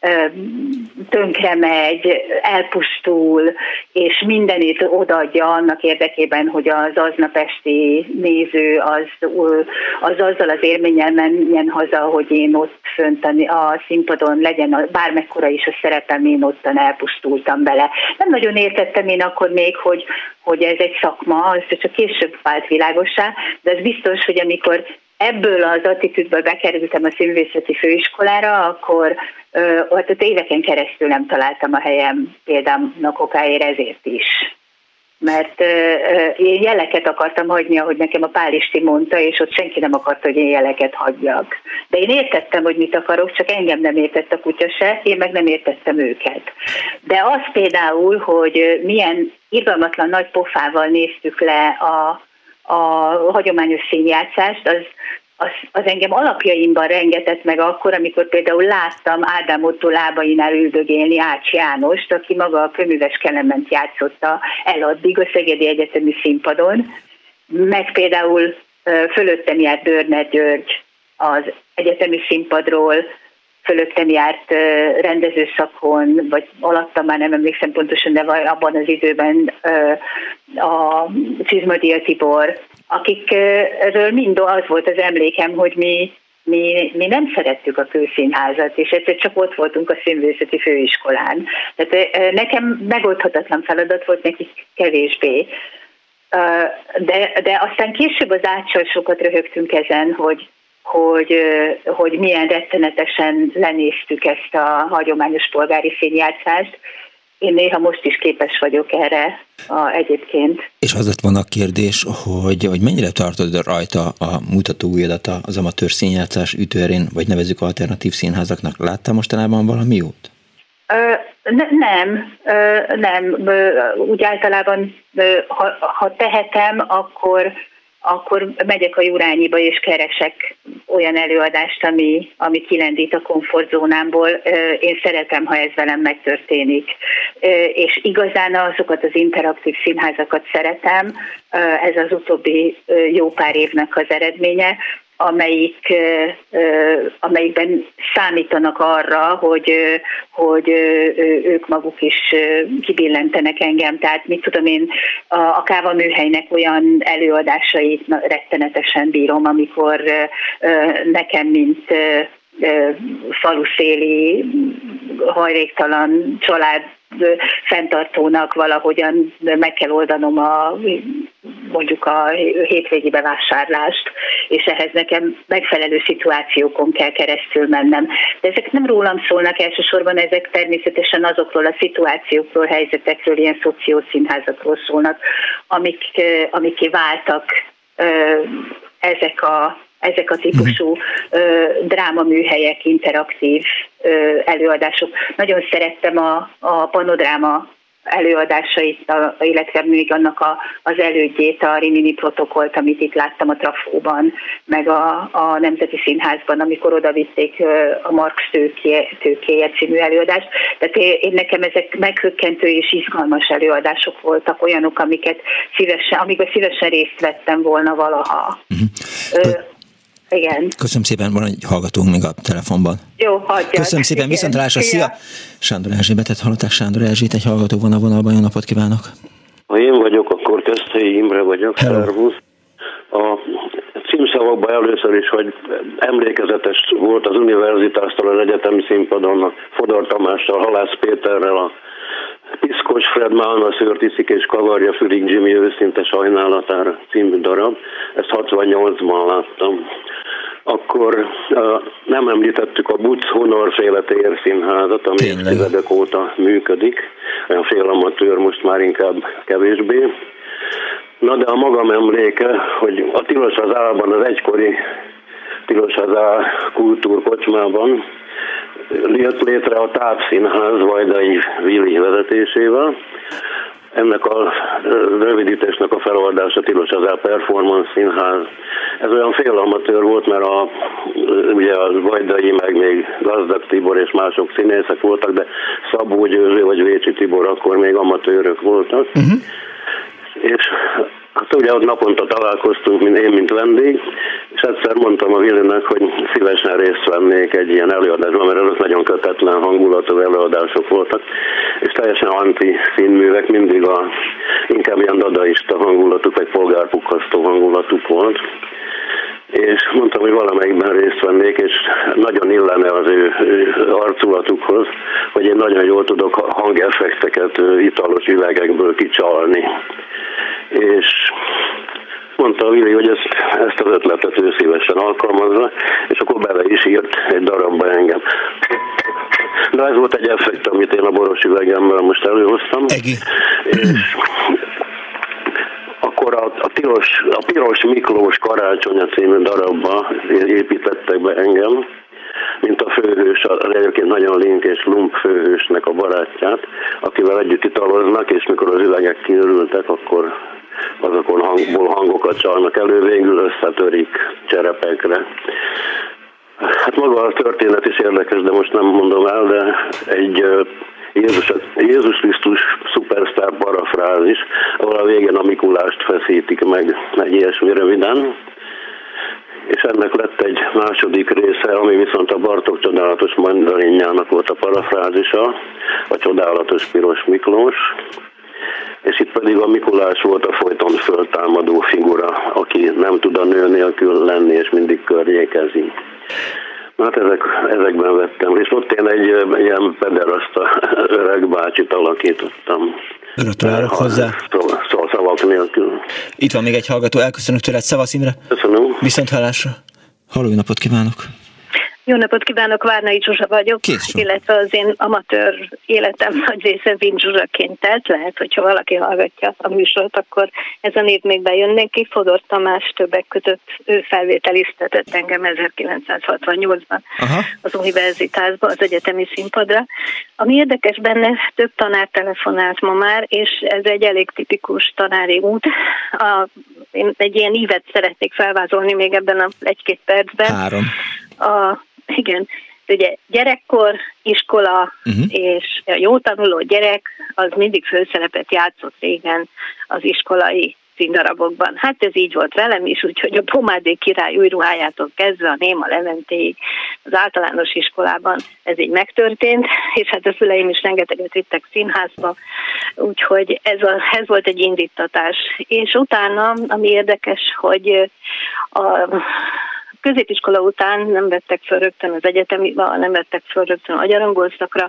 tönkre megy, elpusztul, és mindenét odaadja annak érdekében, hogy az aznap esti néző az, az azzal az élménnyel menjen haza, hogy én ott fönt a színpadon legyen, a, bármekkora is a szerepem, én ottan elpusztultam bele. Nem nagyon értettem én akkor még, hogy, hogy ez egy szakma, az csak később vált világossá, de az biztos, hogy amikor ebből az attitűdből bekerültem a színművészeti főiskolára, akkor hát ott éveken keresztül nem találtam a helyem példának okáért ezért is. Mert uh, én jeleket akartam hagyni, ahogy nekem a Pál Isti mondta, és ott senki nem akarta, hogy én jeleket hagyjak. De én értettem, hogy mit akarok, csak engem nem értett a kutya se, én meg nem értettem őket. De az például, hogy milyen irgalmatlan nagy pofával néztük le a, a hagyományos színjátszást, az, az, az engem alapjaimban rengetett meg akkor, amikor például láttam Ádám Ottó lábainál üldögélni Ács Jánost, aki maga a Kőműves Kelement játszotta el addig a Szegedi Egyetemi Színpadon, meg például fölöttem járt Dörner György az egyetemi színpadról, fölöttem járt rendezőszakon, vagy alattam, már nem emlékszem pontosan, de abban az időben a Csizmadia Tibor, akikről mind az volt az emlékem, hogy mi, mi, mi nem szerettük a Kőszínházat, és egyszer csak ott voltunk a színművészeti főiskolán. Tehát nekem megoldhatatlan feladat volt, nekik kevésbé. De, de aztán később az Áccsal sokat röhögtünk ezen, hogy Hogy, hogy milyen rettenetesen lenéztük ezt a hagyományos polgári színjátszást. Én néha most is képes vagyok erre a, egyébként. És az lett volna a kérdés, hogy, hogy mennyire tartod rajta a mutatóujjadat az amatőr színjátszás ütőerén, vagy nevezzük alternatív színházaknak. Láttál mostanában valami jót? Ö, ne, nem, ö, nem. Ö, úgy általában, ö, ha, ha tehetem, akkor akkor megyek a Jurányiba és keresek olyan előadást, ami, ami kilendít a komfortzónámból. Én szeretem, ha ez velem megtörténik. És igazán azokat az interaktív színházakat szeretem, ez az utóbbi jó pár évnek az eredménye, amelyik, amelyikben számítanak arra, hogy, hogy ők maguk is kibillentenek engem. Tehát mit tudom én, a Káva műhelynek olyan előadásait rettenetesen bírom, amikor nekem, mint faluszéli, hajléktalan család fenntartónak valahogyan meg kell oldanom a, mondjuk a hétvégi bevásárlást, és ehhez nekem megfelelő szituációkon kell keresztül mennem. De ezek nem rólam szólnak elsősorban, ezek természetesen azokról a szituációkról, helyzetekről, ilyen szociószínházakról szólnak, amik, amiké váltak ezek a ezek a típusú ö, drámaműhelyek, interaktív ö, előadások. Nagyon szerettem a, a panodráma előadásait, a, illetve még annak a, az elődjét, a Rimini protokollt, amit itt láttam a Trafóban, meg a, a Nemzeti Színházban, amikor oda vitték a Marx tőkéje, tőkéje című előadást. Tehát én, én nekem ezek meghökkentő és izgalmas előadások voltak, olyanok, amiket szívesen, amikben szívesen részt vettem volna valaha. Uh-huh. Ö, Igen. Köszönöm szépen, van egy hallgatónk még a telefonban. Jó, hagyjad. Köszönöm szépen, viszontlátásra, szia! Sándor Erzsébetet hallották, Sándor Erzsét, egy hallgató van a vonalban, jó napot kívánok! Ha én vagyok, akkor Keszthelyi Imre vagyok, szervusz. A címszavakban először is, hogy emlékezetes volt az Universitástól az egyetemi színpadon, a Fodor Tamással, Halász Péterrel, a Piszkos Fred Málna szőrt iszik és kavarja Fürig Jimmy őszinte sajnálatára című darab. Ezt hatvannyolcban láttam. Akkor uh, nem említettük a Butz Honor-féle térszínházat, ami évtizedek óta működik. Olyan félamatőr, most már inkább kevésbé. Na de a magam emléke, hogy a Tilos az Álban, az egykori Tilos az Ál kultúrkocsmában jött létre a Tápszínház Vajdai Vili vezetésével. Ennek a rövidítésnek a feloldása Tilos Azár Performance Színház. Ez olyan félamatőr volt, mert a, ugye a Vajdai, meg még Gazdag Tibor és mások színészek voltak, de Szabó Győző vagy Vécsi Tibor akkor még amatőrök voltak. Uh-huh. És hát ugye ott naponta találkoztunk, mint én, mint vendég, és egyszer mondtam a Vilinek, hogy szívesen részt vennék egy ilyen előadásban, mert azok nagyon kötetlen hangulatú előadások voltak, és teljesen anti-színművek, mindig a, inkább ilyen dadaista hangulatuk, vagy polgárpukkasztó hangulatuk volt. És mondtam, hogy valamelyikben részt vennék, és nagyon illene az ő arculatukhoz, hogy én nagyon jól tudok hangeffekteket italos üvegekből kicsalni. És mondta a Vili, hogy ezt, ezt az ötletet ő szívesen alkalmazza, és akkor bele is írt egy darabba engem. Na ez volt egy effekt, amit én a boros üvegemmel most előhoztam. Egi. És akkor a, a, tilos, a Piros Miklós Karácsonya című darabba építettek be engem, mint a főhős, az egyébként nagyon link és lump főhősnek a barátját, akivel együtt italoznak, és mikor az üvegek kiürültek, akkor azokon hangból hangokat csalnak elő, végül összetörik cserepekre. Hát maga a történet is érdekes, de most nem mondom el, de egy Jézus, Jézus Krisztus szupersztár parafrázis, ahol a végén a Mikulást feszítik meg, egy ilyesmi röviden. És ennek lett egy második része, ami viszont a Bartók csodálatos mandarinjának volt a parafrázisa, a csodálatos Piros Miklós, és itt pedig a Mikulás volt a folyton föltámadó figura, aki nem tud a nő nélkül lenni, és mindig környékezi. Hát ezek, ezekben vettem, és ott én egy ilyen pederasta öreg bácsit alakítottam. Gratulálok hozzá. Szó, szavak nélkül. Itt van még egy hallgató, elköszönök tőled, Szavasz Imre. Köszönöm. Viszont hallásra. Halló, jó napot kívánok. Jó napot kívánok, Várnai Zsuzsa vagyok, Kész. Illetve az én amatőr életem nagy része Vint Zsuzsaként telt. Lehet, hogyha valaki hallgatja a műsort, akkor ez a név még bejön neki. Fodor Tamás többek között ő felvételiztetett engem ezerkilencszázhatvannyolcban Aha. az univerzitásba, az egyetemi színpadra. Ami érdekes benne, több tanár telefonált ma már, és ez egy elég tipikus tanári út. A, én egy ilyen ívet szeretnék felvázolni még ebben a egy-két percben. Három. A, igen, ugye gyerekkor, iskola uh-huh. és a jó tanuló gyerek az mindig főszerepet játszott régen az iskolai színdarabokban. Hát ez így volt velem is, úgyhogy a Pomádé király új ruhájától kezdve a Néma Leventéig az általános iskolában ez így megtörtént, és hát a szüleim is rengeteget vittek színházba, úgyhogy ez, a, ez volt egy indítatás. És utána, ami érdekes, hogy a középiskola után nem vettek föl rögtön az egyetemi, nem vettek föl rögtön agyarangolszakra,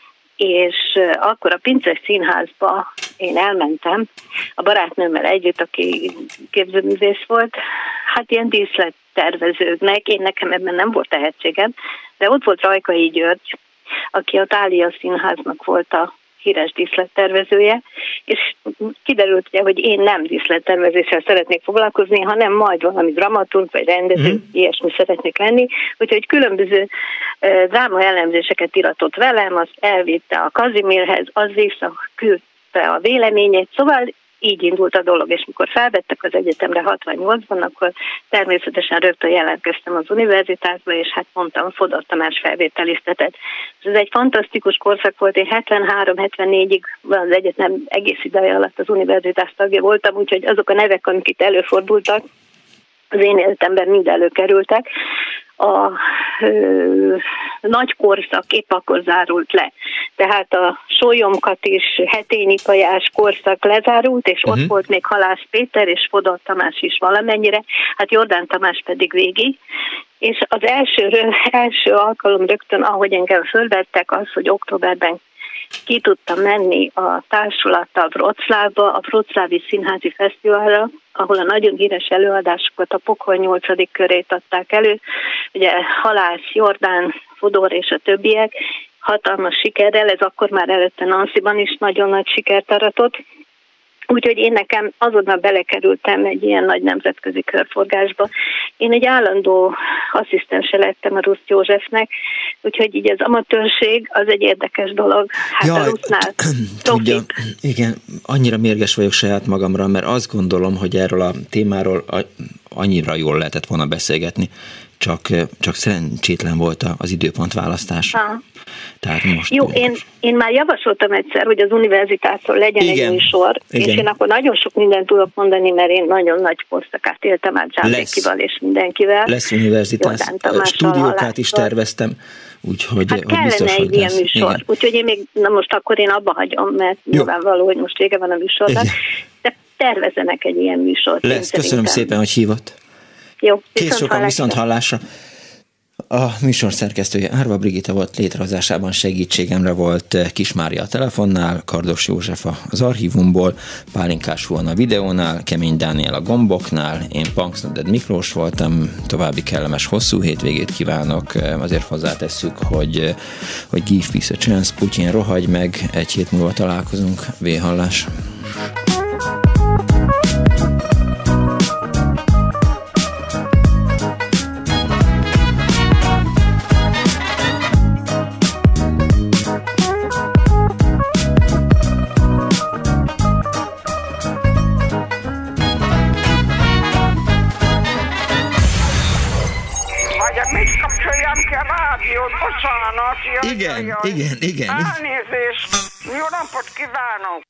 és akkor a Pinces Színházba én elmentem, a barátnőmmel együtt, aki képzőművész volt, hát ilyen díszlettervezőknek, én nekem ebben nem volt tehetségem, de ott volt Rajkai György, aki a Thália Színháznak volt a híres díszlettervezője, és kiderült ugye, hogy én nem díszlettervezéssel szeretnék foglalkozni, hanem majd valami dramaturg vagy rendező, mm. ilyesmi szeretnék lenni, úgyhogy különböző uh, dráma elemzéseket iratott velem, azt elvitte a Kazimérhez, az visszaküldte a véleményét, szóval így indult a dolog, és mikor felvettek az egyetemre hatvannyolcban, akkor természetesen rögtön jelentkeztem az univerzitásba, és hát mondtam, Fodor Tamás felvételiztetett. Ez egy fantasztikus korszak volt, én hetvenhárom hetvennégyig az egyetem egész ideje alatt az univerzitás tagja voltam, úgyhogy azok a nevek, amik itt előfordultak, az én életemben mind előkerültek. A ö, nagy korszak épp akkor zárult le. Tehát a Sólyomkat is Hetényi Kajás korszak lezárult, és uh-huh. ott volt még Halász Péter, és Fodor Tamás is valamennyire, hát Jordán Tamás pedig végig. És az első, első alkalom rögtön, ahogy engem fölvettek, az, hogy októberben ki tudtam menni a társulattal Wroclawba, a Wroclawi Színházi Fesztiválra, ahol a nagyon híres előadásokat, a Pokol nyolcadik körét adták elő. Ugye Halász, Jordán, Fodor és a többiek hatalmas sikerrel, ez akkor már előtte Nancyban is nagyon nagy sikert aratott. Úgyhogy én nekem azonnal belekerültem egy ilyen nagy nemzetközi körforgásba. Én egy állandó asszisztense lettem a Rusz Józsefnek, úgyhogy így az amatőrség az egy érdekes dolog. Hát Jaj, a Rusznál tudja, igen, annyira mérges vagyok saját magamra, mert azt gondolom, hogy erről a témáról annyira jól lehetett volna beszélgetni, csak, csak szerencsétlen volt az időpontválasztás. Ha. Tehát most... Jó, én, én már javasoltam egyszer, hogy az univerzitásról legyen igen, egy műsor, igen. És én akkor nagyon sok mindent tudok mondani, mert én nagyon nagy korszakát éltem át Zsámbékival és mindenkivel. Lesz univerzitás, stúdiókát is terveztem, úgyhogy hát kellene biztos, egy ilyen lesz. Műsor. Igen. Úgyhogy én még, na most akkor én abba hagyom, mert jó. Nyilvánvaló, hogy most vége van a műsornak, igen. De tervezenek egy ilyen műsort. Lesz, köszönöm szépen, hogy hívott. Jó, kész sokan viszont hallásra. A műsor szerkesztője Árva Brigitta volt, létrehozásában segítségemre volt Kis Mária a telefonnál, Kardos József az archívumból, Pálinkás Huan a videónál, Kemény Dániel a gomboknál, én Punksnodded Miklós voltam, további kellemes hosszú hétvégét kívánok, azért hozzátesszük, hogy, hogy give peace a chance, Putyin rohagy meg, egy hét múlva találkozunk, V-hallás. Bocsánat, igen, igen, igen. Elnézést, jó napot kívánok!